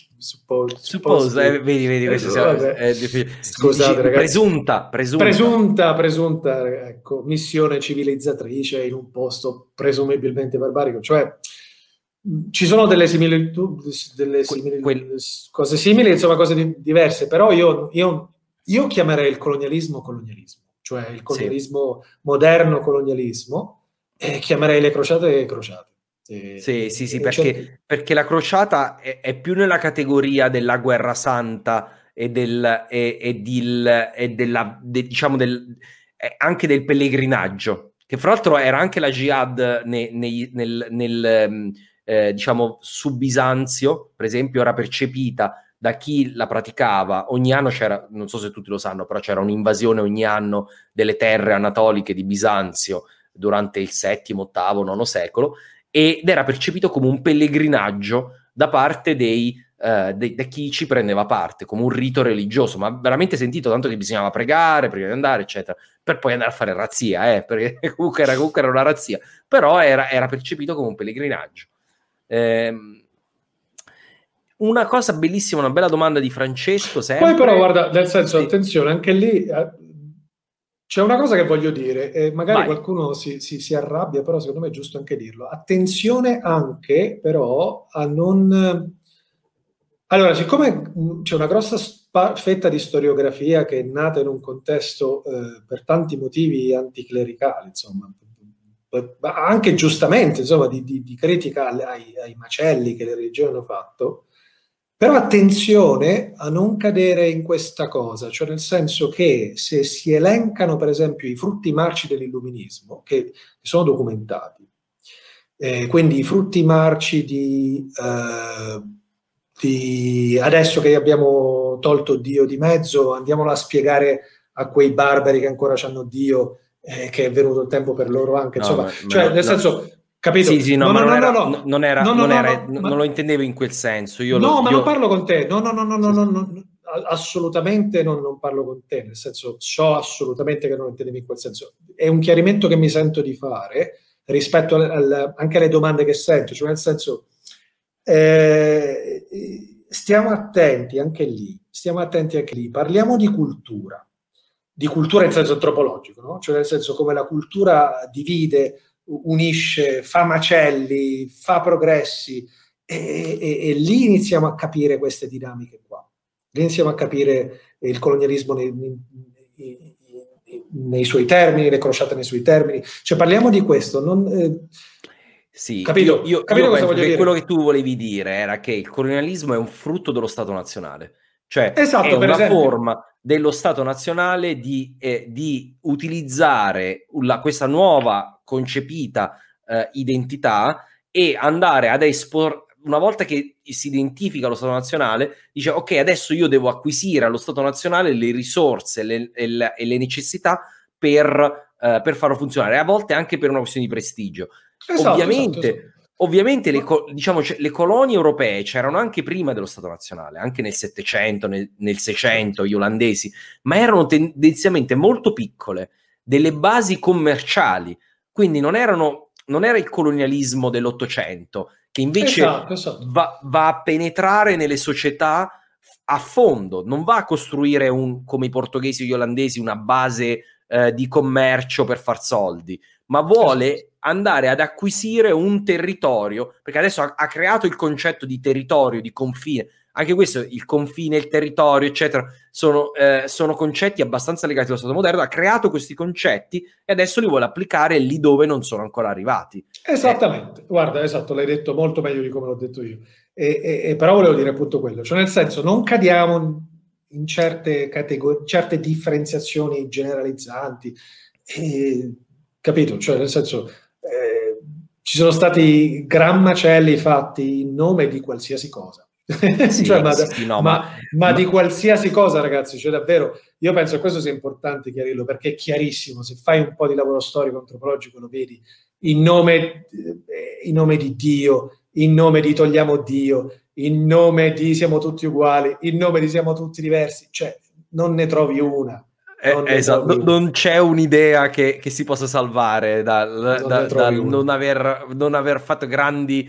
[SPEAKER 4] Vedi, questo è
[SPEAKER 5] scusate ragazzi.
[SPEAKER 4] Presunta,
[SPEAKER 5] ecco, missione civilizzatrice in un posto presumibilmente barbarico, cioè ci sono delle similitudini, cose simili, insomma cose diverse, però io chiamerei il colonialismo, cioè il colonialismo moderno colonialismo, e chiamerei le crociate crociate.
[SPEAKER 4] Sì, perché la crociata è più nella categoria della guerra santa anche del pellegrinaggio, che fra l'altro era anche la jihad diciamo su Bisanzio, per esempio, era percepita da chi la praticava. Ogni anno c'era, non so se tutti lo sanno, però c'era un'invasione ogni anno delle terre anatoliche di Bisanzio durante il VII, VIII, IX secolo, ed era percepito come un pellegrinaggio da parte da chi ci prendeva parte, come un rito religioso, ma veramente sentito, tanto che bisognava pregare prima di andare, eccetera, per poi andare a fare razzia, perché comunque era una razzia, però era percepito come un pellegrinaggio. Una cosa bellissima, una bella domanda di Francesco sempre.
[SPEAKER 5] Poi però guarda, nel senso, attenzione, anche lì c'è una cosa che voglio dire, magari qualcuno si arrabbia, però secondo me è giusto anche dirlo. Attenzione anche però a non... Allora, siccome c'è una grossa fetta di storiografia che è nata in un contesto per tanti motivi anticlericali, insomma, anche giustamente, insomma, di critica ai macelli che le religioni hanno fatto, però attenzione a non cadere in questa cosa, cioè nel senso che se si elencano per esempio i frutti marci dell'illuminismo, che sono documentati, quindi i frutti marci di adesso che abbiamo tolto Dio di mezzo, andiamolo a spiegare a quei barbari che ancora hanno Dio, che è venuto il tempo per loro anche, insomma, nel senso, Capito?
[SPEAKER 4] Sì, no,
[SPEAKER 5] No,
[SPEAKER 4] ma
[SPEAKER 5] no,
[SPEAKER 4] non
[SPEAKER 5] no,
[SPEAKER 4] era,
[SPEAKER 5] no, no.
[SPEAKER 4] non era,
[SPEAKER 5] No, no,
[SPEAKER 4] non
[SPEAKER 5] no,
[SPEAKER 4] era,
[SPEAKER 5] no,
[SPEAKER 4] non lo intendevo in quel senso.
[SPEAKER 5] ma non parlo con te. No,
[SPEAKER 4] Sì, sì.
[SPEAKER 5] assolutamente non parlo con te, nel senso, so assolutamente che non lo intendevi in quel senso. È un chiarimento che mi sento di fare rispetto anche alle domande che sento, cioè nel senso, stiamo attenti anche lì, parliamo di cultura in senso antropologico, no? Cioè nel senso come la cultura divide, unisce, fa macelli, fa progressi, e lì iniziamo a capire queste dinamiche qua. Lì iniziamo a capire il colonialismo nei suoi termini, le crociate nei suoi termini. Cioè parliamo di questo, non...
[SPEAKER 4] Sì,
[SPEAKER 5] capito?
[SPEAKER 4] io
[SPEAKER 5] Capito cosa
[SPEAKER 4] penso
[SPEAKER 5] voglio
[SPEAKER 4] che
[SPEAKER 5] dire?
[SPEAKER 4] quello che tu volevi dire era che il colonialismo è un frutto dello Stato nazionale, cioè è
[SPEAKER 5] Esatto, per
[SPEAKER 4] una
[SPEAKER 5] esempio.
[SPEAKER 4] forma dello Stato nazionale di utilizzare questa nuova concepita identità e andare ad una volta che si identifica lo Stato nazionale, dice ok, adesso io devo acquisire allo Stato nazionale le risorse e le necessità per farlo funzionare, a volte anche per una questione di prestigio.
[SPEAKER 5] Esatto.
[SPEAKER 4] Ovviamente le colonie europee c'erano anche prima dello Stato nazionale, anche nel Settecento, nel Seicento, gli olandesi, ma erano tendenzialmente molto piccole, delle basi commerciali, quindi non era il colonialismo dell'Ottocento, che invece
[SPEAKER 5] Esatto.
[SPEAKER 4] va a penetrare nelle società a fondo, non va a costruire come i portoghesi o gli olandesi una base di commercio per far soldi, ma vuole andare ad acquisire un territorio, perché adesso ha creato il concetto di territorio, di confine. Anche questo, il confine, il territorio, eccetera, sono concetti abbastanza legati allo Stato moderno. Ha creato questi concetti e adesso li vuole applicare lì dove non sono ancora arrivati.
[SPEAKER 5] Esattamente, guarda, esatto, l'hai detto molto meglio di come l'ho detto io. Però volevo dire appunto quello, cioè nel senso non cadiamo in certe categorie, certe differenziazioni generalizzanti, capito? Cioè nel senso ci sono stati gran macelli fatti in nome di qualsiasi cosa.
[SPEAKER 4] Sì,
[SPEAKER 5] cioè,
[SPEAKER 4] ma
[SPEAKER 5] di qualsiasi cosa, ragazzi, cioè davvero io penso che questo sia importante chiarirlo, perché è chiarissimo, se fai un po' di lavoro storico antropologico lo vedi, in nome di Dio, in nome di togliamo Dio, in nome di siamo tutti uguali, in nome di siamo tutti diversi, cioè non ne trovi una.
[SPEAKER 4] Esatto, non c'è un'idea che si possa salvare dal non aver fatto grandi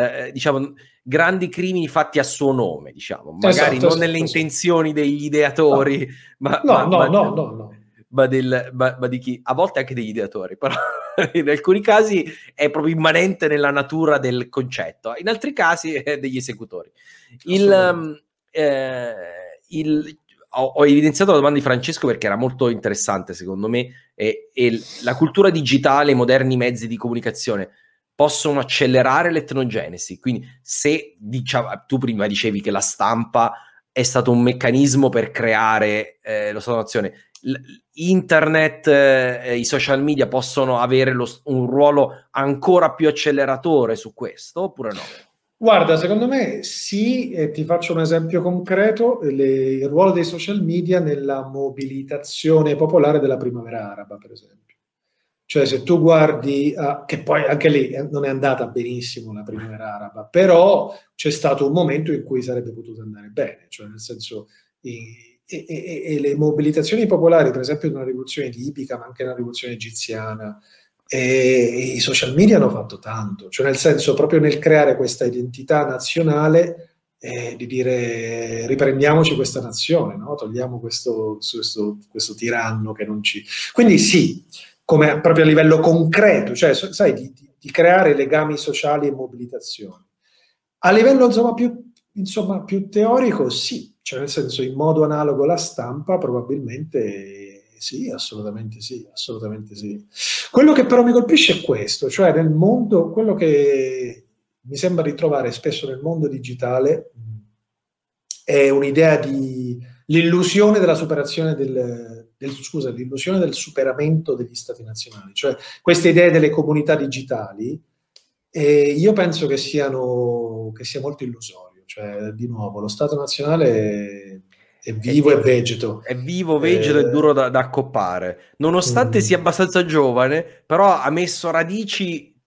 [SPEAKER 4] crimini fatti a suo nome, diciamo, magari non nelle intenzioni degli ideatori,
[SPEAKER 5] no.
[SPEAKER 4] Ma di chi, a volte anche degli ideatori, però in alcuni casi è proprio immanente nella natura del concetto, in altri casi degli esecutori. Ho evidenziato la domanda di Francesco perché era molto interessante secondo me, e la cultura digitale, i moderni mezzi di comunicazione possono accelerare l'etnogenesi, quindi se tu prima dicevi che la stampa è stato un meccanismo per creare lo Stato-nazione, internet, i social media possono avere un ruolo ancora più acceleratore su questo oppure no?
[SPEAKER 5] Guarda, secondo me sì, e ti faccio un esempio concreto, il ruolo dei social media nella mobilitazione popolare della primavera araba, per esempio. Cioè se tu guardi, che poi anche lì non è andata benissimo la primavera araba, però c'è stato un momento in cui sarebbe potuto andare bene, cioè nel senso, e le mobilitazioni popolari, per esempio nella rivoluzione libica, ma anche nella rivoluzione egiziana, e i social media hanno fatto tanto, cioè nel senso proprio nel creare questa identità nazionale, di dire riprendiamoci questa nazione, no? Togliamo questo tiranno che non ci... Quindi sì, come proprio a livello concreto, cioè sai, di creare legami sociali e mobilitazioni. A livello più teorico sì, cioè nel senso in modo analogo alla stampa probabilmente... Sì, assolutamente sì. Quello che però mi colpisce è questo, cioè nel mondo, quello che mi sembra di trovare spesso nel mondo digitale è un'idea l'illusione della superazione l'illusione del superamento degli stati nazionali, cioè queste idee delle comunità digitali, io penso che sia molto illusorio, cioè di nuovo lo Stato nazionale è vivo e vegeto.
[SPEAKER 4] È vivo, vegeto e duro da accoppare. Nonostante sia abbastanza giovane, però ha messo radici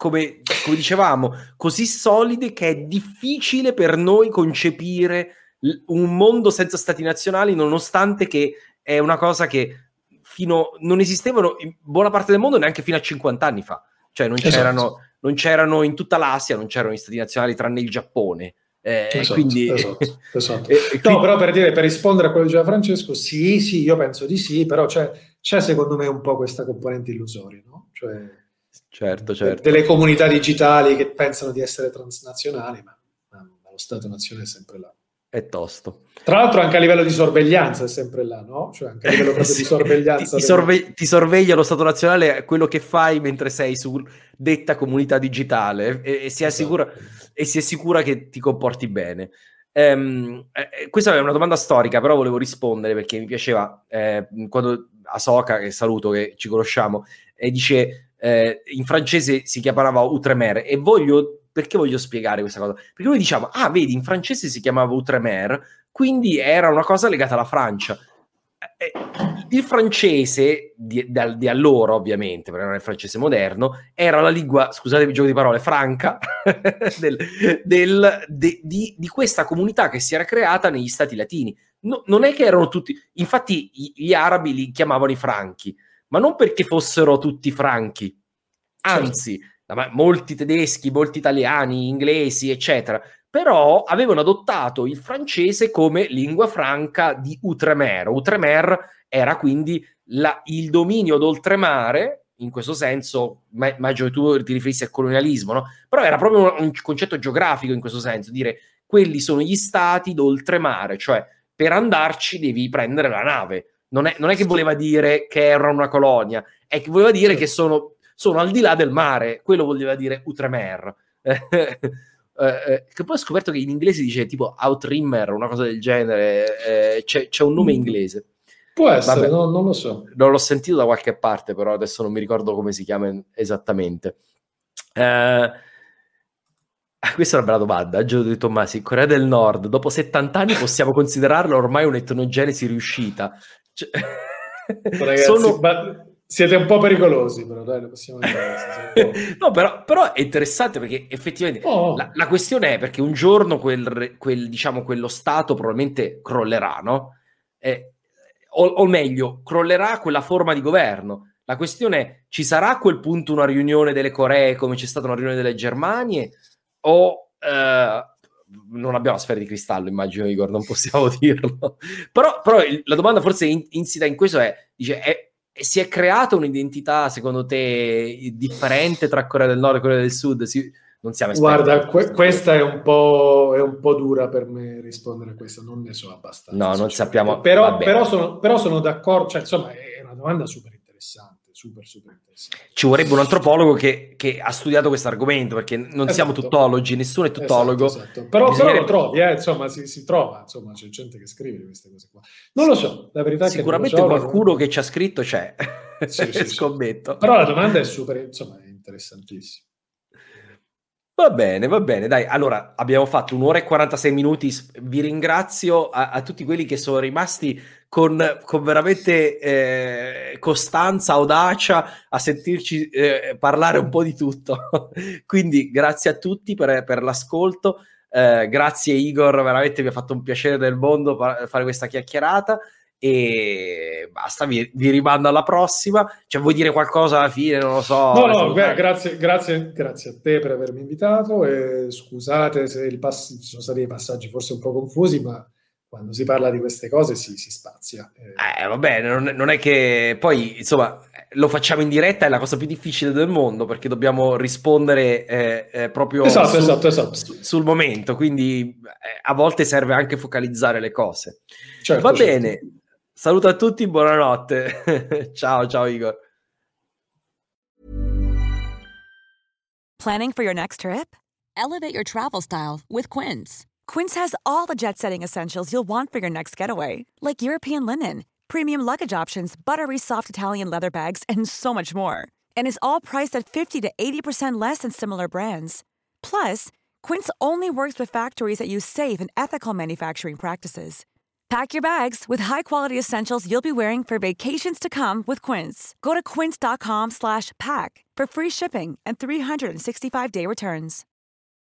[SPEAKER 4] come dicevamo, così solide che è difficile per noi concepire un mondo senza stati nazionali, nonostante che è una cosa che non esistevano in buona parte del mondo neanche fino a 50 anni fa. Cioè non c'erano in tutta l'Asia, non c'erano gli stati nazionali tranne il Giappone. Quindi...
[SPEAKER 5] Esatto. No, però per rispondere a quello che diceva Francesco, sì, io penso di sì, però c'è secondo me un po' questa componente illusoria, no? Cioè,
[SPEAKER 4] certo.
[SPEAKER 5] Delle comunità digitali che pensano di essere transnazionali, ma lo Stato-nazione è sempre là.
[SPEAKER 4] È tosto.
[SPEAKER 5] Tra l'altro anche a livello di sorveglianza è sempre là, no? Cioè anche a livello proprio di sorveglianza.
[SPEAKER 4] Ti sorveglia lo Stato nazionale quello che fai mentre sei su detta comunità digitale e si è sicura che ti comporti bene. Questa è una domanda storica, però volevo rispondere perché mi piaceva quando Ahsoka, che saluto, che ci conosciamo, dice in francese si chiamava Outremer e perché voglio spiegare questa cosa? Perché noi diciamo, vedi, in francese si chiamava Outremer, quindi era una cosa legata alla Francia. Il francese di allora, ovviamente, perché non è il francese moderno, era la lingua, scusatemi il gioco di parole, franca di questa comunità che si era creata negli stati latini. Non è che erano tutti, infatti gli arabi li chiamavano i franchi, ma non perché fossero tutti franchi, anzi, molti tedeschi, molti italiani, inglesi, eccetera, però avevano adottato il francese come lingua franca di Outremer. Outremer era quindi il dominio d'oltremare, in questo senso, immagino che tu ti riferissi al colonialismo, no? Però era proprio un concetto geografico in questo senso, dire quelli sono gli stati d'oltremare, cioè per andarci devi prendere la nave. Non è che voleva dire che era una colonia, è che voleva dire che sono al di là del mare, quello voleva dire Outremer. Che poi ho scoperto che in inglese dice tipo Outremer, una cosa del genere, c'è un nome inglese.
[SPEAKER 5] Può essere, non lo so.
[SPEAKER 4] Non l'ho sentito da qualche parte, però adesso non mi ricordo come si chiama esattamente. Questa è una bella domanda, Gio di Tommasi. Corea del Nord, dopo 70 anni possiamo considerarla ormai un'etnogenesi riuscita?
[SPEAKER 5] Ragazzi, siete un po' pericolosi, però dai, lo possiamo dire.
[SPEAKER 4] No, però è interessante perché effettivamente la questione è perché un giorno quello Stato probabilmente crollerà, no? O meglio, crollerà quella forma di governo. La questione è, ci sarà a quel punto una riunione delle Coree come c'è stata una riunione delle Germanie? O non abbiamo la sfera di cristallo, immagino, Igor, non possiamo dirlo. Però la domanda forse insita in questo si è creata un'identità, secondo te, differente tra Corea del Nord e Corea del Sud? Non siamo esperti.
[SPEAKER 5] Guarda, questa è un po' dura per me rispondere a questo, non ne so abbastanza.
[SPEAKER 4] No, non sappiamo.
[SPEAKER 5] Però sono d'accordo, cioè, insomma, è una domanda super interessante, super interessante.
[SPEAKER 4] Ci vorrebbe un antropologo che ha studiato questo argomento, perché non siamo tuttologi, nessuno è tuttologo.
[SPEAKER 5] Esatto. Però lo trovi, insomma, si trova, insomma, c'è gente che scrive queste cose qua. Non lo so, la verità è che
[SPEAKER 4] sicuramente qualcuno che ci ha scritto c'è. Sì, scommetto.
[SPEAKER 5] Però la domanda è super, insomma, è interessantissima.
[SPEAKER 4] Va bene, dai. Allora, abbiamo fatto 1 ora e 46 minuti. Vi ringrazio a tutti quelli che sono rimasti con veramente costanza, audacia a sentirci parlare un po' di tutto. Quindi grazie a tutti per l'ascolto. Grazie Igor, veramente mi ha fatto un piacere del mondo fare questa chiacchierata. E basta, vi rimando alla prossima. Cioè, vuoi dire qualcosa alla fine? Non lo so.
[SPEAKER 5] No, grazie a te per avermi invitato e scusate se ci sono stati dei passaggi forse un po' confusi, ma quando si parla di queste cose si spazia.
[SPEAKER 4] Va bene, non è che poi, insomma, lo facciamo in diretta, è la cosa più difficile del mondo perché dobbiamo rispondere proprio sul momento, quindi a volte serve anche focalizzare le cose.
[SPEAKER 5] Certo,
[SPEAKER 4] bene. Saluto a tutti, buonanotte. Ciao Igor.
[SPEAKER 8] Planning for your next trip? Elevate your travel style with Quince. Quince has all the jet-setting essentials you'll want for your next getaway, like European linen, premium luggage options, buttery soft Italian leather bags, and so much more. And is all priced at 50 to 80% less than similar brands. Plus, Quince only works with factories that use safe and ethical manufacturing practices. Pack your bags with high-quality essentials you'll be wearing for vacations to come with Quince. Go to quince.com/pack for free shipping and 365-day returns.